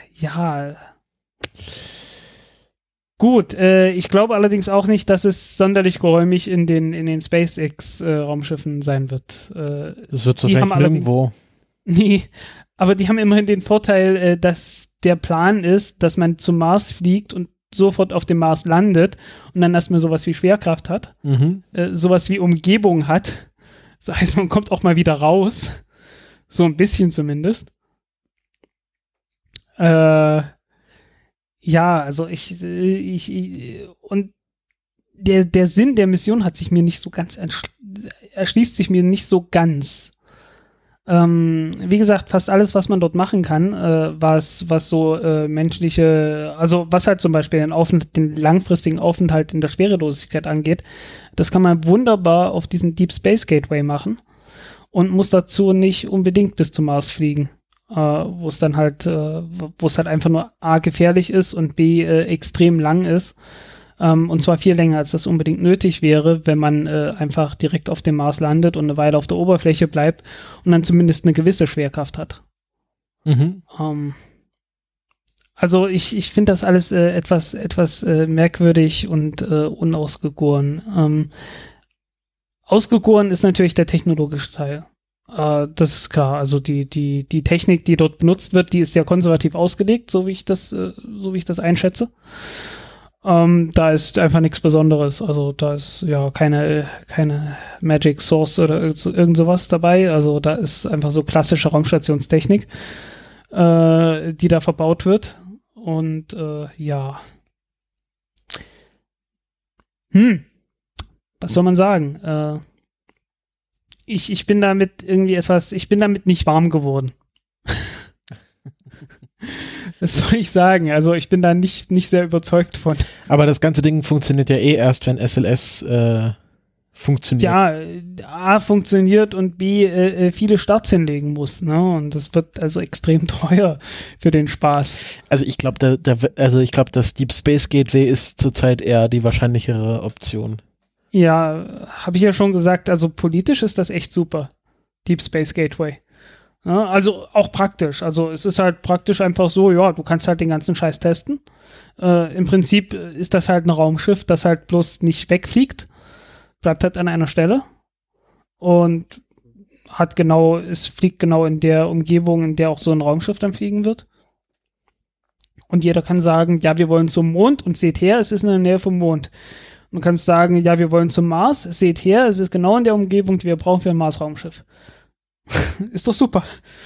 Gut, ich glaube allerdings auch nicht, dass es sonderlich geräumig in den SpaceX-Raumschiffen sein wird. Das wird so recht nirgendwo. Nee, aber die haben immerhin den Vorteil, dass der Plan ist, dass man zum Mars fliegt und sofort auf dem Mars landet und dann erstmal sowas wie Schwerkraft hat, sowas wie Umgebung hat. Das heißt, man kommt auch mal wieder raus. So ein bisschen zumindest. Also und der Sinn der Mission hat sich mir nicht so ganz erschließt sich mir nicht so ganz. Wie gesagt, fast alles, was man dort machen kann, was so menschliche, also was halt zum Beispiel den langfristigen Aufenthalt in der Schwerelosigkeit angeht, das kann man wunderbar auf diesem Deep Space Gateway machen und muss dazu nicht unbedingt bis zum Mars fliegen. Wo es halt einfach nur A, gefährlich ist und B, extrem lang ist. Und zwar viel länger, als das unbedingt nötig wäre, wenn man einfach direkt auf dem Mars landet und eine Weile auf der Oberfläche bleibt und dann zumindest eine gewisse Schwerkraft hat. Also ich finde das alles etwas merkwürdig und unausgegoren. Ausgegoren ist natürlich der technologische Teil. Das ist klar, also die Technik, die dort benutzt wird, die ist sehr konservativ ausgelegt, so wie ich das einschätze. Da ist einfach nichts Besonderes, also da ist ja keine Magic Source oder irgend sowas dabei, also da ist einfach so klassische Raumstationstechnik, die da verbaut wird und was soll man sagen? Ich bin damit nicht warm geworden. Was soll ich sagen? Also ich bin da nicht sehr überzeugt von. Aber das ganze Ding funktioniert ja erst, wenn SLS funktioniert. Ja, A, funktioniert und B, viele Starts hinlegen muss, ne? Und das wird also extrem teuer für den Spaß. Also ich glaube, das Deep Space Gateway ist zurzeit eher die wahrscheinlichere Option. Ja, habe ich ja schon gesagt, also politisch ist das echt super, Deep Space Gateway. Ja, also auch praktisch, also es ist halt praktisch einfach so, ja, du kannst halt den ganzen Scheiß testen. Im Prinzip ist das halt ein Raumschiff, das halt bloß nicht wegfliegt, bleibt halt an einer Stelle und fliegt genau in der Umgebung, in der auch so ein Raumschiff dann fliegen wird. Und jeder kann sagen, ja, wir wollen zum Mond und seht her, es ist in der Nähe vom Mond. Du kannst sagen, ja, wir wollen zum Mars, seht her, es ist genau in der Umgebung, die wir brauchen für ein Mars-Raumschiff. Ist doch super.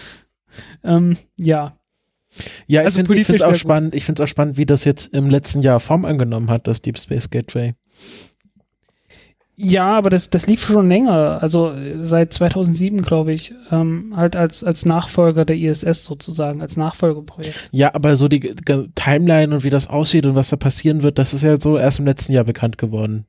Ja. Ja, also ich finde es auch spannend, wie das jetzt im letzten Jahr Form angenommen hat, das Deep Space Gateway. Ja, aber das lief schon länger, also seit 2007, glaube ich, halt als Nachfolger der ISS sozusagen, als Nachfolgeprojekt. Ja, aber so die Timeline und wie das aussieht und was da passieren wird, das ist ja so erst im letzten Jahr bekannt geworden.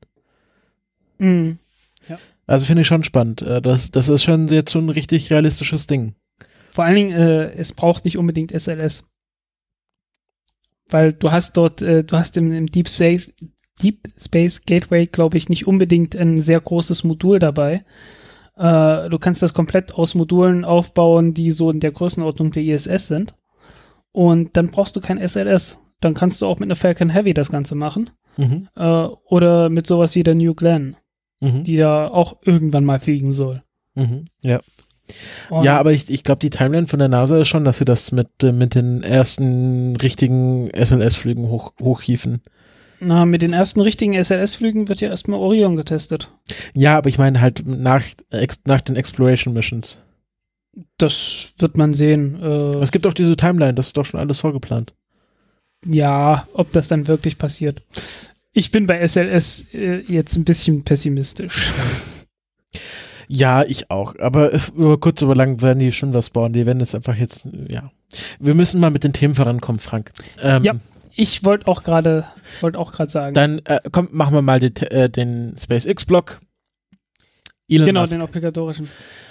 Ja. Also finde ich schon spannend. Das ist schon jetzt so ein richtig realistisches Ding. Vor allen Dingen, es braucht nicht unbedingt SLS. Weil du hast im Deep Space Gateway, glaube ich, nicht unbedingt ein sehr großes Modul dabei, Du kannst das komplett aus Modulen aufbauen, die so in der Größenordnung der ISS sind. Und dann brauchst du kein SLS. Dann kannst du auch mit einer Falcon Heavy das Ganze machen. Oder mit sowas wie der New Glenn, die da auch irgendwann mal fliegen soll. Ja. Ja, aber ich glaube, die Timeline von der NASA ist schon, dass sie das mit den ersten richtigen SLS-Flügen hochhieven. Na, mit den ersten richtigen SLS-Flügen wird ja erstmal Orion getestet. Ja, aber ich meine halt nach den Exploration Missions. Das wird man sehen. Es gibt doch diese Timeline, das ist doch schon alles vorgeplant. Ja, ob das dann wirklich passiert. Ich bin bei SLS jetzt ein bisschen pessimistisch. Ja, ich auch. Aber über kurz oder lang werden die schon was bauen. Die werden jetzt einfach jetzt, ja. Wir müssen mal mit den Themen vorankommen, Frank. Ja, ich wollte auch gerade sagen. Dann komm, machen wir mal den SpaceX-Block. Elon Musk. Den obligatorischen.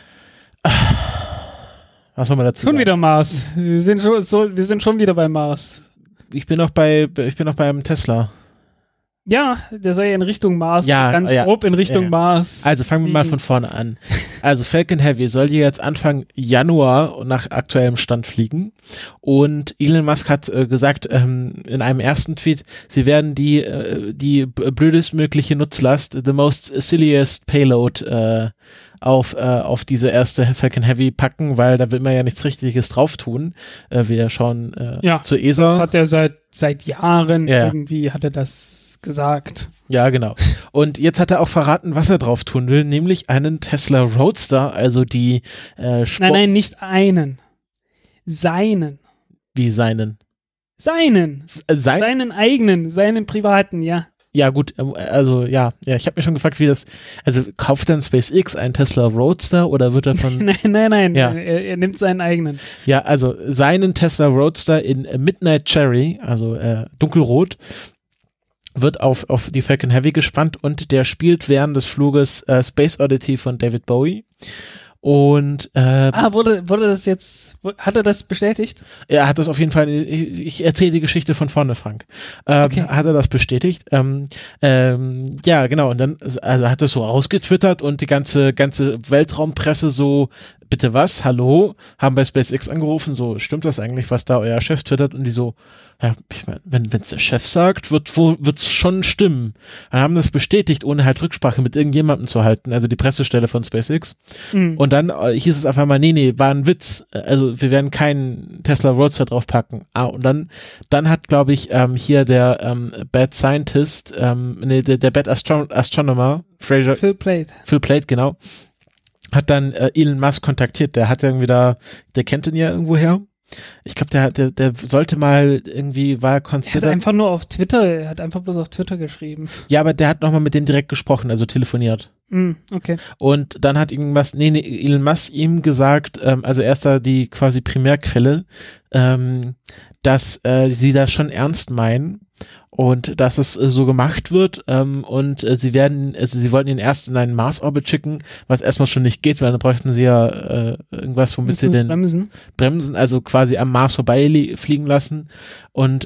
Was soll man dazu sagen? Schon wieder Mars. Wir sind schon wieder bei Mars. Ich bin noch beim Tesla. Ja, der soll ja in Richtung Mars, grob in Richtung Mars. Also fangen wir mal von vorne an. Also Falcon Heavy soll jetzt Anfang Januar nach aktuellem Stand fliegen und Elon Musk hat gesagt in einem ersten Tweet, sie werden die blödestmögliche Nutzlast, the most silliest payload auf diese erste Falcon Heavy packen, weil da will man ja nichts Richtiges drauf tun. Wir schauen zur ESA. Das hat er seit Jahren irgendwie hat er das gesagt. Ja, genau. Und jetzt hat er auch verraten, was er drauf tun will, nämlich einen Tesla Roadster, also die Nein, nicht einen. Seinen. Wie seinen? Seinen. Seinen eigenen, seinen privaten, ja. Ja, gut, also ja, ich habe mir schon gefragt, wie das, also kauft dann SpaceX einen Tesla Roadster oder wird er von... Nein, ja. Er nimmt seinen eigenen. Ja, also seinen Tesla Roadster in Midnight Cherry, also dunkelrot, wird auf die Falcon Heavy gespannt und der spielt während des Fluges Space Oddity von David Bowie. Und wurde das jetzt, hat er das bestätigt? Er hat das auf jeden Fall, ich erzähle die Geschichte von vorne, Frank. Okay. Hat er das bestätigt? Ja, genau, und dann also hat er so rausgetwittert und die ganze Weltraumpresse so, bitte was, hallo, haben bei SpaceX angerufen, so, stimmt das eigentlich, was da euer Chef twittert? Und die so, ja, ich meine, wenn es der Chef sagt, wird's schon stimmen. Dann haben das bestätigt, ohne halt Rücksprache mit irgendjemandem zu halten, also die Pressestelle von SpaceX. Und dann hieß es auf einmal, nee, war ein Witz. Also wir werden keinen Tesla Roadster draufpacken. Und dann hat, glaube ich, hier der Bad Scientist, der Bad Astronomer, Fraser. Phil Plait, genau. Hat dann Elon Musk kontaktiert. Der hat irgendwie der kennt ihn ja irgendwoher. Ich glaube, der sollte mal irgendwie, war considered. Er hat einfach bloß auf Twitter geschrieben. Ja, aber der hat nochmal mit dem direkt gesprochen, also telefoniert. Okay. Und dann hat Elon Musk ihm gesagt, also erst da die quasi Primärquelle, dass sie das schon ernst meinen und dass es so gemacht wird und sie wollten ihn erst in einen Mars-Orbit schicken, was erstmal schon nicht geht, weil dann bräuchten sie ja irgendwas, womit sie den bremsen, also quasi am Mars vorbei fliegen lassen und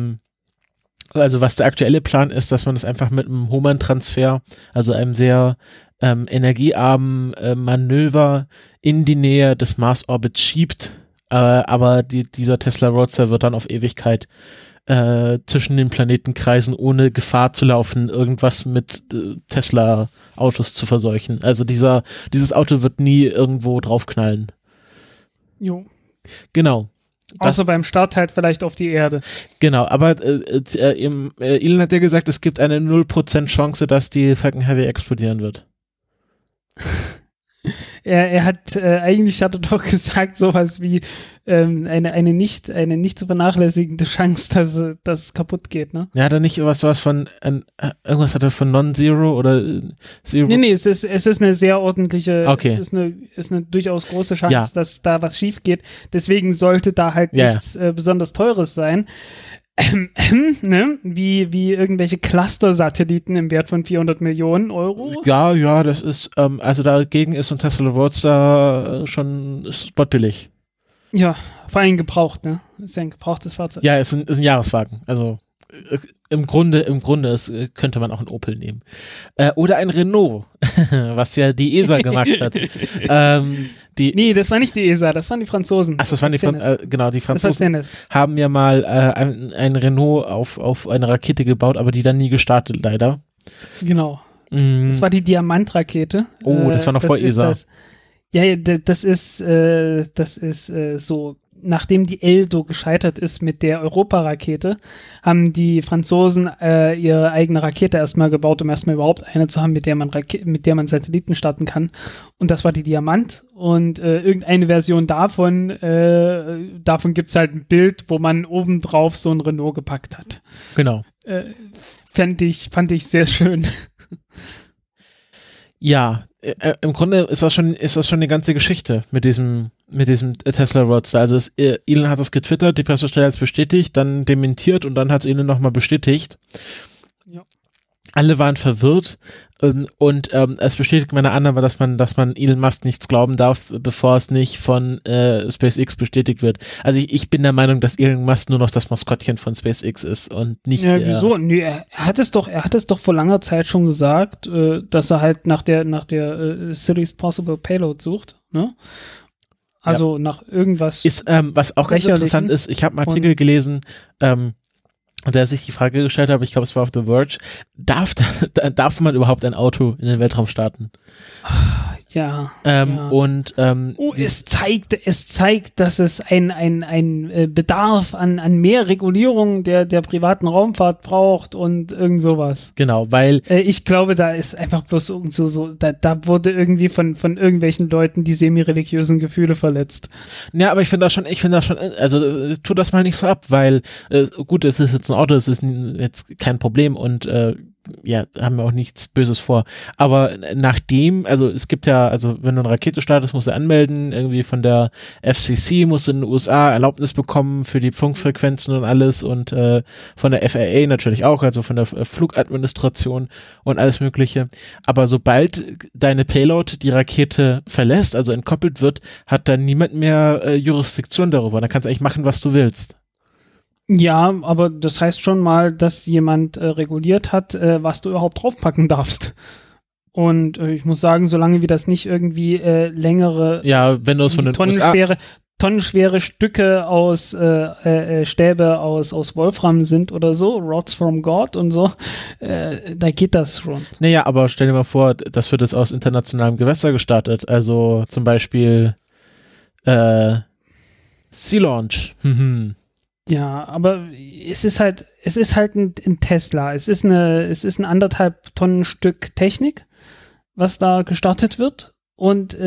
also was der aktuelle Plan ist, dass man es einfach mit einem Hohmann-Transfer, also einem sehr energiearmen Manöver in die Nähe des Mars-Orbits schiebt, aber dieser Tesla Roadster wird dann auf Ewigkeit zwischen den Planeten kreisen, ohne Gefahr zu laufen, irgendwas mit Tesla-Autos zu verseuchen. Also dieses Auto wird nie irgendwo draufknallen. Jo. Genau. Außer beim Start halt vielleicht auf die Erde. Genau, aber Elon hat ja gesagt, es gibt eine 0% Chance, dass die Falcon Heavy explodieren wird. Eigentlich hat er doch gesagt, sowas wie eine nicht zu vernachlässigende Chance, dass es kaputt geht, ne? Ja, hat er nicht irgendwas von Non-Zero oder Zero? Nee, es ist eine sehr ordentliche, okay. Es ist eine durchaus große Chance, dass da was schief geht. Deswegen sollte da halt nichts besonders Teures sein. Ne? Wie irgendwelche Cluster-Satelliten im Wert von 400 Millionen Euro. Ja, das ist, also dagegen ist ein Tesla Roadster schon spottbillig. Ja, vor allem gebraucht, ne? Ist ja ein gebrauchtes Fahrzeug. Ja, ist ein Jahreswagen, also im Grunde könnte man auch einen Opel nehmen. Oder ein Renault, was ja die ESA gemacht hat. Nee, das war nicht die ESA, das waren die Franzosen. Achso, das waren die Franzosen haben ja mal ein Renault auf eine Rakete gebaut, aber die dann nie gestartet, leider. Genau. Das war die Diamant-Rakete. Oh, das war noch vor ESA. Das ist so, nachdem die Eldo gescheitert ist mit der Europa-Rakete, haben die Franzosen ihre eigene Rakete erstmal gebaut, um erstmal überhaupt eine zu haben, mit der man Satelliten starten kann. Und das war die Diamant. Und irgendeine Version davon gibt's halt ein Bild, wo man obendrauf so ein Renault gepackt hat. Genau. Fand ich sehr schön. Ja, im Grunde ist das schon eine ganze Geschichte mit diesem Tesla Roadster. Also Elon hat es getwittert, die Pressestelle hat es bestätigt, dann dementiert und dann hat es Elon nochmal bestätigt. Ja. Alle waren verwirrt und es bestätigt meine Annahme, dass man Elon Musk nichts glauben darf, bevor es nicht von SpaceX bestätigt wird. Also ich bin der Meinung, dass Elon Musk nur noch das Maskottchen von SpaceX ist und nicht. Ja, wieso? Nee, er hat es doch vor langer Zeit schon gesagt, dass er halt nach der Series Possible Payload sucht, ne? Also nach irgendwas. Ist was auch ganz interessant ist, ich habe einen Artikel gelesen, der sich die Frage gestellt hat, ich glaube, es war auf The Verge, darf man überhaupt ein Auto in den Weltraum starten? Ja. Und es zeigt, dass es ein Bedarf an mehr Regulierung der privaten Raumfahrt braucht und irgend sowas. Genau, weil ich glaube, da ist einfach bloß so da wurde irgendwie von irgendwelchen Leuten die semi-religiösen Gefühle verletzt. Ja, aber ich finde das schon, also tu das mal nicht so ab, weil gut, es ist jetzt ein Auto, es ist jetzt kein Problem und haben wir auch nichts Böses vor. Aber nachdem, also es gibt ja, also wenn du eine Rakete startest, musst du anmelden, irgendwie von der FCC musst du in den USA Erlaubnis bekommen für die Funkfrequenzen und alles und von der FAA natürlich auch, also von der Flugadministration und alles Mögliche. Aber sobald deine Payload die Rakete verlässt, also entkoppelt wird, hat dann niemand mehr Jurisdiktion darüber. Dann kannst du eigentlich machen, was du willst. Ja, aber das heißt schon mal, dass jemand reguliert hat, was du überhaupt draufpacken darfst. Und ich muss sagen, solange wie das nicht irgendwie längere, wenn du es von den tonnenschwere Stücke aus Stäbe aus Wolfram sind oder so, Rods from God und so, da geht das schon. Naja, aber stell dir mal vor, das wird jetzt aus internationalem Gewässer gestartet. Also zum Beispiel Sea Launch. Ja, aber es ist halt ein Tesla. Es ist ein 1,5 Tonnen Stück Technik, was da gestartet wird. Und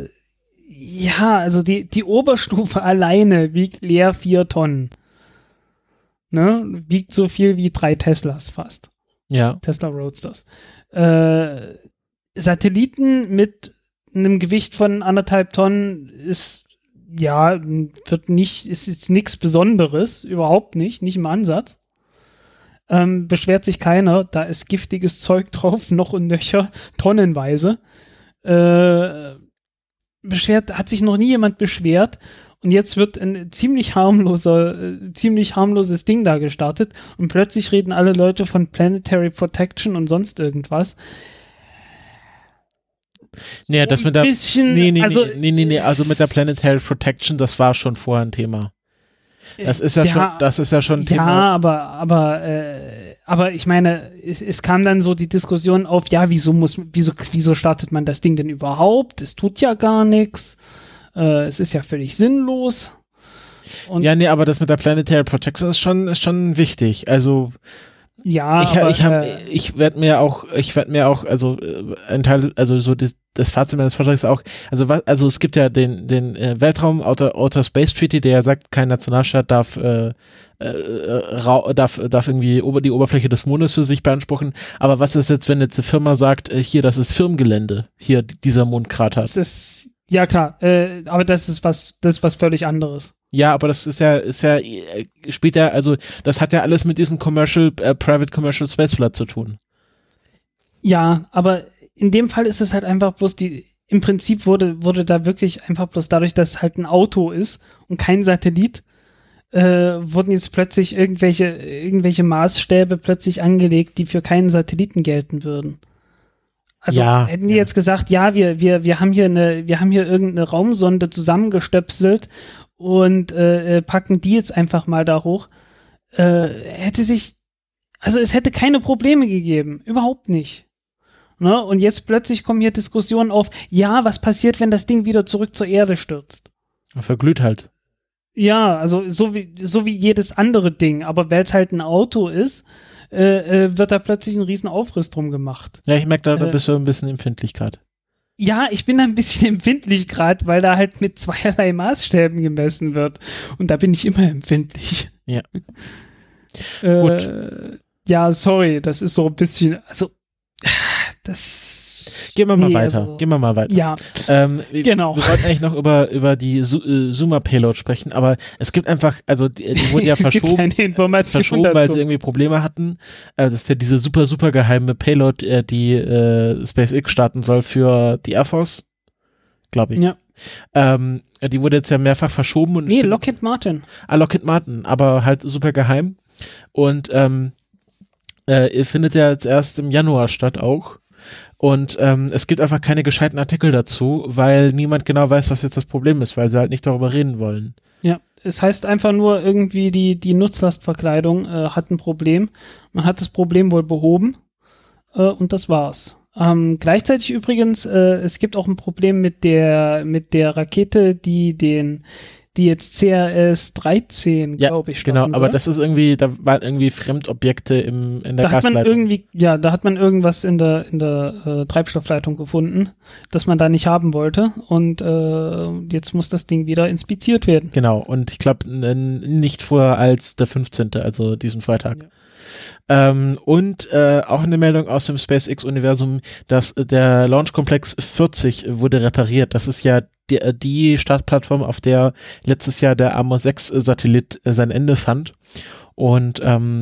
also die Oberstufe alleine wiegt leer 4 Tonnen. Ne? Wiegt so viel wie 3 Teslas fast. Ja. Tesla Roadsters. Satelliten mit einem Gewicht von 1,5 Tonnen ist ist jetzt nichts Besonderes, überhaupt nicht im Ansatz. Beschwert sich keiner, da ist giftiges Zeug drauf, noch und nöcher, tonnenweise. Hat sich noch nie jemand beschwert und jetzt wird ein ziemlich harmloses Ding da gestartet und plötzlich reden alle Leute von Planetary Protection und sonst irgendwas. Nee, das mit der also mit der Planetary Protection, das war schon vorher ein Thema. Das ist ja schon ein Thema. Ja, aber ich meine, es kam dann so die Diskussion auf, ja, wieso startet man das Ding denn überhaupt? Es tut ja gar nichts. Es ist ja völlig sinnlos. Und ja, nee, aber das mit der Planetary Protection ist schon wichtig. Also ja, ich werde mir auch, also ein Teil, also so das Fazit meines Vortrags auch, also es gibt ja den Weltraum Outer Space Treaty, der ja sagt, kein Nationalstaat darf irgendwie die Oberfläche des Mondes für sich beanspruchen. Aber was ist jetzt, wenn jetzt eine Firma sagt, hier, das ist Firmengelände, hier dieser Mondkrater? Ja klar, aber das ist was völlig anderes. Ja, aber das ist ja später, also das hat ja alles mit diesem Private Commercial Spaceflight zu tun. Ja, aber in dem Fall ist es halt einfach bloß im Prinzip wurde da wirklich einfach bloß dadurch, dass es halt ein Auto ist und kein Satellit, wurden jetzt plötzlich irgendwelche Maßstäbe plötzlich angelegt, die für keinen Satelliten gelten würden. Also hätten die jetzt gesagt, ja, wir haben hier irgendeine Raumsonde zusammengestöpselt und packen die jetzt einfach mal da hoch, es hätte keine Probleme gegeben, überhaupt nicht. Ne? Und jetzt plötzlich kommen hier Diskussionen auf, ja, was passiert, wenn das Ding wieder zurück zur Erde stürzt? Verglüht halt. Ja, also so wie jedes andere Ding, aber weil es halt ein Auto ist, wird da plötzlich ein riesen Aufriss drum gemacht. Ja, ich merke, da bist du ein bisschen empfindlich gerade. Ja, ich bin da ein bisschen empfindlich gerade, weil da halt mit zweierlei Maßstäben gemessen wird. Und da bin ich immer empfindlich. Ja. Gut. Ja, sorry, das ist so ein bisschen, also das... Gehen wir mal weiter. Ja, genau. Wir wollten eigentlich noch über die Zuma-Payload sprechen, aber es gibt einfach, also die wurden ja verschoben, weil sie irgendwie Probleme hatten. Das ist ja diese super geheime Payload, die SpaceX starten soll für die Air Force, glaube ich. Ja. Die wurde jetzt ja mehrfach verschoben. Und Lockheed Martin. Lockheed Martin, aber halt super geheim. Und findet ja jetzt erst im Januar statt auch. Und es gibt einfach keine gescheiten Artikel dazu, weil niemand genau weiß, was jetzt das Problem ist, weil sie halt nicht darüber reden wollen. Ja, es heißt einfach nur irgendwie, die Nutzlastverkleidung hat ein Problem. Man hat das Problem wohl behoben und das war's. Gleichzeitig übrigens, es gibt auch ein Problem mit der Rakete, die jetzt CRS-13, glaube ich, genau, aber das ist irgendwie, da waren irgendwie Fremdobjekte in der Gasleitung. Da hat man irgendwas in der Treibstoffleitung gefunden, das man da nicht haben wollte und jetzt muss das Ding wieder inspiziert werden. Genau, und ich glaube nicht früher als der 15., also diesen Freitag. Ja. Und auch eine Meldung aus dem SpaceX-Universum, dass der Launch Complex 40 wurde repariert. Das ist ja die Startplattform, auf der letztes Jahr der Amos 6 Satellit sein Ende fand. Und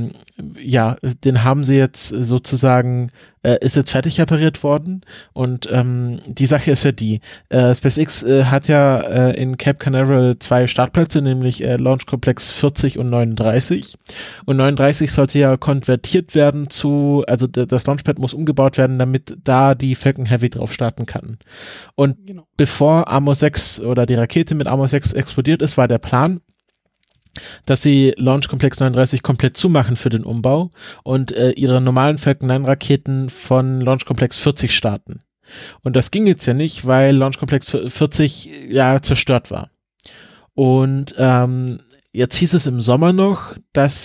den haben sie jetzt sozusagen, ist jetzt fertig repariert worden. Und die Sache ist ja die, SpaceX hat ja in Cape Canaveral 2 Startplätze, nämlich Launch Complex 40 und 39. Und 39 sollte ja konvertiert werden also das Launchpad muss umgebaut werden, damit da die Falcon Heavy drauf starten kann. Und bevor Amos 6 oder die Rakete mit Amos 6 explodiert ist, war der Plan, dass sie Launch Complex 39 komplett zumachen für den Umbau und ihre normalen Falcon 9 Raketen von Launch Complex 40 starten. Und das ging jetzt ja nicht, weil Launch Complex 40 ja zerstört war. Und jetzt hieß es im Sommer noch, dass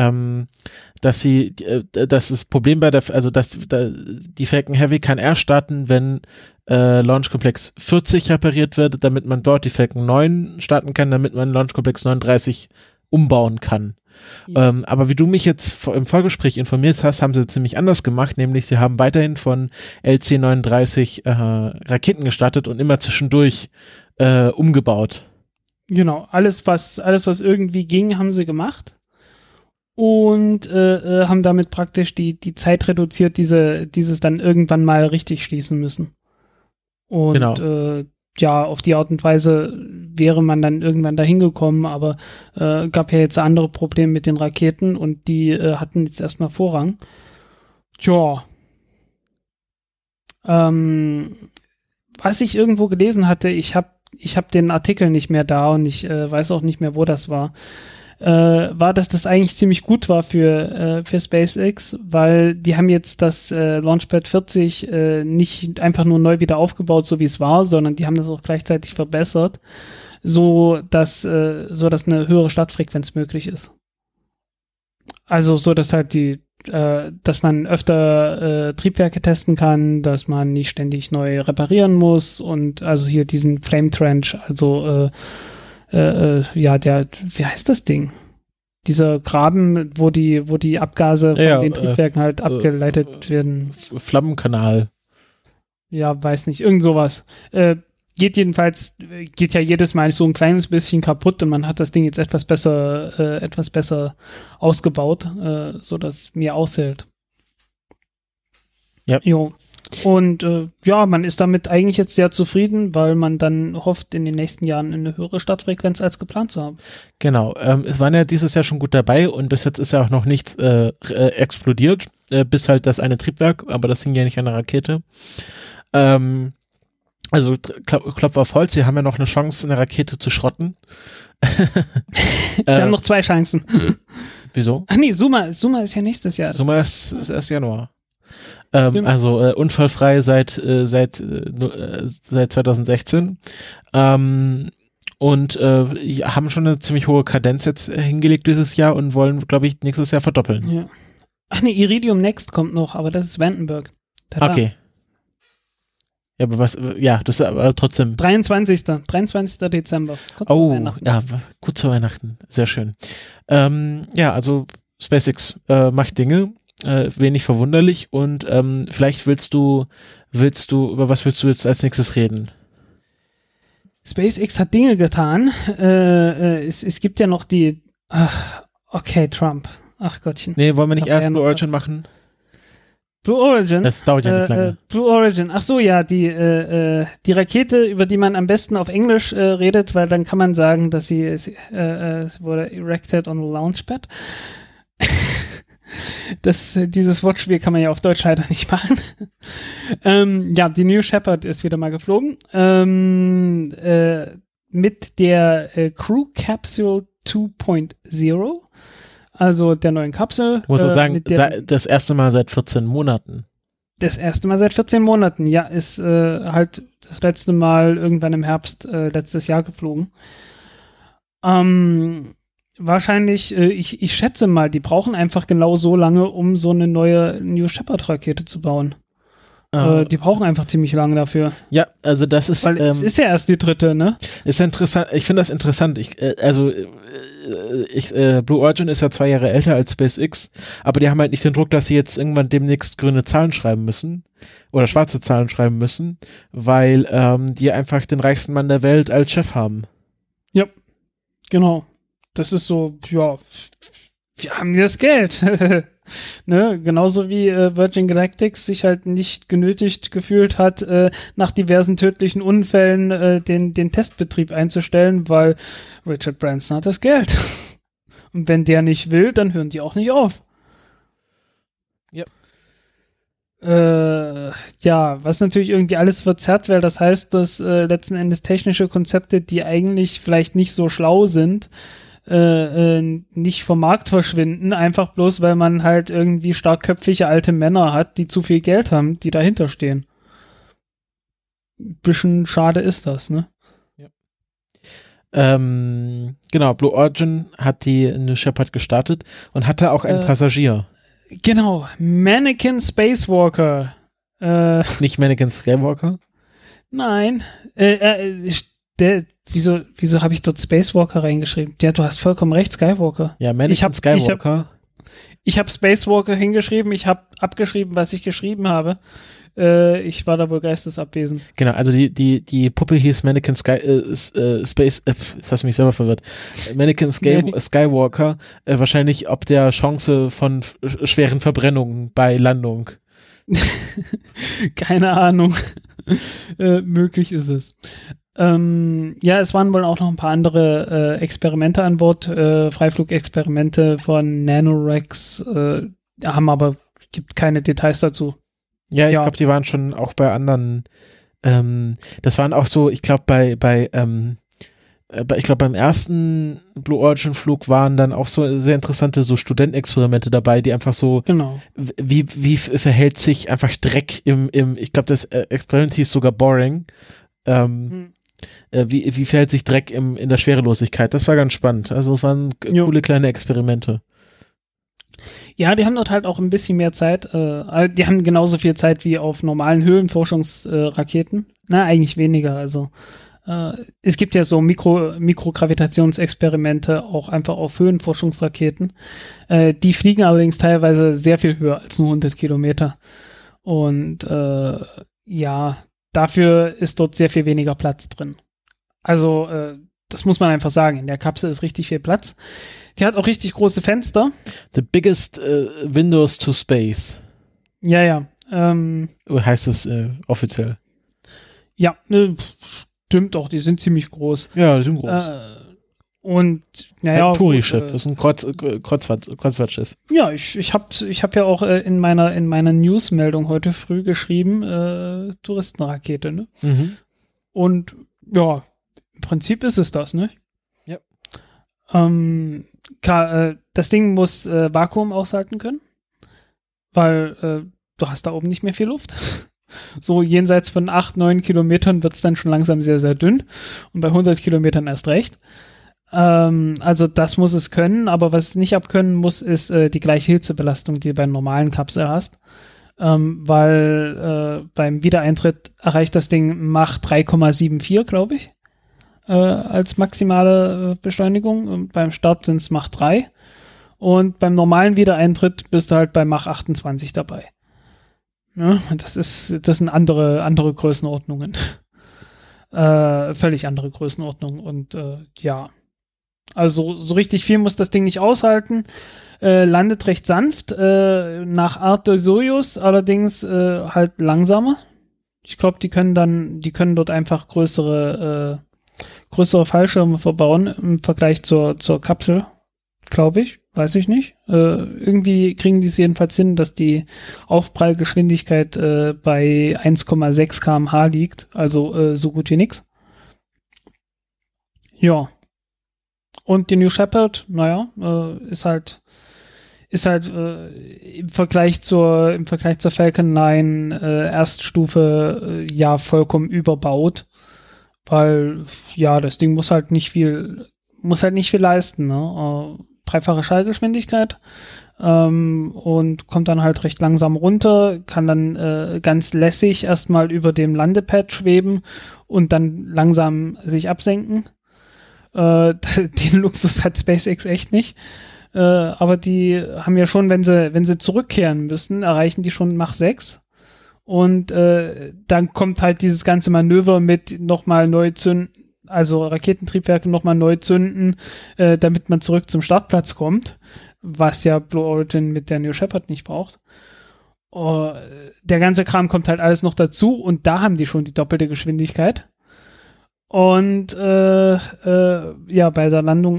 das Problem dass die Falcon Heavy kann erst starten, wenn Launch Complex 40 repariert wird, damit man dort die Falcon 9 starten kann, damit man Launch Complex 39 umbauen kann. Ja. Aber wie du mich jetzt im Vorgespräch informiert hast, haben sie es ziemlich anders gemacht, nämlich sie haben weiterhin von LC-39 Raketen gestartet und immer zwischendurch umgebaut. Genau, alles was irgendwie ging, haben sie gemacht. Und haben damit praktisch die Zeit reduziert, dieses dann irgendwann mal richtig schließen müssen. Und genau. Auf die Art und Weise wäre man dann irgendwann dahin gekommen, aber gab ja jetzt andere Probleme mit den Raketen und die hatten jetzt erstmal Vorrang. Tja. Was ich irgendwo gelesen hatte, ich hab den Artikel nicht mehr da und ich weiß auch nicht mehr, wo das war. War, dass das eigentlich ziemlich gut war für SpaceX, weil die haben jetzt das Launchpad 40 nicht einfach nur neu wieder aufgebaut, so wie es war, sondern die haben das auch gleichzeitig verbessert, so dass eine höhere Startfrequenz möglich ist. Also so, dass halt dass man öfter Triebwerke testen kann, dass man nicht ständig neu reparieren muss und also hier diesen Flame Trench, also wie heißt das Ding? Dieser Graben, wo die Abgase von den Triebwerken halt abgeleitet werden. Flammenkanal. Ja, weiß nicht, irgend sowas. Geht ja jedes Mal so ein kleines bisschen kaputt und man hat das Ding jetzt etwas besser ausgebaut, so dass mir aushält. Ja. Jo. Und ja, man ist damit eigentlich jetzt sehr zufrieden, weil man dann hofft, in den nächsten Jahren eine höhere Startfrequenz als geplant zu haben. Genau, es waren ja dieses Jahr schon gut dabei und bis jetzt ist ja auch noch nichts explodiert, bis halt das eine Triebwerk, aber das hing ja nicht an der Rakete. Also Klopf auf Holz, sie haben ja noch eine Chance, eine Rakete zu schrotten. Sie haben noch 2 Chancen. Wieso? Ach nee, Suma ist ja nächstes Jahr. Suma ist erst Januar. Also unfallfrei seit 2016. Und haben schon eine ziemlich hohe Kadenz jetzt hingelegt dieses Jahr und wollen, glaube ich, nächstes Jahr verdoppeln. Ja. Ach nee, Iridium Next kommt noch, aber das ist Vandenberg. Tada. Okay. Ja, aber das ist aber trotzdem. 23. Dezember. Kurz vor Weihnachten. Ja, kurz vor Weihnachten. Sehr schön. Ja, also SpaceX macht Dinge, wenig verwunderlich und vielleicht über was willst du jetzt als nächstes reden? SpaceX hat Dinge getan. Es gibt ja noch die okay, Trump. Ach Gottchen. Nee, wollen wir nicht erst Blue Origin machen? Blue Origin? Das dauert ja nicht lange. Blue Origin. Ach so, ja, die Rakete, über die man am besten auf Englisch redet, weil dann kann man sagen, dass sie wurde erected on a launchpad. Dieses Wortspiel kann man ja auf Deutsch leider nicht machen. Ja, die New Shepard ist wieder mal geflogen. Mit der Crew Capsule 2.0. Also der neuen Kapsel. Ich muss auch sagen, das erste Mal seit 14 Monaten. Das erste Mal seit 14 Monaten, ja, ist halt das letzte Mal irgendwann im Herbst letztes Jahr geflogen. Wahrscheinlich, ich schätze mal, die brauchen einfach genau so lange, um so eine neue New Shepard-Rakete zu bauen. Die brauchen einfach ziemlich lange dafür. Ja, also das ist... Weil es ist ja erst die 3., ne? Ist interessant, ich finde das interessant. Blue Origin ist ja 2 Jahre älter als SpaceX, aber die haben halt nicht den Druck, dass sie jetzt irgendwann demnächst grüne Zahlen schreiben müssen oder schwarze Zahlen schreiben müssen, weil die einfach den reichsten Mann der Welt als Chef haben. Ja, genau. Das ist so, ja, wir haben das Geld. Ne? Genauso wie Virgin Galactic sich halt nicht genötigt gefühlt hat, nach diversen tödlichen Unfällen den Testbetrieb einzustellen, weil Richard Branson hat das Geld. Und wenn der nicht will, dann hören die auch nicht auf. Ja. Ja, was natürlich irgendwie alles verzerrt, weil das heißt, dass letzten Endes technische Konzepte, die eigentlich vielleicht nicht so schlau sind, nicht vom Markt verschwinden, einfach bloß, weil man halt irgendwie starkköpfige alte Männer hat, die zu viel Geld haben, die dahinter stehen. Bisschen schade ist das, ne? Ja. Genau, Blue Origin hat die New Shepard gestartet und hatte auch einen Passagier. Genau, Mannequin Spacewalker. Nicht Mannequin Skywalker? Nein, wieso habe ich dort Spacewalker reingeschrieben? Ja, du hast vollkommen recht, Skywalker. Ja, Mannequin Skywalker. Ich hab Spacewalker hingeschrieben, ich habe abgeschrieben, was ich geschrieben habe. Ich war da wohl geistesabwesend. Genau, also die Puppe hieß Mannequin Space, das hast du mich selber verwirrt. Mannequin Skywalker, wahrscheinlich ob der Chance von schweren Verbrennungen bei Landung. Keine Ahnung. Möglich ist es. Ja, es waren wohl auch noch ein paar andere Experimente an Bord, Freiflugexperimente von Nanorex, haben aber, gibt keine Details dazu. Ja, ich glaube, die waren schon auch bei anderen, das waren auch so, ich glaube, beim ersten Blue Origin Flug waren dann auch so sehr interessante so Studentenexperimente dabei, die einfach so, genau. Wie verhält sich einfach Dreck ich glaube, das Experiment hieß sogar Boring, wie verhält sich Dreck in der Schwerelosigkeit? Das war ganz spannend. Also es waren coole kleine Experimente. Ja, die haben dort halt auch ein bisschen mehr Zeit. Die haben genauso viel Zeit wie auf normalen Höhenforschungsraketen. Na, eigentlich weniger. Also es gibt ja so Mikrogravitationsexperimente auch einfach auf Höhenforschungsraketen. Die fliegen allerdings teilweise sehr viel höher als nur 100 Kilometer. Und ja, dafür ist dort sehr viel weniger Platz drin. Also, das muss man einfach sagen. In der Kapsel ist richtig viel Platz. Die hat auch richtig große Fenster. The biggest windows to space. Ja. Heißt es offiziell? Ja, stimmt auch, die sind ziemlich groß. Ja, die sind groß. Und naja, ein Touri-Schiff, das ist ein Kreuzfahrtschiff. Ja, ich hab ja auch in meiner Newsmeldung heute früh geschrieben, Touristenrakete, ne? Mhm. Und ja, im Prinzip ist es das, ne? Ja. Klar, das Ding muss Vakuum aushalten können, weil du hast da oben nicht mehr viel Luft. So jenseits von 8-9 Kilometern wird es dann schon langsam sehr, sehr dünn und bei 100 Kilometern erst recht. Also das muss es können, aber was es nicht abkönnen muss, ist die gleiche Hitzebelastung, die du bei einer normalen Kapsel hast. Weil beim Wiedereintritt erreicht das Ding Mach 3,74, glaube ich, als maximale Beschleunigung. Und beim Start sind es Mach 3. Und beim normalen Wiedereintritt bist du halt bei Mach 28 dabei. Ja, das sind andere Größenordnungen. Völlig andere Größenordnungen. Und ja, also so richtig viel muss das Ding nicht aushalten. Landet recht sanft, nach Art der Soyuz, allerdings halt langsamer. Ich glaube, die können dort einfach größere Fallschirme verbauen im Vergleich zur Kapsel, glaube ich. Weiß ich nicht. Irgendwie kriegen die es jedenfalls hin, dass die Aufprallgeschwindigkeit bei 1,6 km/h liegt, also so gut wie nix. Ja. Und die New Shepard, naja, ist halt im Vergleich zur Falcon 9 Erststufe ja vollkommen überbaut, weil ja, das Ding muss halt nicht viel leisten, ne? Dreifache Schallgeschwindigkeit und kommt dann halt recht langsam runter, kann dann ganz lässig erstmal über dem Landepad schweben und dann langsam sich absenken. Den Luxus hat SpaceX echt nicht. Aber die haben ja schon, wenn sie zurückkehren müssen, erreichen die schon Mach 6. Und dann kommt halt dieses ganze Manöver mit nochmal neu zünden, also Raketentriebwerke nochmal neu zünden, damit man zurück zum Startplatz kommt, was ja Blue Origin mit der New Shepard nicht braucht. Der ganze Kram kommt halt alles noch dazu und da haben die schon die doppelte Geschwindigkeit. Und ja, bei der Landung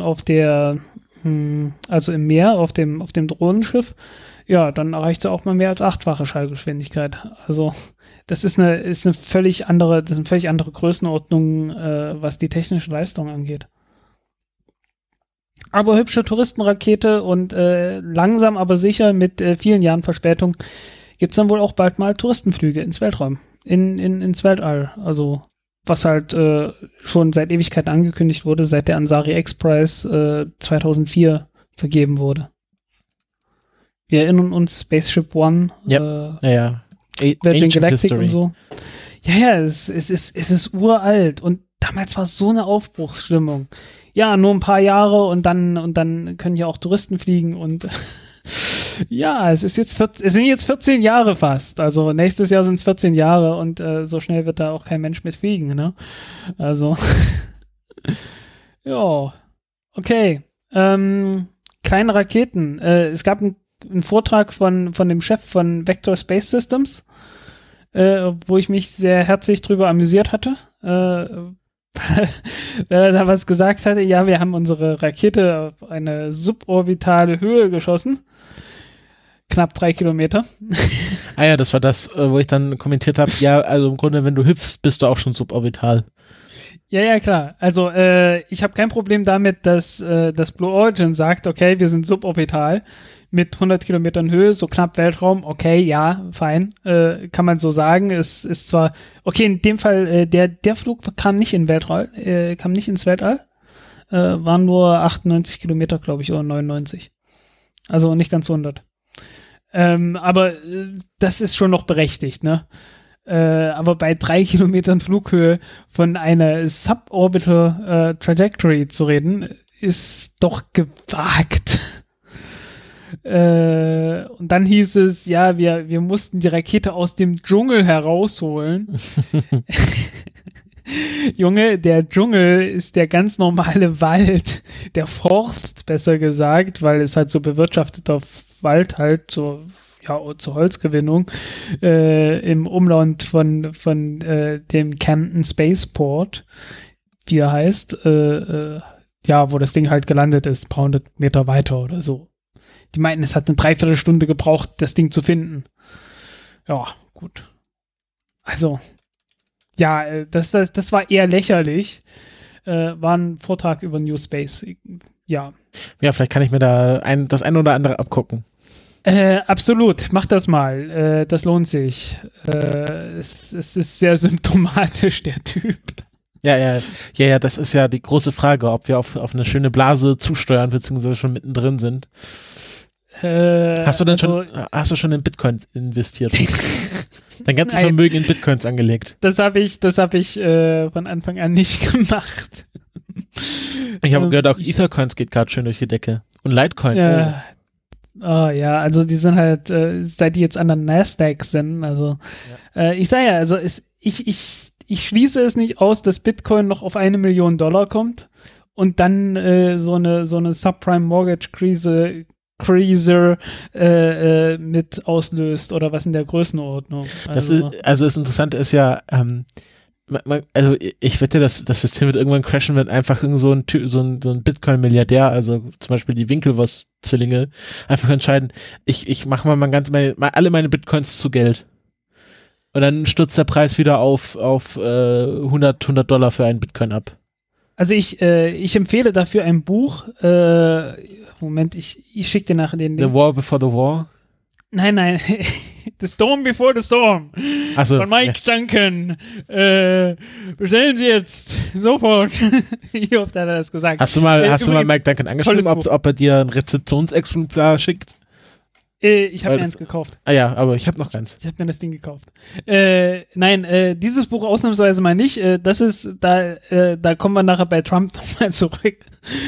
also im Meer, auf dem Drohnenschiff, ja, dann erreicht sie auch mal mehr als 8-fache Schallgeschwindigkeit. Also das ist eine völlig andere Größenordnung, was die technische Leistung angeht. Aber hübsche Touristenrakete und langsam aber sicher mit vielen Jahren Verspätung gibt es dann wohl auch bald mal Touristenflüge ins Weltraum, ins Weltall. Also was halt schon seit Ewigkeiten angekündigt wurde, seit der Ansari X-Prize 2004 vergeben wurde. Wir erinnern uns, Spaceship One, Virgin Galactic und so. Ja, es ist uralt und damals war so eine Aufbruchsstimmung. Ja, nur ein paar Jahre und dann können ja auch Touristen fliegen und ja, es sind jetzt 14 Jahre fast. Also nächstes Jahr sind es 14 Jahre und so schnell wird da auch kein Mensch mit fliegen, ne? Also ja, okay. Kleine Raketen. Es gab einen Vortrag von dem Chef von Vector Space Systems, wo ich mich sehr herzlich drüber amüsiert hatte, weil er da was gesagt hatte. Ja, wir haben unsere Rakete auf eine suborbitale Höhe geschossen. Knapp 3 Kilometer. Ah ja, das war das, wo ich dann kommentiert habe, ja, also im Grunde, wenn du hüpfst, bist du auch schon suborbital. Ja, klar. Also ich habe kein Problem damit, dass Blue Origin sagt, okay, wir sind suborbital mit 100 Kilometern Höhe, so knapp Weltraum, okay, ja, fein, kann man so sagen. Es ist zwar, okay, in dem Fall, der Flug kam nicht ins Weltall, waren nur 98 Kilometer, glaube ich, oder 99. Also nicht ganz 100. Aber das ist schon noch berechtigt, ne? Aber bei 3 Kilometern Flughöhe von einer Suborbital Trajectory zu reden, ist doch gewagt. Und dann hieß es, ja, wir mussten die Rakete aus dem Dschungel herausholen. Junge, der Dschungel ist der ganz normale Wald, der Forst, besser gesagt, weil es halt so bewirtschafteter Wald halt so, zur Holzgewinnung im Umland von dem Camden Spaceport, wie er heißt, wo das Ding halt gelandet ist, ein paar hundert Meter weiter oder so. Die meinten, es hat eine Dreiviertelstunde gebraucht, das Ding zu finden. Ja, gut. Also, ja, das war eher lächerlich. War ein Vortrag über New Space. Ja. Ja, vielleicht kann ich mir da das ein oder andere abgucken. Absolut, mach das mal. Das lohnt sich. Es ist sehr symptomatisch, der Typ. Ja, das ist ja die große Frage, ob wir auf eine schöne Blase zusteuern, beziehungsweise schon mittendrin sind. Hast du schon in Bitcoin investiert? Dein ganzes Vermögen in Bitcoins angelegt? Das habe ich von Anfang an nicht gemacht. Ich habe gehört, auch Ethercoins geht gerade schön durch die Decke. Und Litecoin. Ja, also die sind halt, seit die jetzt an der Nasdaq sind, also ich sage ja, also ich schließe es nicht aus, dass Bitcoin noch auf $1 Million kommt und dann so eine Subprime-Mortgage-Krise mit auslöst oder was in der Größenordnung. Das Interessante ist ja, ich wette, dass das System wird irgendwann crashen, wenn einfach so ein Bitcoin-Milliardär, also zum Beispiel die Winklevoss-Zwillinge, einfach entscheiden, ich mache mal alle meine Bitcoins zu Geld. Und dann stürzt der Preis wieder auf $100 für einen Bitcoin ab. Also ich empfehle dafür ein Buch. Moment, ich schicke dir nachher den Link. The War Before the War? Nein. The Storm Before the Storm. So, von Mike Duncan. Bestellen Sie jetzt sofort. Wie oft hat er das gesagt? Hast du mal Mike Duncan angeschrieben, ob er dir ein Rezeptionsexemplar schickt? Ich habe mir eins gekauft. Ja, aber ich habe noch eins. Ich habe mir das Ding gekauft. Nein, dieses Buch ausnahmsweise mal nicht. Das ist, da kommen wir nachher bei Trump nochmal zurück.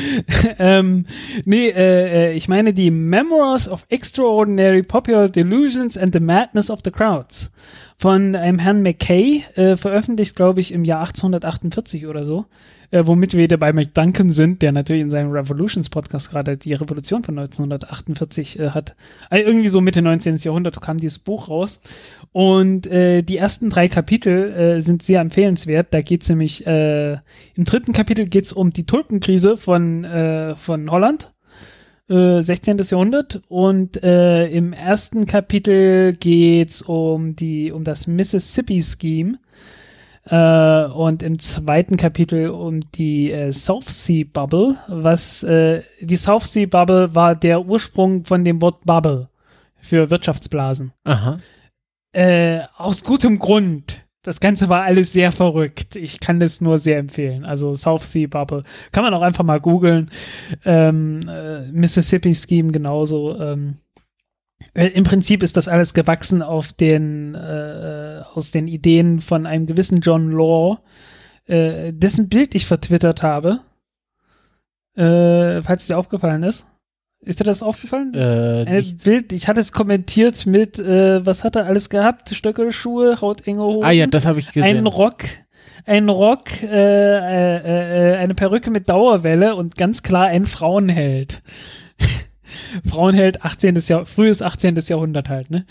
Ich meine die Memoirs of Extraordinary Popular Delusions and the Madness of the Crowds von einem Herrn McKay, veröffentlicht, glaube ich, im Jahr 1848 oder so. Womit wir wieder bei Mike Duncan sind, der natürlich in seinem Revolutions-Podcast gerade die Revolution von 1948 hat. Also irgendwie so Mitte 19. Jahrhundert kam dieses Buch raus. Und die ersten 3 Kapitel sind sehr empfehlenswert. Da geht es nämlich, im 3. Kapitel geht es um die Tulpenkrise von Holland, 16. Jahrhundert. Und im 1. Kapitel geht es um das Mississippi Scheme. Und im 2. Kapitel um die South Sea Bubble, die South Sea Bubble war der Ursprung von dem Wort Bubble für Wirtschaftsblasen. Aha. Aus gutem Grund. Das Ganze war alles sehr verrückt. Ich kann das nur sehr empfehlen. Also South Sea Bubble. Kann man auch einfach mal googeln. Mississippi Scheme genauso. Im Prinzip ist das alles gewachsen aus den Ideen von einem gewissen John Law, dessen Bild ich vertwittert habe. Falls es dir aufgefallen ist. Ist dir das aufgefallen? Bild, ich hatte es kommentiert mit, was hat er alles gehabt? Stöckelschuhe, hautenge Hosen. Ah ja, das habe ich gesehen. Ein Rock, eine Perücke mit Dauerwelle und ganz klar ein Frauenheld. Frauenheld, frühes 18. Jahrhundert halt, ne?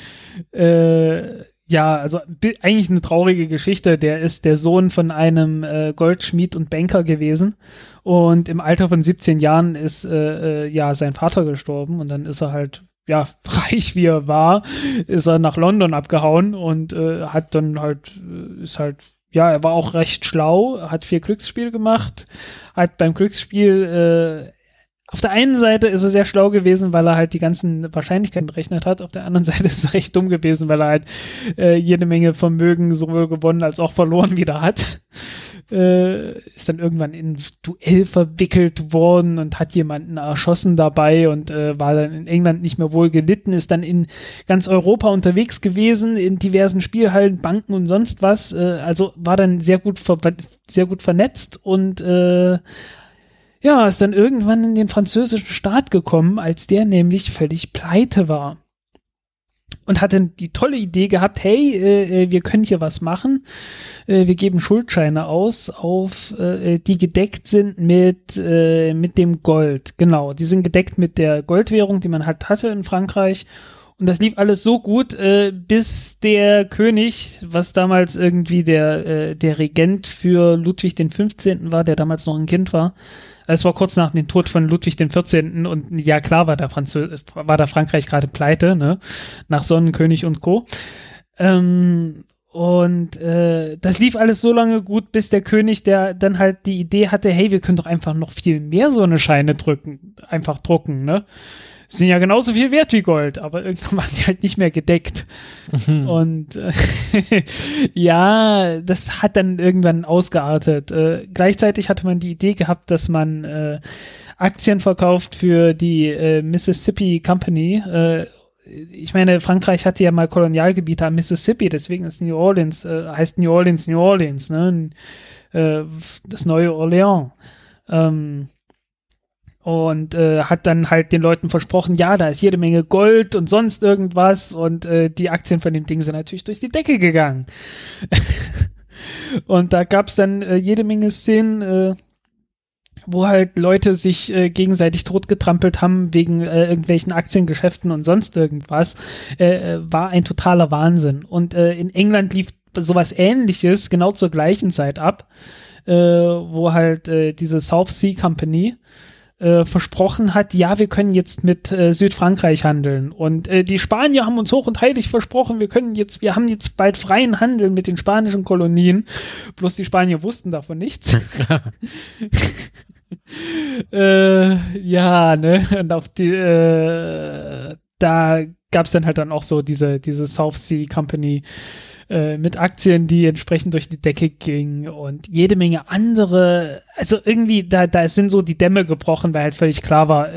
Also eigentlich eine traurige Geschichte. Der ist der Sohn von einem Goldschmied und Banker gewesen und im Alter von 17 Jahren ist sein Vater gestorben und dann ist er halt, reich wie er war, ist er nach London abgehauen und hat dann halt, er war auch recht schlau, hat 4 Glücksspiele gemacht, hat beim Glücksspiel auf der einen Seite ist er sehr schlau gewesen, weil er halt die ganzen Wahrscheinlichkeiten berechnet hat. Auf der anderen Seite ist er recht dumm gewesen, weil er halt jede Menge Vermögen sowohl gewonnen als auch verloren wieder hat. Ist dann irgendwann in ein Duell verwickelt worden und hat jemanden erschossen dabei und war dann in England nicht mehr wohl gelitten, ist dann in ganz Europa unterwegs gewesen, in diversen Spielhallen, Banken und sonst was. Also war dann sehr gut vernetzt und ist dann irgendwann in den französischen Staat gekommen, als der nämlich völlig pleite war. Und hatte die tolle Idee gehabt, hey, wir können hier was machen. Wir geben Schuldscheine aus, die gedeckt sind mit dem Gold. Genau, die sind gedeckt mit der Goldwährung, die man halt hatte in Frankreich. Und das lief alles so gut, bis der König, was damals irgendwie der Regent für Ludwig den 15. war, der damals noch ein Kind war. Es war kurz nach dem Tod von Ludwig den 14. Und ja, klar war da Frankreich gerade pleite, ne? Nach Sonnenkönig und Co. Das lief alles so lange gut, bis der König, der dann halt die Idee hatte, hey, wir können doch einfach noch viel mehr so eine Scheine drucken, ne? Sind ja genauso viel wert wie Gold, aber irgendwann waren die halt nicht mehr gedeckt. Und ja, das hat dann irgendwann ausgeartet. Gleichzeitig hatte man die Idee gehabt, dass man Aktien verkauft für die Mississippi Company. Ich meine, Frankreich hatte ja mal Kolonialgebiete am Mississippi, deswegen ist New Orleans, heißt New Orleans, ne? Das neue Orleans. Und hat dann halt den Leuten versprochen, ja, da ist jede Menge Gold und sonst irgendwas und die Aktien von dem Ding sind natürlich durch die Decke gegangen. Und da gab es dann jede Menge Szenen, wo halt Leute sich gegenseitig totgetrampelt haben wegen irgendwelchen Aktiengeschäften und sonst irgendwas. War ein totaler Wahnsinn. Und in England lief sowas Ähnliches genau zur gleichen Zeit ab, wo halt diese South Sea Company versprochen hat, ja, wir können jetzt mit Südfrankreich handeln und die Spanier haben uns hoch und heilig versprochen, wir haben jetzt bald freien Handel mit den spanischen Kolonien, bloß die Spanier wussten davon nichts. Ja, ne, und auf die da gab's dann halt dann auch so diese South Sea Company mit Aktien, die entsprechend durch die Decke gingen und jede Menge andere, also irgendwie, da sind so die Dämme gebrochen, weil halt völlig klar war,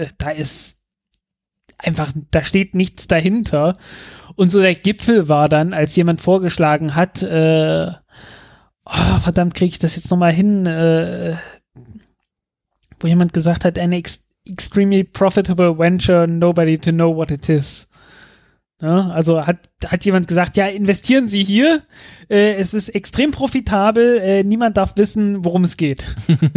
da steht nichts dahinter. Und so der Gipfel war dann, als jemand vorgeschlagen hat, verdammt, kriege ich das jetzt nochmal hin, wo jemand gesagt hat, an extremely profitable venture, nobody to know what it is. Ja, also hat jemand gesagt, ja, investieren Sie hier, es ist extrem profitabel, niemand darf wissen, worum es geht.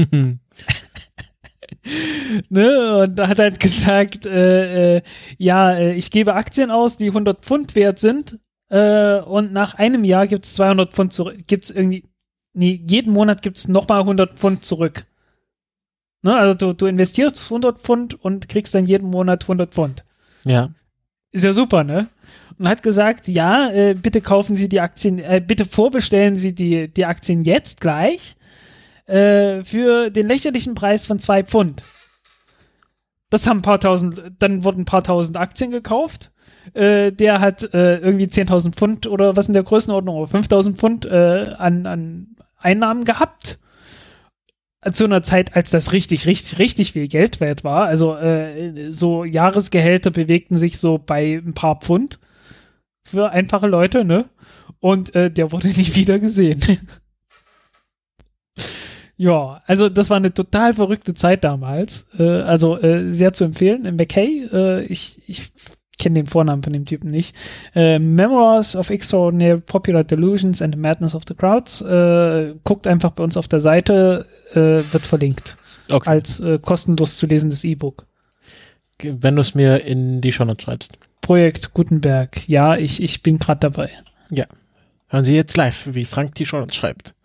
Ne? Und da hat halt gesagt, ich gebe Aktien aus, die 100 Pfund wert sind und nach einem Jahr gibt es 200 Pfund zurück, jeden Monat gibt es nochmal 100 Pfund zurück. Ne? Also du investierst 100 Pfund und kriegst dann jeden Monat 100 Pfund. Ja. Ist ja super, ne? Und hat gesagt, ja, bitte kaufen Sie die Aktien, bitte vorbestellen Sie die Aktien jetzt gleich für den lächerlichen Preis von 2 Pfund. Das haben dann wurden ein paar tausend Aktien gekauft. Der hat irgendwie 10.000 Pfund oder was in der Größenordnung, oder 5.000 Pfund an Einnahmen gehabt. Zu einer Zeit, als das richtig, richtig, richtig viel Geld wert war. Also so Jahresgehälter bewegten sich so bei ein paar Pfund für einfache Leute, ne? Und der wurde nicht wieder gesehen. Ja, also das war eine total verrückte Zeit damals. Sehr zu empfehlen. McKay, ich kenne den Vornamen von dem Typen nicht. Memoirs of Extraordinary Popular Delusions and the Madness of the Crowds. Guckt einfach bei uns auf der Seite, wird verlinkt. Okay. Als kostenlos zu lesendes E-Book. Wenn du es mir in die Shownotes schreibst. Projekt Gutenberg. Ja, ich bin gerade dabei. Ja. Hören Sie jetzt live, wie Frank die Shownotes schreibt.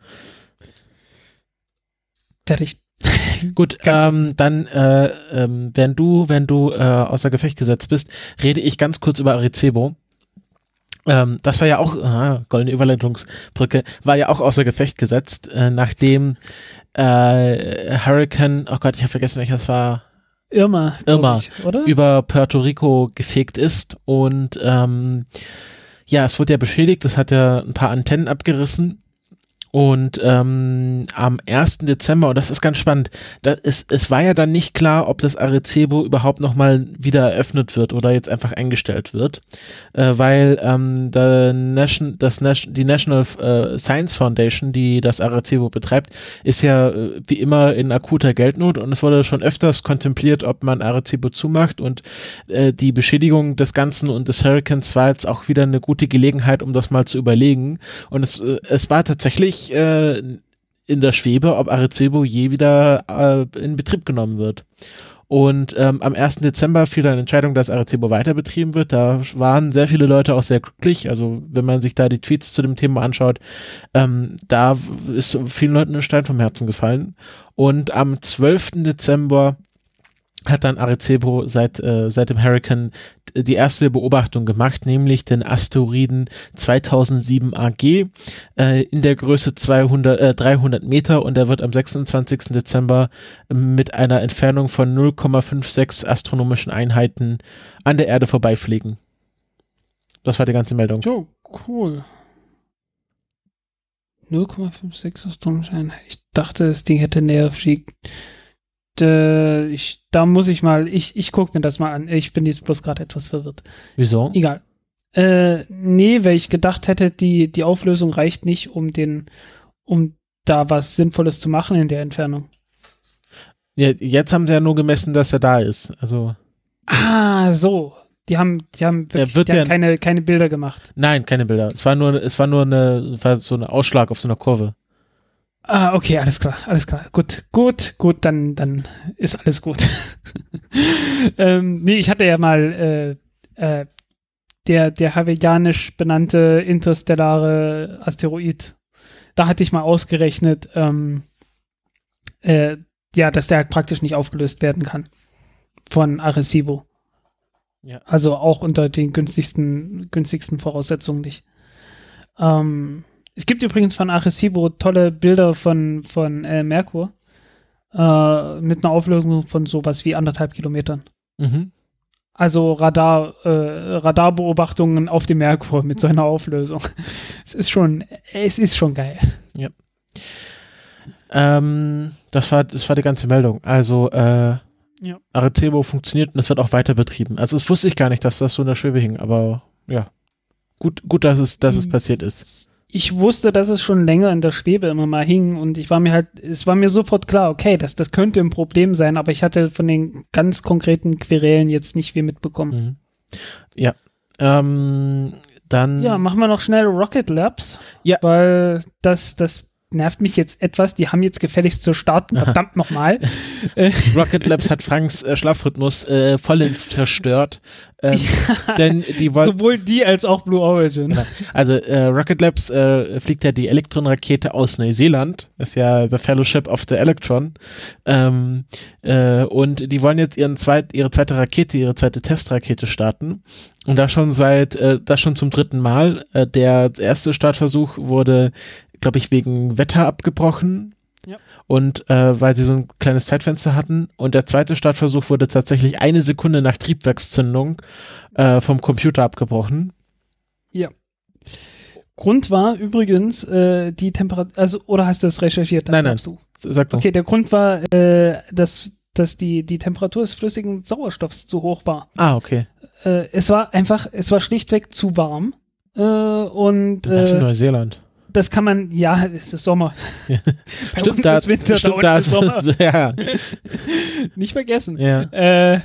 Fertig. Gut, dann wenn du außer Gefecht gesetzt bist, rede ich ganz kurz über Arecibo. Das war ja auch, goldene Überleitungsbrücke, war ja auch außer Gefecht gesetzt, nachdem Hurricane, oh Gott, ich habe vergessen, welches war. Irma, oder? Über Puerto Rico gefegt ist und es wurde ja beschädigt, das hat ja ein paar Antennen abgerissen. Und am 1. Dezember, und das ist ganz spannend, es war ja dann nicht klar, ob das Arecibo überhaupt nochmal wieder eröffnet wird oder jetzt einfach eingestellt wird, weil die National Science Foundation, die das Arecibo betreibt, ist ja wie immer in akuter Geldnot und es wurde schon öfters kontempliert, ob man Arecibo zumacht und die Beschädigung des Ganzen und des Hurricanes war jetzt auch wieder eine gute Gelegenheit, um das mal zu überlegen und es war tatsächlich in der Schwebe, ob Arecibo je wieder in Betrieb genommen wird. Und am 1. Dezember fiel dann Entscheidung, dass Arecibo weiter betrieben wird. Da waren sehr viele Leute auch sehr glücklich. Also wenn man sich da die Tweets zu dem Thema anschaut, da ist vielen Leuten ein Stein vom Herzen gefallen. Und am 12. Dezember hat dann Arecibo seit dem Hurrikan die erste Beobachtung gemacht, nämlich den Asteroiden 2007 AG in der Größe 300 Meter, und der wird am 26. Dezember mit einer Entfernung von 0,56 astronomischen Einheiten an der Erde vorbeifliegen. Das war die ganze Meldung. Jo, cool. 0,56 astronomische Einheiten. Ich dachte, das Ding hätte näher fliegt. Da muss ich mal, ich gucke mir das mal an. Ich bin jetzt bloß gerade etwas verwirrt. Wieso? Egal. Nee, weil ich gedacht hätte, die Auflösung reicht nicht, um da was Sinnvolles zu machen in der Entfernung. Ja, jetzt haben sie ja nur gemessen, dass er da ist. Also. So. Die haben wirklich keine Bilder gemacht. Nein, keine Bilder. Es war so ein Ausschlag auf so einer Kurve. Okay, alles klar. Gut, dann ist alles gut. Nee, ich hatte ja mal der hawaiianisch benannte interstellare Asteroid. Da hatte ich mal ausgerechnet, dass der halt praktisch nicht aufgelöst werden kann von Arecibo. Ja. Also auch unter den günstigsten Voraussetzungen nicht. Es gibt übrigens von Arecibo tolle Bilder von Merkur mit einer Auflösung von sowas wie 1,5 Kilometern. Mhm. Also Radarbeobachtungen auf dem Merkur mit so einer Auflösung. Es ist schon geil. Ja. Das war die ganze Meldung. Also Arecibo funktioniert und es wird auch weiter betrieben. Also das wusste ich gar nicht, dass das so in der Schwebe hing, aber ja. Gut, dass es passiert ist. Ich wusste, dass es schon länger in der Schwebe immer mal hing, und es war mir sofort klar, okay, das könnte ein Problem sein, aber ich hatte von den ganz konkreten Querelen jetzt nicht viel mitbekommen. Mhm. Ja. Dann. Ja, machen wir noch schnell Rocket Labs. Ja. Weil das nervt mich jetzt etwas. Die haben jetzt gefälligst zu starten. Verdammt nochmal. Rocket Labs hat Franks Schlafrhythmus vollends zerstört. Denn die wollten. Sowohl die als auch Blue Origin. Genau. Also Rocket Labs fliegt ja die Elektron-Rakete aus Neuseeland. Das ist ja the Fellowship of the Electron. Und die wollen jetzt ihre zweite Testrakete starten. Und das schon zum 3. Mal. Der erste Startversuch wurde, glaube ich, wegen Wetter abgebrochen. Ja. Und weil sie so ein kleines Zeitfenster hatten. Und der zweite Startversuch wurde tatsächlich 1 Sekunde nach Triebwerkszündung vom Computer abgebrochen. Ja. Grund war übrigens die Temperatur, also, oder hast du das recherchiert? Nein. Sag doch. Okay, der Grund war, dass die Temperatur des flüssigen Sauerstoffs zu hoch war. Okay. Es war schlichtweg zu warm. Und das ist in Neuseeland. Das kann man, ja, es ist Sommer. Ja. Bei uns ist Winter, da ist Sommer. Ja. Nicht vergessen. Ja.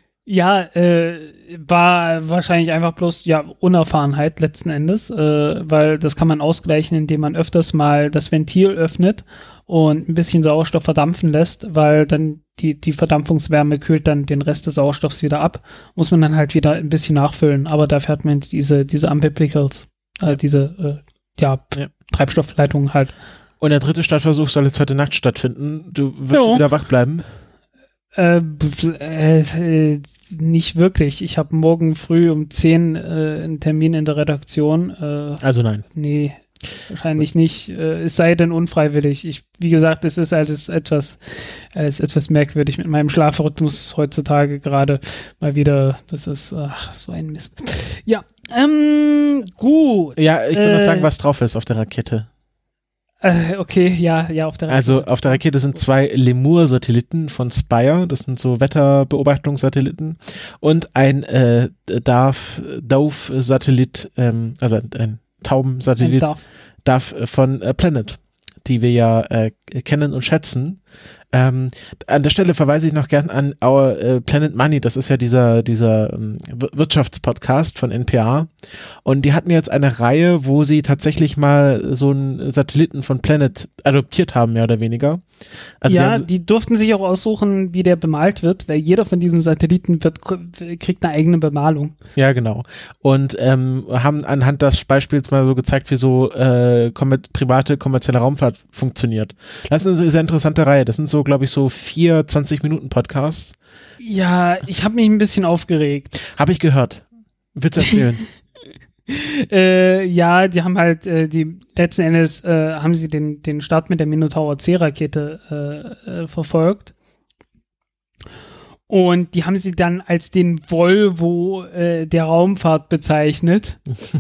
War wahrscheinlich einfach bloß Unerfahrenheit letzten Endes, weil das kann man ausgleichen, indem man öfters mal das Ventil öffnet und ein bisschen Sauerstoff verdampfen lässt, weil dann die Verdampfungswärme kühlt dann den Rest des Sauerstoffs wieder ab, muss man dann halt wieder ein bisschen nachfüllen, aber dafür hat man diese Umbilicals, Treibstoffleitungen halt. Und der 3. Startversuch soll jetzt heute Nacht stattfinden. Du wirst wieder wach bleiben? Nicht wirklich. Ich habe morgen früh um 10 einen Termin in der Redaktion. Also nein. Nee, wahrscheinlich nicht. Es sei denn unfreiwillig. Wie gesagt, es ist alles etwas merkwürdig mit meinem Schlafrhythmus heutzutage gerade mal wieder. Das ist so ein Mist. Ja, gut. Ja, ich will noch sagen, was drauf ist auf der Rakete. Okay, ja, auf der Rakete. Also auf der Rakete sind 2 Lemur-Satelliten von Spire, das sind so Wetterbeobachtungssatelliten, und ein Dove-Satellit, also ein Taubensatellit, Dove von Planet, die wir ja kennen und schätzen. An der Stelle verweise ich noch gern an Our Planet Money, das ist ja dieser Wirtschaftspodcast von NPR, und die hatten jetzt eine Reihe, wo sie tatsächlich mal so einen Satelliten von Planet adoptiert haben, mehr oder weniger. Also ja, die durften sich auch aussuchen, wie der bemalt wird, weil jeder von diesen Satelliten kriegt eine eigene Bemalung. Ja, genau. Und haben anhand des Beispiels mal so gezeigt, wie so private kommerzielle Raumfahrt funktioniert. Das ist eine sehr interessante Reihe. Das sind so, glaube ich, so 4 20-Minuten-Podcasts. Ja, ich habe mich ein bisschen aufgeregt. Habe ich gehört. Willst du erzählen? Ja, die haben halt, letzten Endes haben sie den Start mit der Minotaur C-Rakete verfolgt. Und die haben sie dann als den Volvo der Raumfahrt bezeichnet.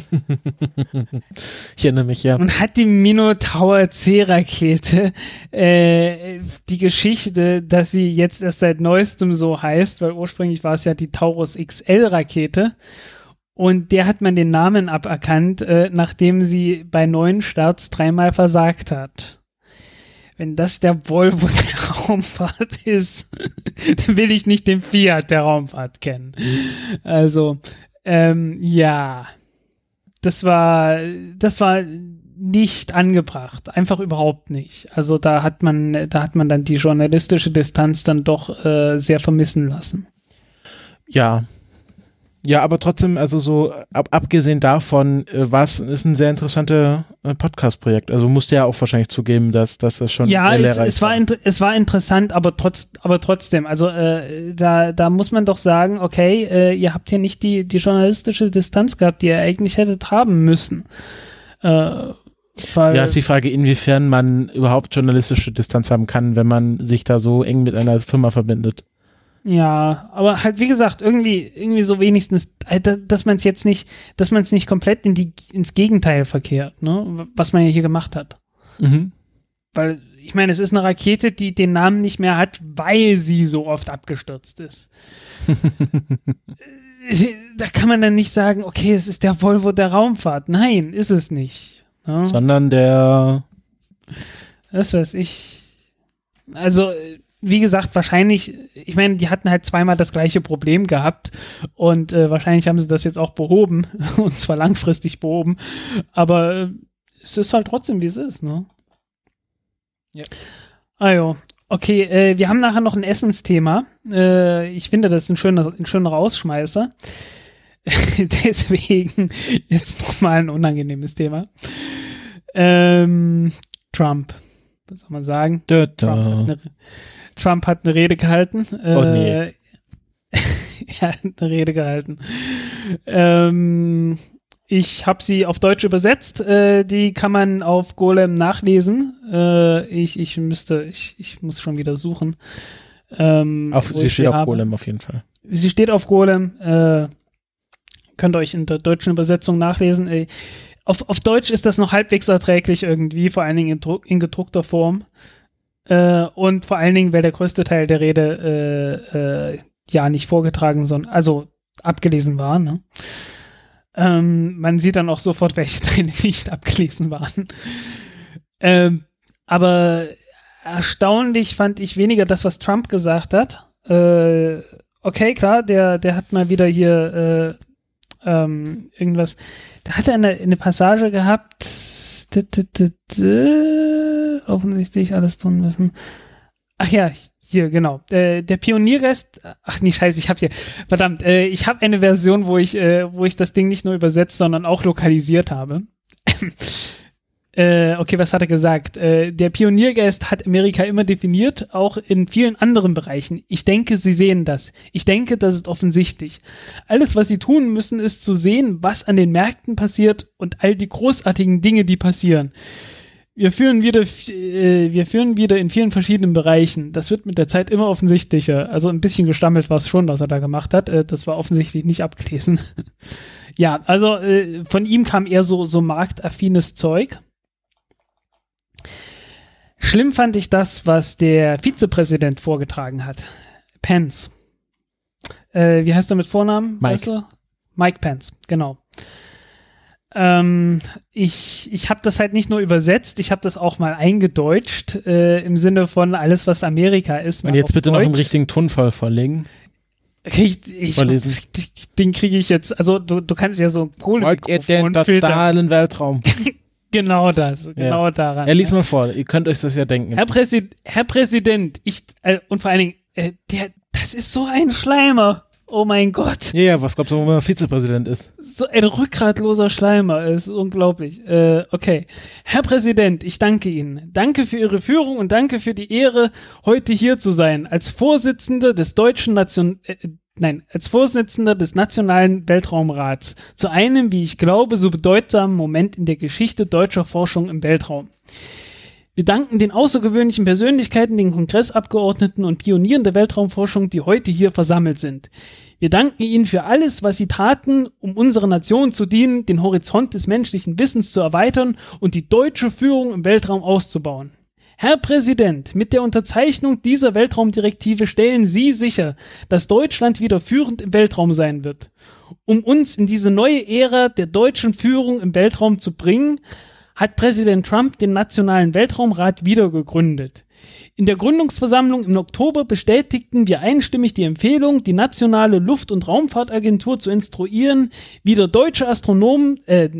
Ich erinnere mich, ja. Und hat die Minotaur C-Rakete die Geschichte, dass sie jetzt erst seit neuestem so heißt, weil ursprünglich war es ja die Taurus XL-Rakete. Und der hat man den Namen aberkannt, nachdem sie bei 9 Starts 3-mal versagt hat. Wenn das der Volvo der Raumfahrt ist, dann will ich nicht den Fiat der Raumfahrt kennen. Also, ja, das war nicht angebracht, einfach überhaupt nicht. Also da hat man dann die journalistische Distanz dann doch sehr vermissen lassen. Ja, aber trotzdem, also so abgesehen davon, ist ein sehr interessantes Podcast-Projekt. Also musst du ja auch wahrscheinlich zugeben, dass das schon sehr lehrreich war. Es war interessant, aber trotzdem, also da muss man doch sagen, okay, ihr habt hier nicht die journalistische Distanz gehabt, die ihr eigentlich hättet haben müssen. Ja, ist die Frage, inwiefern man überhaupt journalistische Distanz haben kann, wenn man sich da so eng mit einer Firma verbindet. Ja, aber halt, wie gesagt, irgendwie so wenigstens, dass man es jetzt nicht, dass man es nicht komplett ins Gegenteil verkehrt, ne, was man ja hier gemacht hat. Mhm. Weil, ich meine, es ist eine Rakete, die den Namen nicht mehr hat, weil sie so oft abgestürzt ist. Da kann man dann nicht sagen, okay, es ist der Volvo der Raumfahrt. Nein, ist es nicht. Ne? Sondern der... Das weiß ich. Also, wie gesagt, wahrscheinlich, ich meine, die hatten halt 2-mal das gleiche Problem gehabt und wahrscheinlich haben sie das jetzt auch behoben und zwar langfristig behoben, aber es ist halt trotzdem, wie es ist, ne? Ja. Also, okay, wir haben nachher noch ein Essensthema. Ich finde, das ist ein schöner Rausschmeißer. Deswegen jetzt nochmal ein unangenehmes Thema. Trump, was soll man sagen? Trump hat eine Rede gehalten. Oh nee. Er hat eine Rede gehalten. Ich habe sie auf Deutsch übersetzt. Die kann man auf Golem nachlesen. Ich muss schon wieder suchen. Sie steht auf Golem auf jeden Fall. Sie steht auf Golem. Könnt ihr euch in der deutschen Übersetzung nachlesen. Auf Deutsch ist das noch halbwegs erträglich irgendwie, vor allen Dingen in gedruckter Form. Und vor allen Dingen, weil der größte Teil der Rede ja nicht vorgetragen, sondern also abgelesen war. Ne? Man sieht dann auch sofort, welche drin nicht abgelesen waren. Aber erstaunlich fand ich weniger das, was Trump gesagt hat. Okay, klar, der hat mal wieder hier irgendwas. Da hat er eine Passage gehabt. Offensichtlich alles tun müssen. Ach ja, hier, genau. Der Pionierrest, ach nee, scheiße, ich hab's hier. Verdammt, ich habe eine Version, wo ich das Ding nicht nur übersetzt, sondern auch lokalisiert habe. Okay, was hat er gesagt? Der Pioniergeist hat Amerika immer definiert, auch in vielen anderen Bereichen. Ich denke, Sie sehen das. Ich denke, das ist offensichtlich. Alles, was Sie tun müssen, ist zu sehen, was an den Märkten passiert und all die großartigen Dinge, die passieren. Wir führen wieder in vielen verschiedenen Bereichen. Das wird mit der Zeit immer offensichtlicher. Also ein bisschen gestammelt war es schon, was er da gemacht hat. Das war offensichtlich nicht abgelesen. Ja, also von ihm kam eher so marktaffines Zeug. Schlimm fand ich das, was der Vizepräsident vorgetragen hat. Pence. Wie heißt er mit Vornamen? Mike. Weißt du? Mike Pence, genau. Ich habe das halt nicht nur übersetzt, ich habe das auch mal eingedeutscht, im Sinne von alles, was Amerika ist. Und jetzt bitte Deutsch. Noch im richtigen Tonfall vorlegen. Den kriege ich jetzt, also du kannst ja so ein Kohlemikrofon den totalen Weltraum. Genau daran. Lies mal vor, ihr könnt euch das ja denken. Herr Präsident, und vor allen Dingen, das ist so ein Schleimer. Oh mein Gott. Ja, was glaubst du, wenn man Vizepräsident ist? So ein rückgratloser Schleimer, es ist unglaublich. Okay. Herr Präsident, ich danke Ihnen. Danke für Ihre Führung und danke für die Ehre, heute hier zu sein. Als Vorsitzender des Nationalen Weltraumrats. Zu einem, wie ich glaube, so bedeutsamen Moment in der Geschichte deutscher Forschung im Weltraum. Wir danken den außergewöhnlichen Persönlichkeiten, den Kongressabgeordneten und Pionieren der Weltraumforschung, die heute hier versammelt sind. Wir danken ihnen für alles, was sie taten, um unserer Nation zu dienen, den Horizont des menschlichen Wissens zu erweitern und die deutsche Führung im Weltraum auszubauen. Herr Präsident, mit der Unterzeichnung dieser Weltraumdirektive stellen Sie sicher, dass Deutschland wieder führend im Weltraum sein wird. Um uns in diese neue Ära der deutschen Führung im Weltraum zu bringen, hat Präsident Trump den Nationalen Weltraumrat wieder gegründet. In der Gründungsversammlung im Oktober bestätigten wir einstimmig die Empfehlung, die nationale Luft- und Raumfahrtagentur zu instruieren, wieder deutsche Astronauten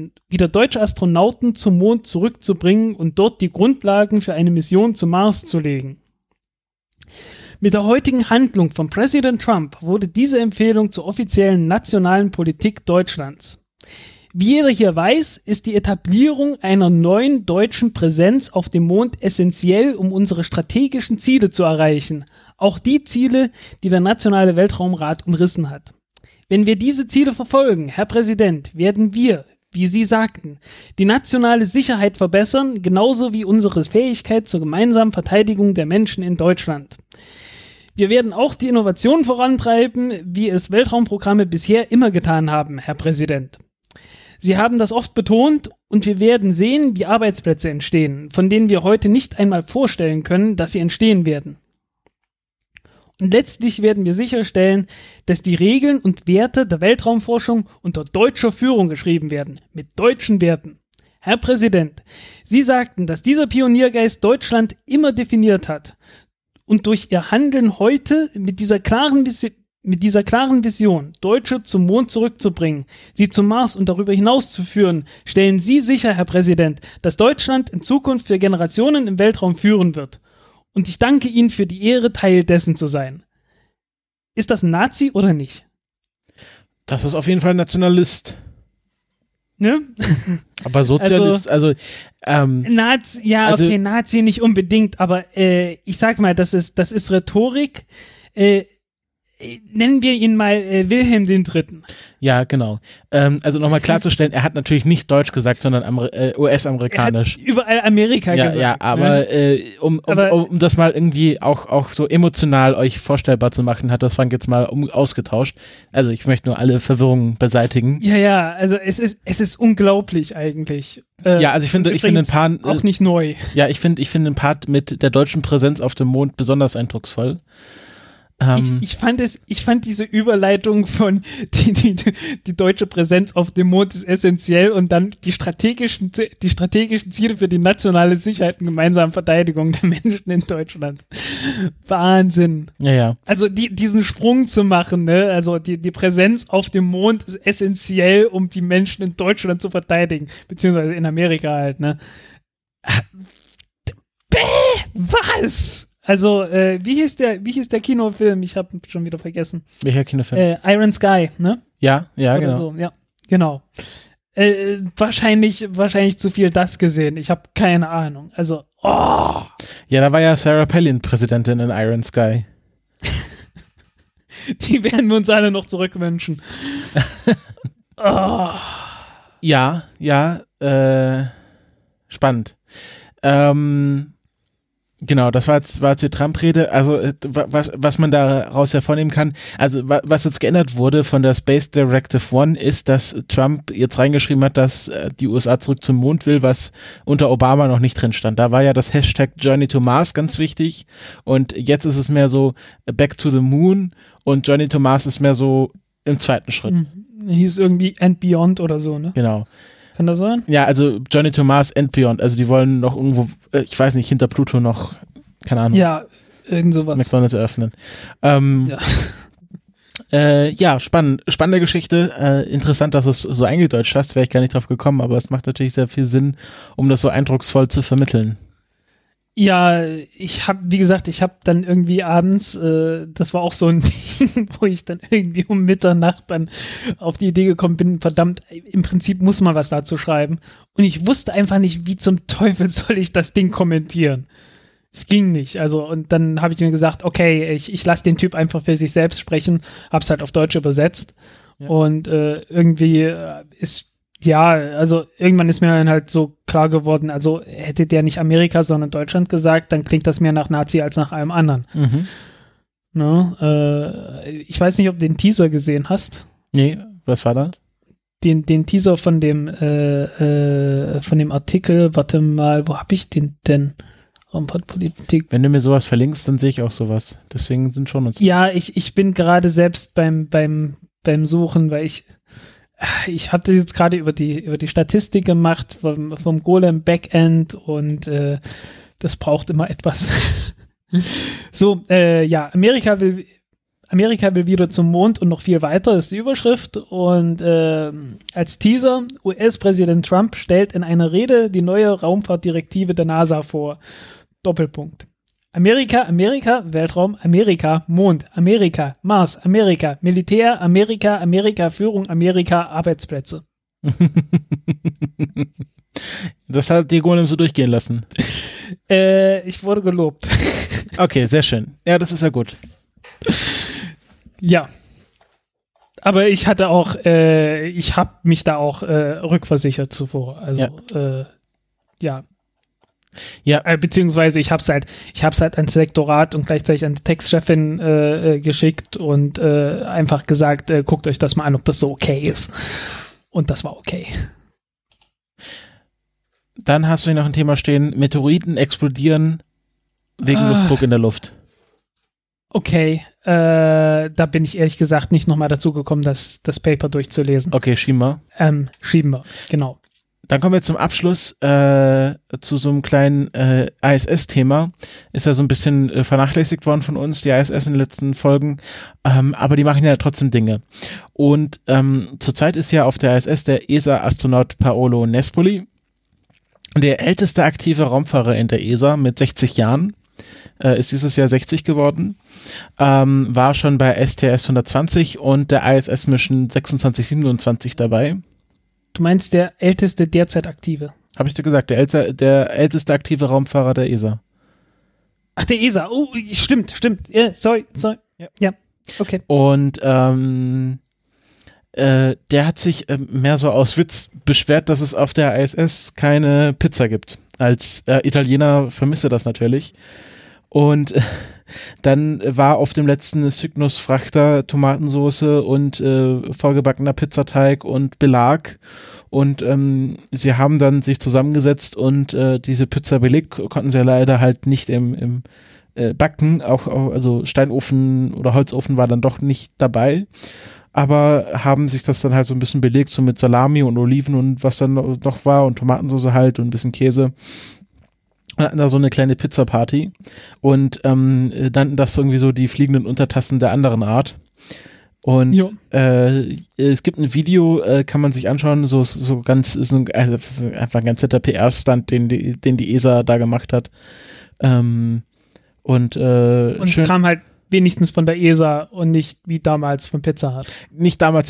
zum Mond zurückzubringen und dort die Grundlagen für eine Mission zum Mars zu legen. Mit der heutigen Handlung von Präsident Trump wurde diese Empfehlung zur offiziellen nationalen Politik Deutschlands. Wie jeder hier weiß, ist die Etablierung einer neuen deutschen Präsenz auf dem Mond essentiell, um unsere strategischen Ziele zu erreichen. Auch die Ziele, die der Nationale Weltraumrat umrissen hat. Wenn wir diese Ziele verfolgen, Herr Präsident, werden wir, wie Sie sagten, die nationale Sicherheit verbessern, genauso wie unsere Fähigkeit zur gemeinsamen Verteidigung der Menschen in Deutschland. Wir werden auch die Innovation vorantreiben, wie es Weltraumprogramme bisher immer getan haben, Herr Präsident. Sie haben das oft betont und wir werden sehen, wie Arbeitsplätze entstehen, von denen wir heute nicht einmal vorstellen können, dass sie entstehen werden. Und letztlich werden wir sicherstellen, dass die Regeln und Werte der Weltraumforschung unter deutscher Führung geschrieben werden, mit deutschen Werten. Herr Präsident, Sie sagten, dass dieser Pioniergeist Deutschland immer definiert hat und durch Ihr Handeln heute mit dieser klaren Vision, Deutsche zum Mond zurückzubringen, sie zum Mars und darüber hinaus zu führen, stellen Sie sicher, Herr Präsident, dass Deutschland in Zukunft für Generationen im Weltraum führen wird. Und ich danke Ihnen für die Ehre, Teil dessen zu sein. Ist das ein Nazi oder nicht? Das ist auf jeden Fall ein Nationalist. Ne? Aber Sozialist, Nazi, ja, also, okay, Nazi nicht unbedingt, aber ich sag mal, das ist Rhetorik. Nennen wir ihn mal Wilhelm III. Ja, genau. Also nochmal klarzustellen, er hat natürlich nicht Deutsch gesagt, sondern US-amerikanisch. Er hat überall Amerika gesagt. Ja, aber um das mal irgendwie auch so emotional euch vorstellbar zu machen, hat das Frank jetzt mal ausgetauscht. Also ich möchte nur alle Verwirrungen beseitigen. Ja, also es ist unglaublich eigentlich. Ja, also ich finde den Part auch nicht neu. Ja, ich finde den Part mit der deutschen Präsenz auf dem Mond besonders eindrucksvoll. Ich fand diese Überleitung von die deutsche Präsenz auf dem Mond ist essentiell und dann die strategischen Ziele für die nationale Sicherheit und gemeinsame Verteidigung der Menschen in Deutschland. Wahnsinn. Ja. Also diesen Sprung zu machen, ne? Also die Präsenz auf dem Mond ist essentiell, um die Menschen in Deutschland zu verteidigen, beziehungsweise in Amerika halt, ne? Was? Also, wie hieß der Kinofilm? Ich habe schon wieder vergessen. Welcher Kinofilm? Iron Sky, ne? Ja, oder genau. So. Ja, genau. Wahrscheinlich zu viel das gesehen. Ich habe keine Ahnung. Also, Ja, da war ja Sarah Palin Präsidentin in Iron Sky. Die werden wir uns alle noch zurückwünschen. Ja, spannend. Genau, das war jetzt die Trump-Rede. Also was man daraus hervornehmen kann, also was jetzt geändert wurde von der Space Directive One ist, dass Trump jetzt reingeschrieben hat, dass die USA zurück zum Mond will, was unter Obama noch nicht drin stand. Da war ja das Hashtag Journey to Mars ganz wichtig und jetzt ist es mehr so Back to the Moon und Journey to Mars ist mehr so im zweiten Schritt. Hieß irgendwie And Beyond oder so, ne? Genau. Kann das sein? Ja, also Journey to Mars and Beyond. Also die wollen noch irgendwo, ich weiß nicht, hinter Pluto noch, keine Ahnung. Ja, irgend sowas. McDonald's eröffnen. Spannende Geschichte. Interessant, dass du es so eingedeutscht hast. Wäre ich gar nicht drauf gekommen, aber es macht natürlich sehr viel Sinn, um das so eindrucksvoll zu vermitteln. Ja, ich habe dann irgendwie abends, das war auch so ein Ding, wo ich dann irgendwie um Mitternacht dann auf die Idee gekommen bin, verdammt, im Prinzip muss man was dazu schreiben. Und ich wusste einfach nicht, wie zum Teufel soll ich das Ding kommentieren. Es ging nicht. Also, und dann habe ich mir gesagt, okay, ich lasse den Typ einfach für sich selbst sprechen, hab's halt auf Deutsch übersetzt. Ja. Und irgendwie irgendwann ist mir dann halt so klar geworden, also hätte der nicht Amerika, sondern Deutschland gesagt, dann klingt das mehr nach Nazi als nach allem anderen. Mhm. Ne? Ich weiß nicht, ob du den Teaser gesehen hast. Nee, was war das? Den Teaser von dem Artikel, warte mal, wo habe ich den denn? Raumfahrtpolitik. Wenn du mir sowas verlinkst, dann sehe ich auch sowas. Deswegen sind schon uns. Ja, ich bin gerade selbst beim Suchen, weil ich habe das jetzt gerade über die Statistik gemacht vom Golem Backend und das braucht immer etwas. So, Amerika will wieder zum Mond und noch viel weiter, ist die Überschrift. Und als Teaser, US-Präsident Trump stellt in einer Rede die neue Raumfahrtdirektive der NASA vor. Doppelpunkt. Amerika, Weltraum, Amerika, Mond, Amerika, Mars, Amerika, Militär, Amerika, Führung, Amerika, Arbeitsplätze. Das hat die Golem so durchgehen lassen. Ich wurde gelobt. Okay, sehr schön. Ja, das ist ja gut. Ja. Aber ich hatte auch, ich habe mich da auch rückversichert zuvor. Also, ja. Ja. Beziehungsweise ich hab's halt ans Lektorat und gleichzeitig an die Textchefin geschickt und einfach gesagt, guckt euch das mal an, ob das so okay ist. Und das war okay. Dann hast du hier noch ein Thema stehen, Meteoriten explodieren wegen Luftdruck in der Luft. Okay, da bin ich ehrlich gesagt nicht nochmal dazu gekommen, das Paper durchzulesen. Okay, schieben wir. Genau. Dann kommen wir zum Abschluss zu so einem kleinen ISS-Thema. Ist ja so ein bisschen vernachlässigt worden von uns, die ISS in den letzten Folgen. Aber die machen ja trotzdem Dinge. Und zurzeit ist ja auf der ISS der ESA-Astronaut Paolo Nespoli, der älteste aktive Raumfahrer in der ESA mit 60 Jahren. Ist dieses Jahr 60 geworden. War schon bei STS 120 und der ISS-Mission 2627 dabei. Du meinst der älteste derzeit aktive? Habe ich dir gesagt, der älteste aktive Raumfahrer der ESA. Ach, der ESA. Oh, stimmt. Yeah, sorry. Ja, okay. Und der hat sich mehr so aus Witz beschwert, dass es auf der ISS keine Pizza gibt. Als Italiener vermisse das natürlich. Und dann war auf dem letzten Cygnus-Frachter Tomatensoße und vorgebackener Pizzateig und Belag. Und sie haben dann sich zusammengesetzt und diese Pizza Beleg konnten sie ja leider halt nicht im Backen. Also Steinofen oder Holzofen war dann doch nicht dabei. Aber haben sich das dann halt so ein bisschen belegt, so mit Salami und Oliven und was dann noch war und Tomatensauce halt und ein bisschen Käse. Und hatten da so eine kleine Pizza-Party und nannten das irgendwie so die fliegenden Untertassen der anderen Art. Und es gibt ein Video, kann man sich anschauen, so ganz, ist einfach ein ganz netter PR-Stunt, den die ESA da gemacht hat. Und es kam halt wenigstens von der ESA und nicht wie damals von Pizza Hut. Nicht damals,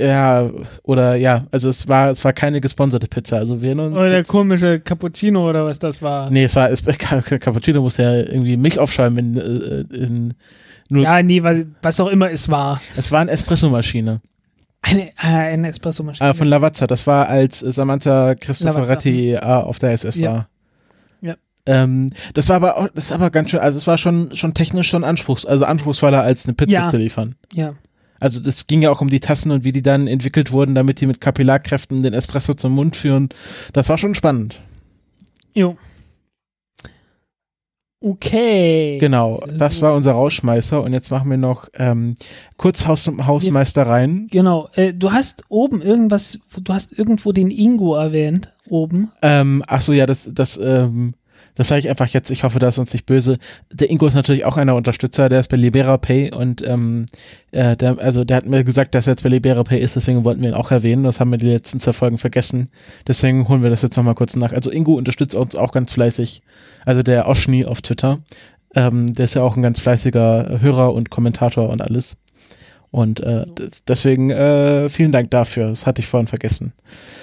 also es war keine gesponserte Pizza. Also oder der komische Cappuccino oder was das war. Nee, Cappuccino musste ja irgendwie Milch aufschäumen was auch immer es war. Es war eine Espressomaschine. Eine Espressomaschine. Von Lavazza, das war als Samantha Cristoforetti auf der SS war. Ja. Das war aber ganz schön, also es war schon technisch schon anspruchsvoller als eine Pizza zu liefern. Ja. Also das ging ja auch um die Tassen und wie die dann entwickelt wurden, damit die mit Kapillarkräften den Espresso zum Mund führen. Das war schon spannend. Jo. Okay. Genau, das war unser Rausschmeißer und jetzt machen wir noch kurz Hausmeistereien. Genau, du hast oben irgendwas, du hast irgendwo den Ingo erwähnt, oben. Ach so, ja, das sage ich einfach jetzt, ich hoffe, da ist uns nicht böse. Der Ingo ist natürlich auch einer Unterstützer, der ist bei LiberaPay und der hat mir gesagt, dass er jetzt bei LiberaPay ist, deswegen wollten wir ihn auch erwähnen, das haben wir die letzten 2 Folgen vergessen, deswegen holen wir das jetzt nochmal kurz nach. Also Ingo unterstützt uns auch ganz fleißig, also der Oschni auf Twitter, der ist ja auch ein ganz fleißiger Hörer und Kommentator und alles und deswegen vielen Dank dafür, das hatte ich vorhin vergessen.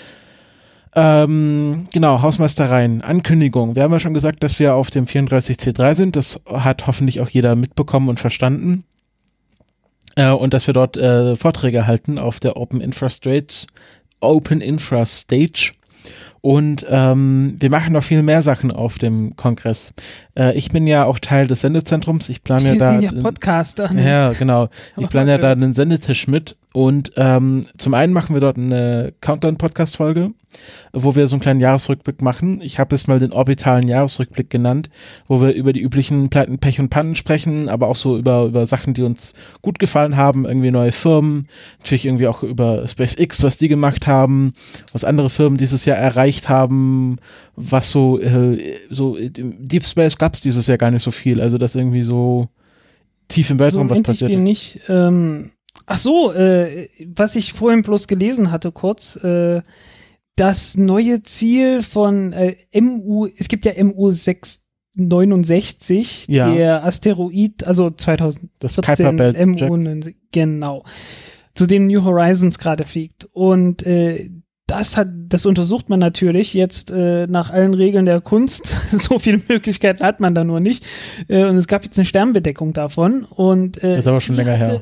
Genau, Hausmeistereien, Ankündigung. Wir haben ja schon gesagt, dass wir auf dem 34C3 sind. Das hat hoffentlich auch jeder mitbekommen und verstanden. Und dass wir dort Vorträge halten auf der Open Infra Stage. Und wir machen noch viel mehr Sachen auf dem Kongress. Ich bin ja auch Teil des Sendezentrums. Ich plane Wir da. sind ja Podcaster. Ne? Ja, genau. Ich plane ja da einen Sendetisch mit. Und zum einen machen wir dort eine Countdown-Podcast-Folge, wo wir so einen kleinen Jahresrückblick machen. Ich habe es mal den orbitalen Jahresrückblick genannt, wo wir über die üblichen Pleiten, Pech und Pannen sprechen, aber auch so über Sachen, die uns gut gefallen haben, irgendwie neue Firmen, natürlich irgendwie auch über SpaceX, was die gemacht haben, was andere Firmen dieses Jahr erreicht haben, was so im Deep Space gab es dieses Jahr gar nicht so viel, also dass irgendwie so tief im Weltraum was passiert. Nicht, was ich vorhin bloß gelesen hatte kurz, das neue Ziel von es gibt ja MU-669, ja. Der Asteroid, also 2014 das Kuiper Belt MU-9, genau, zu dem New Horizons gerade fliegt. Und das untersucht man natürlich jetzt nach allen Regeln der Kunst. So viele Möglichkeiten hat man da nur nicht. Und es gab jetzt eine Sternbedeckung davon. Und das ist aber schon länger her.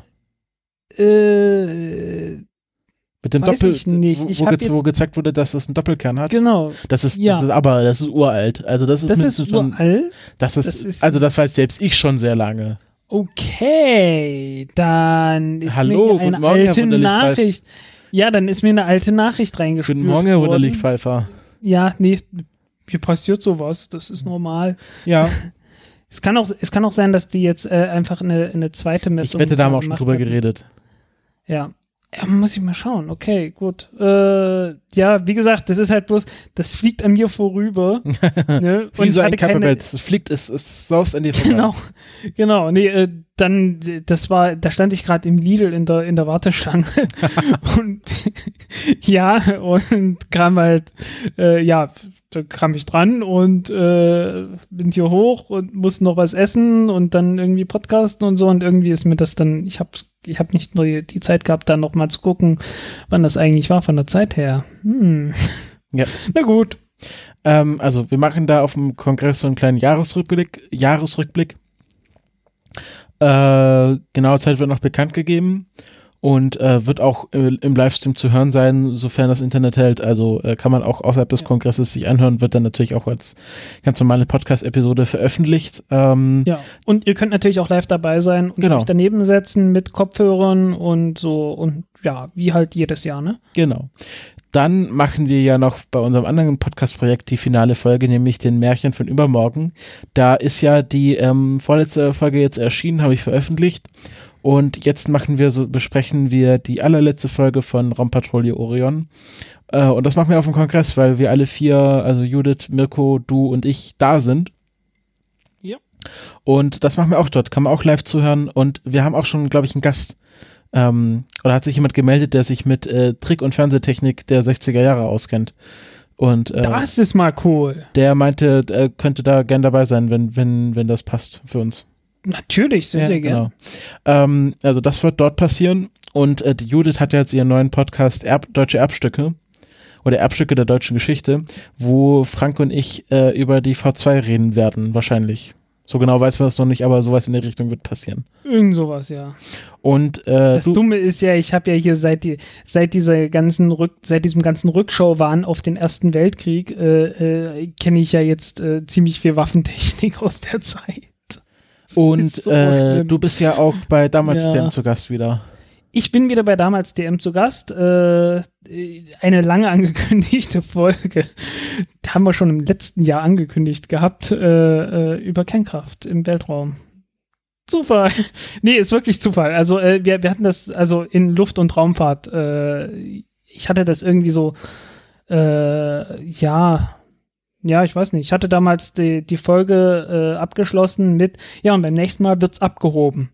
Mit dem wo gezeigt wurde, dass es einen Doppelkern hat. Genau. Das ist uralt. Also das ist uralt. Das weiß selbst ich schon sehr lange. Okay, dann ist Hallo, mir eine alte Nachricht. Ja, dann ist mir eine alte Nachricht reingespült. Guten Morgen, Herr Wunderlichtpfeifer. Ja, nee, mir passiert sowas. Das ist normal. Ja. Es kann auch sein, dass die jetzt einfach eine zweite Messung. Ich wette, da haben wir auch schon drüber geredet. Ja. Muss ich mal schauen. Okay, gut. Ja, wie gesagt, das ist halt bloß, das fliegt an mir vorüber. Ne? Wie so ein Kuiper-Belt. Es fliegt, es saust an dir vorbei. Genau. Nee, da stand ich gerade im Lidl in der Warteschlange. Und ja, und kam halt, da kam ich dran und bin hier hoch und musste noch was essen und dann irgendwie podcasten und so und irgendwie ist mir das dann, ich hab nicht nur die Zeit gehabt, dann noch mal zu gucken, wann das eigentlich war von der Zeit her. Ja. Na gut. Also wir machen da auf dem Kongress so einen kleinen Jahresrückblick. Genaue Zeit wird noch bekannt gegeben. Und wird auch im Livestream zu hören sein, sofern das Internet hält. Also kann man auch außerhalb des Kongresses sich anhören, wird dann natürlich auch als ganz normale Podcast-Episode veröffentlicht. Ja, und ihr könnt natürlich auch live dabei sein und euch daneben setzen mit Kopfhörern und so und ja, wie halt jedes Jahr, ne? Genau. Dann machen wir ja noch bei unserem anderen Podcast-Projekt die finale Folge, nämlich den Märchen von übermorgen. Da ist ja die vorletzte Folge jetzt erschienen, habe ich veröffentlicht. Und jetzt besprechen wir die allerletzte Folge von Raumpatrouille Orion. Und das machen wir auf dem Kongress, weil wir alle 4, also Judith, Mirko, du und ich, da sind. Ja. Und das machen wir auch dort, kann man auch live zuhören. Und wir haben auch schon, glaube ich, einen Gast. Oder hat sich jemand gemeldet, der sich mit Trick- und Fernsehtechnik der 60er Jahre auskennt. Und das ist mal cool. Der meinte, er könnte da gern dabei sein, wenn das passt für uns. Natürlich, sehr, sehr gerne. Genau. Also das wird dort passieren und die Judith hat jetzt ihren neuen Podcast Deutsche Erbstücke oder Erbstücke der deutschen Geschichte, wo Frank und ich über die V2 reden werden, wahrscheinlich. So genau weiß man das noch nicht, aber sowas in der Richtung wird passieren. Irgend sowas, ja. Und das Dumme ist ja, ich habe ja hier seit diesem ganzen Rückschauwahn auf den Ersten Weltkrieg kenne ich ja jetzt ziemlich viel Waffentechnik aus der Zeit. Und so du bist ja auch bei Damals zu Gast wieder. Ich bin wieder bei damals DM zu Gast. Eine lange angekündigte Folge. Haben wir schon im letzten Jahr angekündigt gehabt, über Kernkraft im Weltraum. Zufall. Nee, ist wirklich Zufall. Also wir hatten das also in Luft- und Raumfahrt. Ich hatte das irgendwie so, ja, ich weiß nicht. Ich hatte damals die Folge abgeschlossen mit, ja, und beim nächsten Mal wird's abgehoben.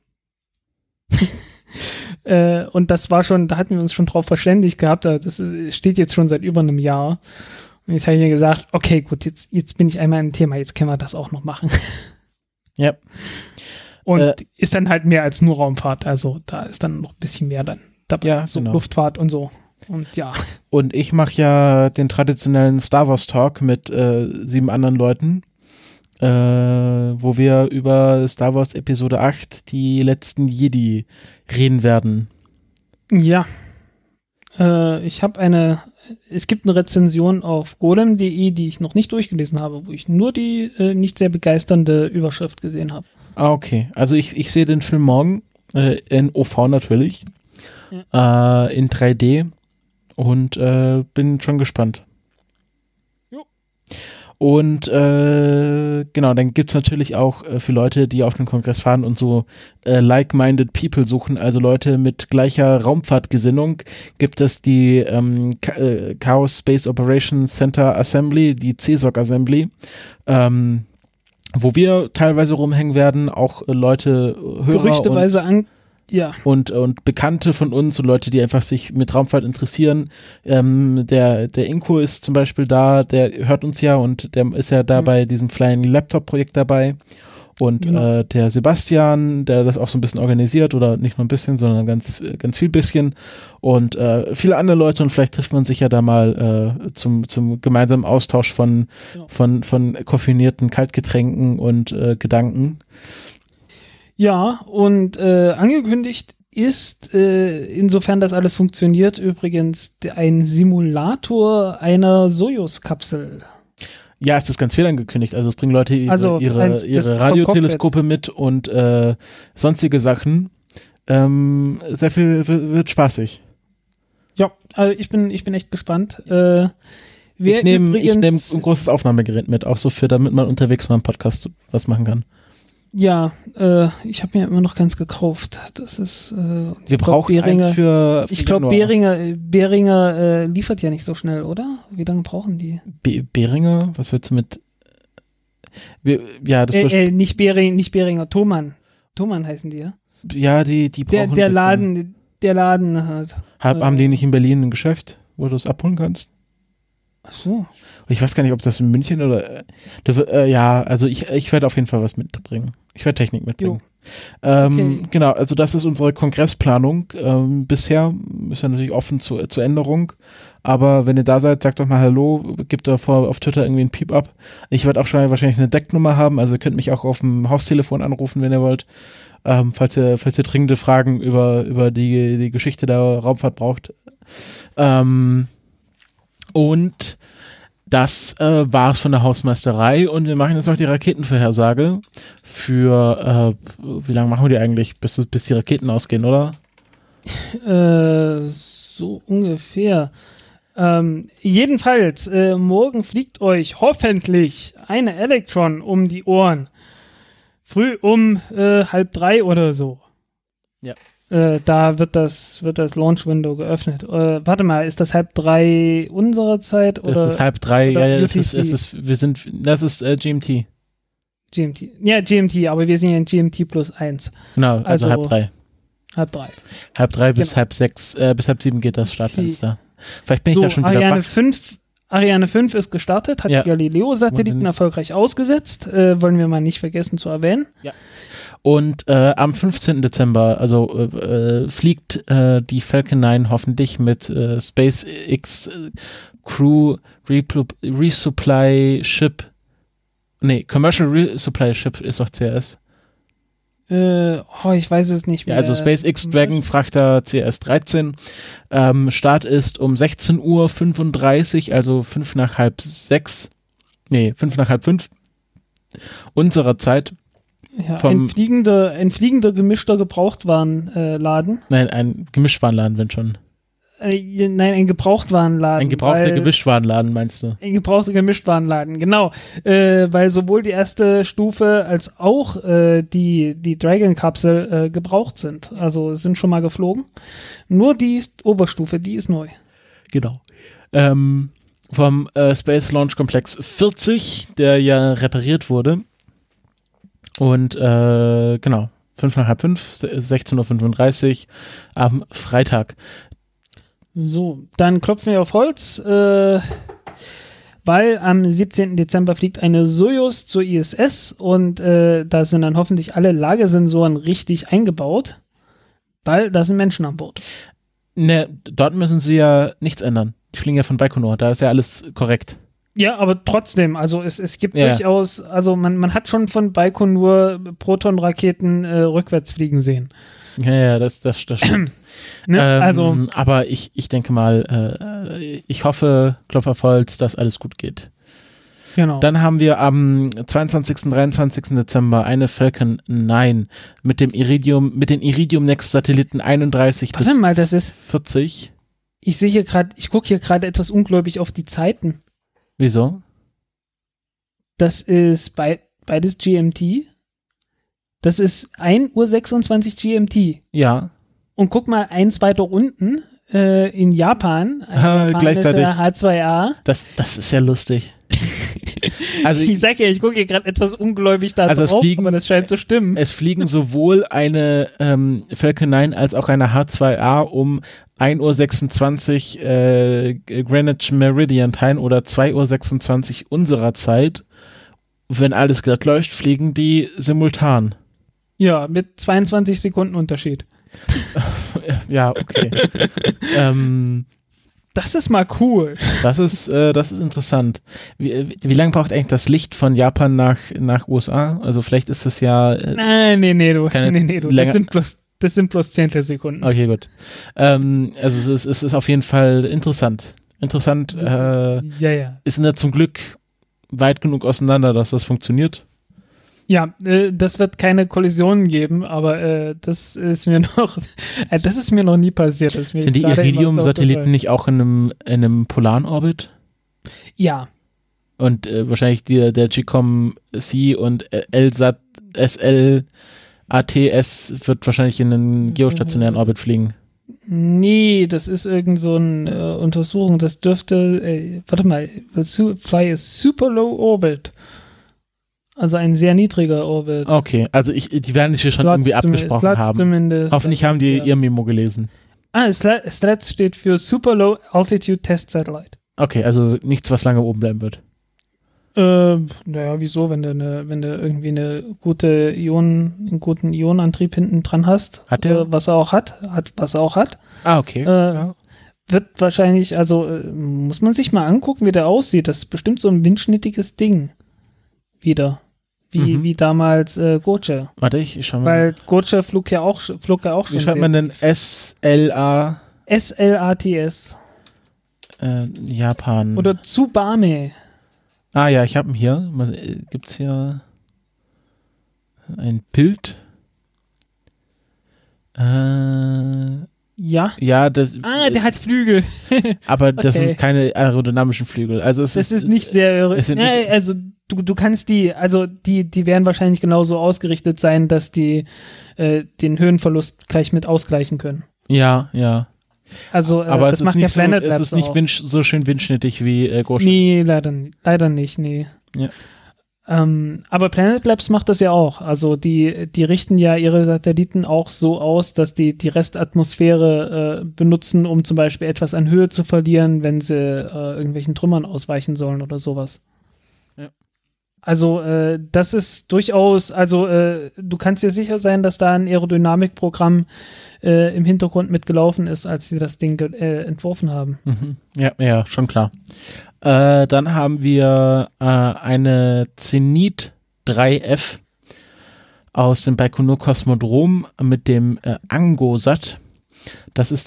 Und das war schon, da hatten wir uns schon drauf verständigt gehabt. Das steht jetzt schon seit über einem Jahr. Und jetzt habe ich mir gesagt, okay, gut, jetzt bin ich einmal im Thema, jetzt können wir das auch noch machen. Ja. Und ist dann halt mehr als nur Raumfahrt. Also da ist dann noch ein bisschen mehr dann dabei. Ja, so genau. Luftfahrt und so. Und ja. Und ich mache ja den traditionellen Star Wars Talk mit 7 anderen Leuten, wo wir über Star Wars Episode 8, die letzten Jedi, reden werden. Ja. Es gibt eine Rezension auf golem.de, die ich noch nicht durchgelesen habe, wo ich nur die nicht sehr begeisternde Überschrift gesehen habe. Ah, okay. Also ich sehe den Film morgen in OV natürlich, in 3D und bin schon gespannt. Jo. Und genau, dann gibt's natürlich auch für Leute, die auf den Kongress fahren und so like-minded people suchen, also Leute mit gleicher Raumfahrtgesinnung, gibt es die Chaos Space Operations Center Assembly, die CSOC Assembly, wo wir teilweise rumhängen werden, auch Leute, Hörer Gerüchteweise und Bekannte von uns und Leute, die einfach sich mit Raumfahrt interessieren. Der Inko ist zum Beispiel da, der hört uns ja und der ist ja da bei diesem Flying Laptop Projekt dabei. Und der Sebastian, der das auch so ein bisschen organisiert, oder nicht nur ein bisschen, sondern ganz viel bisschen. Und viele andere Leute, und vielleicht trifft man sich ja da mal zum gemeinsamen Austausch von koffinierten Kaltgetränken und Gedanken. Ja, und angekündigt ist, insofern das alles funktioniert, übrigens ein Simulator einer Sojus-Kapsel. Ja, es ist ganz viel angekündigt. Also es bringen Leute ihre Radioteleskope mit und sonstige Sachen. Sehr viel wird spaßig. Ja, also ich bin echt gespannt. Ich nehme ein großes Aufnahmegerät mit, auch so damit man unterwegs mal einen Podcast was machen kann. Ja, ich habe mir immer noch keins gekauft. Das ist wir brauchen eins für ich glaube, Behringer liefert ja nicht so schnell, oder? Wie lange brauchen die? Behringer? Was willst du mit nicht Behringer, Thomann. Thomann heißen die, ja? Ja, die brauchen der Laden hat. Haben die nicht in Berlin ein Geschäft, wo du es abholen kannst? Ach so. Ich weiß gar nicht, ob das in München oder also ich werde auf jeden Fall was mitbringen. Ich werde Technik mitbringen. Okay. Genau, also das ist unsere Kongressplanung. Bisher ist ja natürlich offen zur Änderung, aber wenn ihr da seid, sagt doch mal Hallo, gebt davor auf Twitter irgendwie ein Piep ab. Ich werde auch schon wahrscheinlich eine Decknummer haben, also ihr könnt mich auch auf dem Haustelefon anrufen, wenn ihr wollt, falls ihr dringende Fragen über die Geschichte der Raumfahrt braucht. Und das war's von der Hausmeisterei, und wir machen jetzt noch die Raketenvorhersage für, wie lange machen wir die eigentlich, bis die Raketen ausgehen, oder? So ungefähr. Jedenfalls, morgen fliegt euch hoffentlich eine Electron um die Ohren. Früh um 2:30 oder so. Ja. Da wird das Launch-Window geöffnet. Warte mal, ist das 2:30 unserer Zeit? Oder, das ist 2:30, ja, das ist GMT. GMT. Ja, GMT, aber wir sind ja in GMT +1. Genau, also 2:30. 2:30. 2:30 bis 5:30, bis 6:30 geht das Startfenster. Vielleicht bin ich ja schon wieder Ariane 5 ist gestartet, hat die Galileo-Satelliten erfolgreich ausgesetzt. Wollen wir mal nicht vergessen zu erwähnen. Ja. Und am 15. Dezember, also fliegt die Falcon 9 hoffentlich mit SpaceX Crew Resupply Ship. Commercial Resupply Ship ist doch CRS. Ich weiß es nicht mehr. Ja, also SpaceX Dragon Frachter CS-13. Start ist um 16:35 Uhr, also 5 nach halb 5 unserer Zeit. Ja, ein fliegender gemischter Gebrauchtwarenladen. Nein, ein Gemischtwarenladen, wenn schon. Nein, ein Gebrauchtwarenladen. Ein gebrauchter Gemischtwarenladen, meinst du? Ein gebrauchter Gemischtwarenladen, genau. Weil sowohl die erste Stufe als auch die Dragon-Kapsel gebraucht sind. Also sind schon mal geflogen. Nur die Oberstufe, die ist neu. Genau. Vom Space Launch Komplex 40, der ja repariert wurde. Und genau, 5 nach halb 5, 16:35 Uhr am Freitag. So, dann klopfen wir auf Holz, weil am 17. Dezember fliegt eine Soyuz zur ISS und da sind dann hoffentlich alle Lagesensoren richtig eingebaut, weil da sind Menschen an Bord. Ne, dort müssen sie ja nichts ändern. Die fliegen ja von Baikonur, da ist ja alles korrekt. Ja, aber trotzdem, also es gibt durchaus, also man hat schon von Baikonur Proton-Raketen rückwärts fliegen sehen. Ja, das stimmt. Ne? Also, aber ich denke mal, ich hoffe, Klopf auf Holz, dass alles gut geht. Genau. Dann haben wir am 22. 23. Dezember eine Falcon 9 mit den Iridium Next Satelliten 31 Warte bis mal, das ist 40. Ich gucke hier gerade etwas ungläubig auf die Zeiten. Wieso? Das ist beides GMT. Das ist 1:26 Uhr GMT. Ja. Und guck mal, eins weiter unten in Japan. Gleichzeitig. H2A. Das ist ja lustig. Also ich sag ja, ich gucke hier gerade etwas ungläubig da also drauf, aber das scheint zu stimmen. Es fliegen sowohl eine Falcon 9 als auch eine H2A um 1:26 Uhr Greenwich Meridian Time oder 2:26 Uhr unserer Zeit. Wenn alles glatt läuft, fliegen die simultan. Ja, mit 22 Sekunden Unterschied. Ja, okay. Das ist mal cool. Das ist interessant. Wie lange braucht eigentlich das Licht von Japan nach USA? Also vielleicht ist das ja Nee, du. Das sind bloß Zehntelsekunden. Okay, gut. Also es ist auf jeden Fall interessant. Ja. Ist ja zum Glück weit genug auseinander, dass das funktioniert. Ja, das wird keine Kollisionen geben, aber das ist mir noch nie passiert. Sind die Iridium-Satelliten nicht auch in einem polaren Orbit? Ja. Und wahrscheinlich der GCOM-C und LSAT SL ATS wird wahrscheinlich in einen geostationären Orbit fliegen. Nee, das ist irgend so eine Untersuchung. Das dürfte, warte mal, fly a super low orbit. Also ein sehr niedriger Orbit. Okay, also die werden sich schon irgendwie abgesprochen haben. Zumindest. Hoffentlich haben die ihr Memo gelesen. SLAT steht für Super Low Altitude Test Satellite. Okay, also nichts, was lange oben bleiben wird. Naja, wieso, wenn du irgendwie einen guten Ionenantrieb hinten dran hast, hat der? Was er auch hat. Ah, okay. Ja. Wird wahrscheinlich, also muss man sich mal angucken, wie der aussieht. Das ist bestimmt so ein windschnittiges Ding. Wieder. Wie damals Goce. Warte, ich schau mal. Weil Goce flog ja auch schon. Wie schreibt man denn SLA? SLATS. Japan. Oder Tsubame. Ah ja, ich habe ihn hier. Gibt's hier ein Bild? Ja. Ja, der hat Flügel. Aber das sind keine aerodynamischen Flügel. Also das ist nicht sehr. Also du kannst die werden wahrscheinlich genauso ausgerichtet sein, dass die den Höhenverlust gleich mit ausgleichen können. Ja, ja. Also aber das macht ja Planet Labs. Es ist nicht so schön windschnittig wie Goshen. Nee, leider nicht, nee. Ja. Aber Planet Labs macht das ja auch. Also die richten ja ihre Satelliten auch so aus, dass die Restatmosphäre benutzen, um zum Beispiel etwas an Höhe zu verlieren, wenn sie irgendwelchen Trümmern ausweichen sollen oder sowas. Ja. Also das ist durchaus, du kannst dir sicher sein, dass da ein Aerodynamikprogramm im Hintergrund mitgelaufen ist, als sie das Ding entworfen haben. Mhm. Ja, schon klar. Dann haben wir eine Zenit 3F aus dem Baikonur Kosmodrom mit dem Angosat. Das ist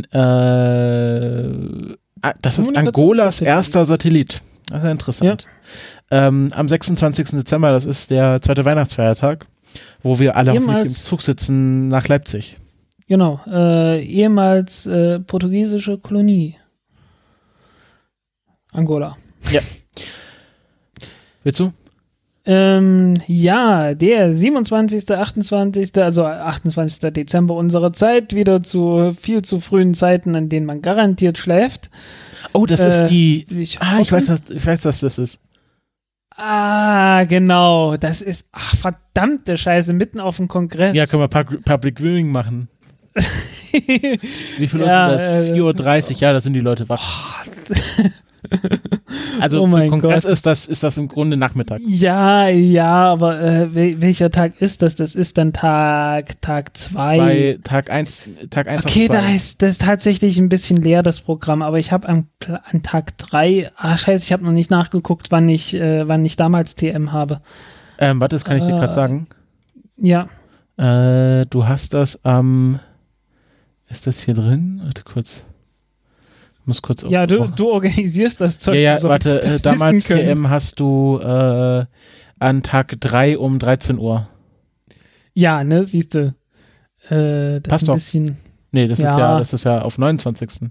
Angolas erster Satellit. Das ist ja interessant. Ja. Am 26. Dezember, das ist der zweite Weihnachtsfeiertag, Wo wir alle hoffentlich im Zug sitzen nach Leipzig. Genau, ehemals portugiesische Kolonie. Angola. Ja. Willst du? Ja, der 27., 28., also 28. Dezember unserer Zeit, wieder zu viel zu frühen Zeiten, an denen man garantiert schläft. Oh, das ist die... Ich weiß, was das ist. Ah, genau. Das ist, verdammte Scheiße, mitten auf dem Kongress. Ja, können wir Public Viewing machen. Wie viel Uhr ist das? 4:30 Uhr, ja, da sind die Leute wach. Also für Kongress ist das im Grunde Nachmittag. Ja, aber welcher Tag ist das? Das ist dann Tag 2. Tag 1 Okay, das ist tatsächlich ein bisschen leer, das Programm, aber ich habe an Tag 3, scheiße, ich habe noch nicht nachgeguckt, wann ich damals TM habe. Warte, das kann ich dir gerade sagen. Ja. Du hast das ist das hier drin? Warte kurz. Muss kurz ja, du organisierst das Zeug. Ja, warte, damals TM hast du an Tag 3 um 13 Uhr. Ja, ne, siehst du. Passt doch. Nee, das ist ja auf 29.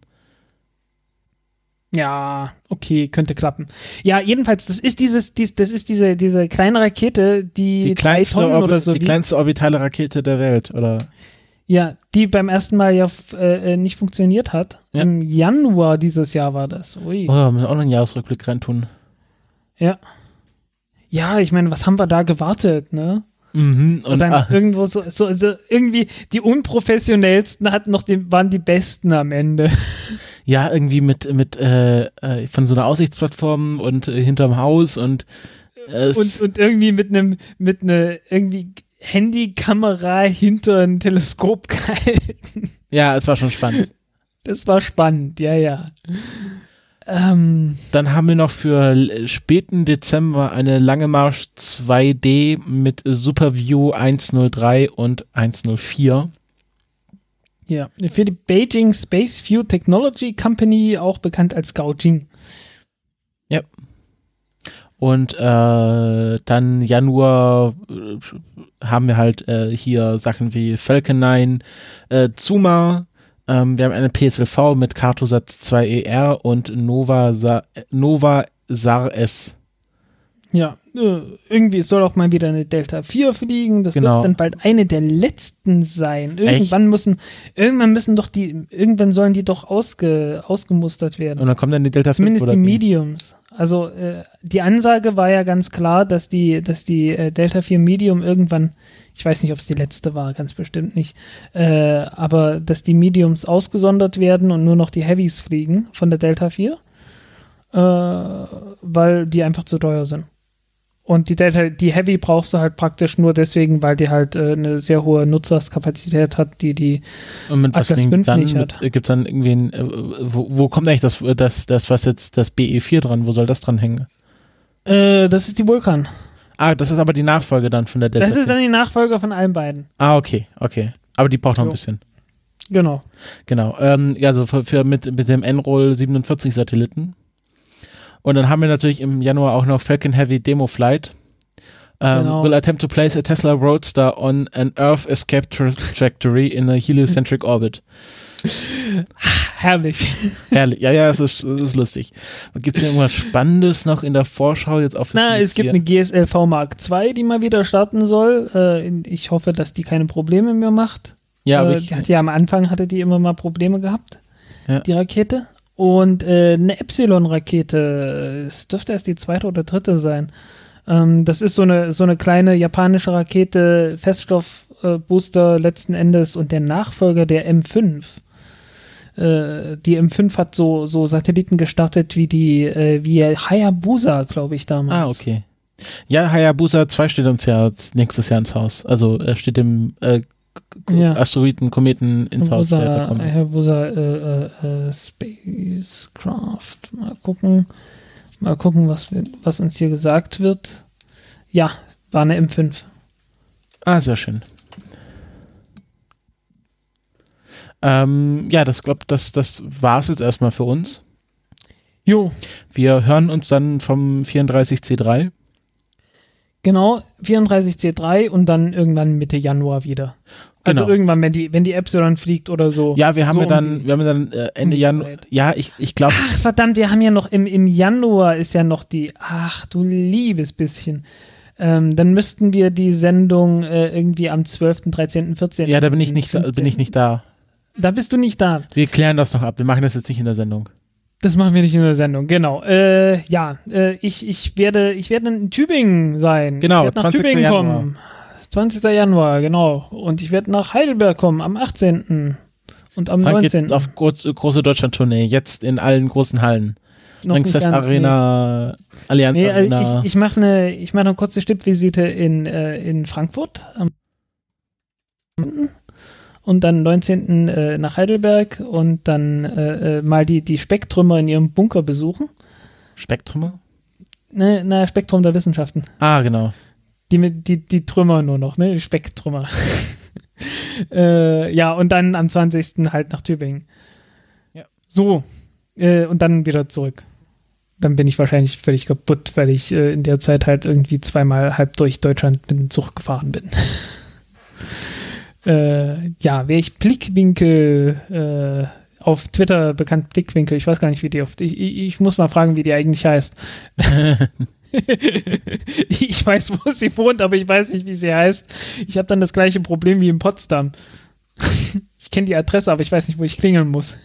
Ja, okay, könnte klappen. Ja, jedenfalls, das ist diese kleine Rakete, die 3 Tonnen oder so. Die kleinste orbitale Rakete der Welt, oder? Ja, die beim ersten Mal ja nicht funktioniert hat. Ja. Im Januar dieses Jahr war das. Ui. Oh, wir müssen auch noch einen Jahresrückblick reintun. Ja. Ja, ich meine, was haben wir da gewartet, ne? Mhm. Und dann irgendwo so irgendwie die unprofessionellsten waren die Besten am Ende. Ja, irgendwie mit von so einer Aussichtsplattform und hinterm Haus und irgendwie mit einer irgendwie Handykamera hinter ein Teleskop gehalten. Ja, es war schon spannend. Das war spannend, ja. Dann haben wir noch für späten Dezember eine Lange Marsch 2D mit SuperView 103 und 104. Ja, für die Beijing Space View Technology Company, auch bekannt als Gaojing. Ja. Und dann Januar haben wir halt hier Sachen wie Falcon 9, Zuma, wir haben eine PSLV mit Cartosat 2ER und Nova SAR S. Ja, irgendwie soll auch mal wieder eine Delta 4 fliegen. Das wird dann bald eine der letzten sein. Irgendwann sollen die doch ausgemustert werden. Und dann kommt dann die Delta 5 zumindest oder die Mediums. Also die Ansage war ja ganz klar, dass die Delta 4 Medium irgendwann, ich weiß nicht, ob es die letzte war, ganz bestimmt nicht, aber dass die Mediums ausgesondert werden und nur noch die Heavies fliegen von der Delta 4, weil die einfach zu teuer sind. Und die Heavy brauchst du halt praktisch nur deswegen, weil die halt eine sehr hohe Nutzerskapazität hat, die und mit Atlas 5 nicht hat. Gibt es dann irgendwie wo kommt eigentlich das was jetzt das BE4 dran, wo soll das dran hängen? Das ist die Vulkan. Das ist aber die Nachfolge dann von der Delta. Das ist dann die Nachfolge von allen beiden. Okay. Aber die braucht noch ein bisschen. Genau. Also für mit dem N-Roll 47 Satelliten. Und dann haben wir natürlich im Januar auch noch Falcon Heavy Demo Flight. Will attempt to place a Tesla Roadster on an Earth Escape Trajectory in a heliocentric orbit. Herrlich. Ja, das ist lustig. Gibt es denn irgendwas Spannendes noch in der Vorschau jetzt auf? Es gibt eine GSLV Mark II, die mal wieder starten soll. Ich hoffe, dass die keine Probleme mehr macht. Ja, aber am Anfang hatte die immer mal Probleme gehabt, ja. Die Rakete. Und eine Epsilon-Rakete, es dürfte erst die 2. oder 3. sein. Das ist so eine kleine japanische Rakete, Feststoffbooster letzten Endes und der Nachfolger der M5. Die M5 hat so Satelliten gestartet wie Hayabusa, glaube ich, damals. Okay. Ja, Hayabusa 2 steht uns ja nächstes Jahr ins Haus. Also er steht dem Asteroiden, Kometen ins Haus. Hayabusa Spacecraft. Mal gucken, was uns hier gesagt wird. Ja, war eine M5. Sehr schön. Das war es jetzt erstmal für uns. Jo. Wir hören uns dann vom 34C3. Genau, 34C3 und dann irgendwann Mitte Januar wieder. Also Genau. irgendwann, wenn die Epsilon fliegt oder so. Ja, wir haben so ja dann Ende Januar. Ja, ich glaube. Ach, verdammt, wir haben ja noch im Januar ist ja noch ach du liebes bisschen. Dann müssten wir die Sendung irgendwie am 12., 13., 14. Ja, da bin ich nicht da. Da bist du nicht da. Wir klären das noch ab. Wir machen das jetzt nicht in der Sendung. Das machen wir nicht in der Sendung, genau. Ich werde in Tübingen sein. Genau, ich werde nach 20. Tübingen Januar. kommen. 20. Januar, genau. Und ich werde nach Heidelberg kommen am 18. und am Frank 19. geht auf große Deutschland-Tournee, jetzt in allen großen Hallen. Längstes nicht ganz, Arena, Allianz Arena. Ich mache eine kurze Stippvisite in Frankfurt am und dann 19. Nach Heidelberg und dann mal die Specktrümmer in ihrem Bunker besuchen. Specktrümmer? Ne, Spektrum der Wissenschaften. Ah, genau. Die Trümmer nur noch, ne? Die Specktrümmer. Ja, und dann am 20. halt nach Tübingen. Ja. So. Und dann wieder zurück. Dann bin ich wahrscheinlich völlig kaputt, weil ich in der Zeit halt irgendwie zweimal halb durch Deutschland mit dem Zug gefahren bin. Ja, wäre ich Blickwinkel auf Twitter bekannt, Blickwinkel, ich weiß gar nicht, wie die ich muss mal fragen, wie die eigentlich heißt. Ich weiß, wo sie wohnt, aber ich weiß nicht, wie sie heißt. Ich habe dann das gleiche Problem wie in Potsdam. Ich kenne die Adresse, aber ich weiß nicht, wo ich klingeln muss.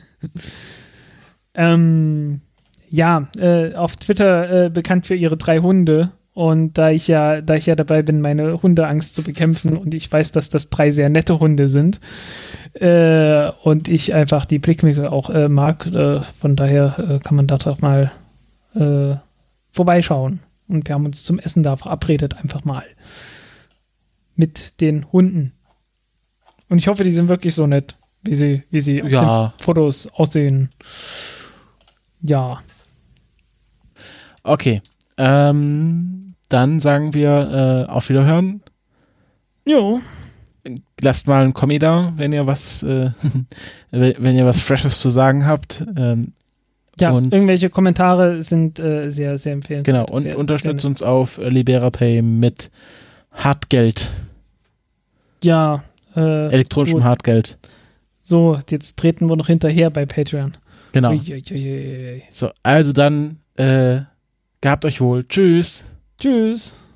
Ja, auf Twitter bekannt für ihre 3 Hunde. Und da ich ja dabei bin, meine Hundeangst zu bekämpfen und ich weiß, dass das 3 sehr nette Hunde sind und ich einfach die Blickwinkel auch mag, von daher kann man da doch mal vorbeischauen. Und wir haben uns zum Essen da verabredet, einfach mal. Mit den Hunden. Und ich hoffe, die sind wirklich so nett, wie sie auf den Fotos aussehen. Ja. Okay. Dann sagen wir auf Wiederhören. Jo. Lasst mal ein Kommi da, wenn ihr was wenn ihr was Freshes zu sagen habt. Ja, und irgendwelche Kommentare sind sehr, sehr empfehlenswert. Genau, und unterstützt uns auf LiberaPay mit Hartgeld. Ja. Elektronischem gut. Hartgeld. So, jetzt treten wir noch hinterher bei Patreon. Genau. Uiuiui. So, also dann gehabt euch wohl. Tschüss. Tschüss.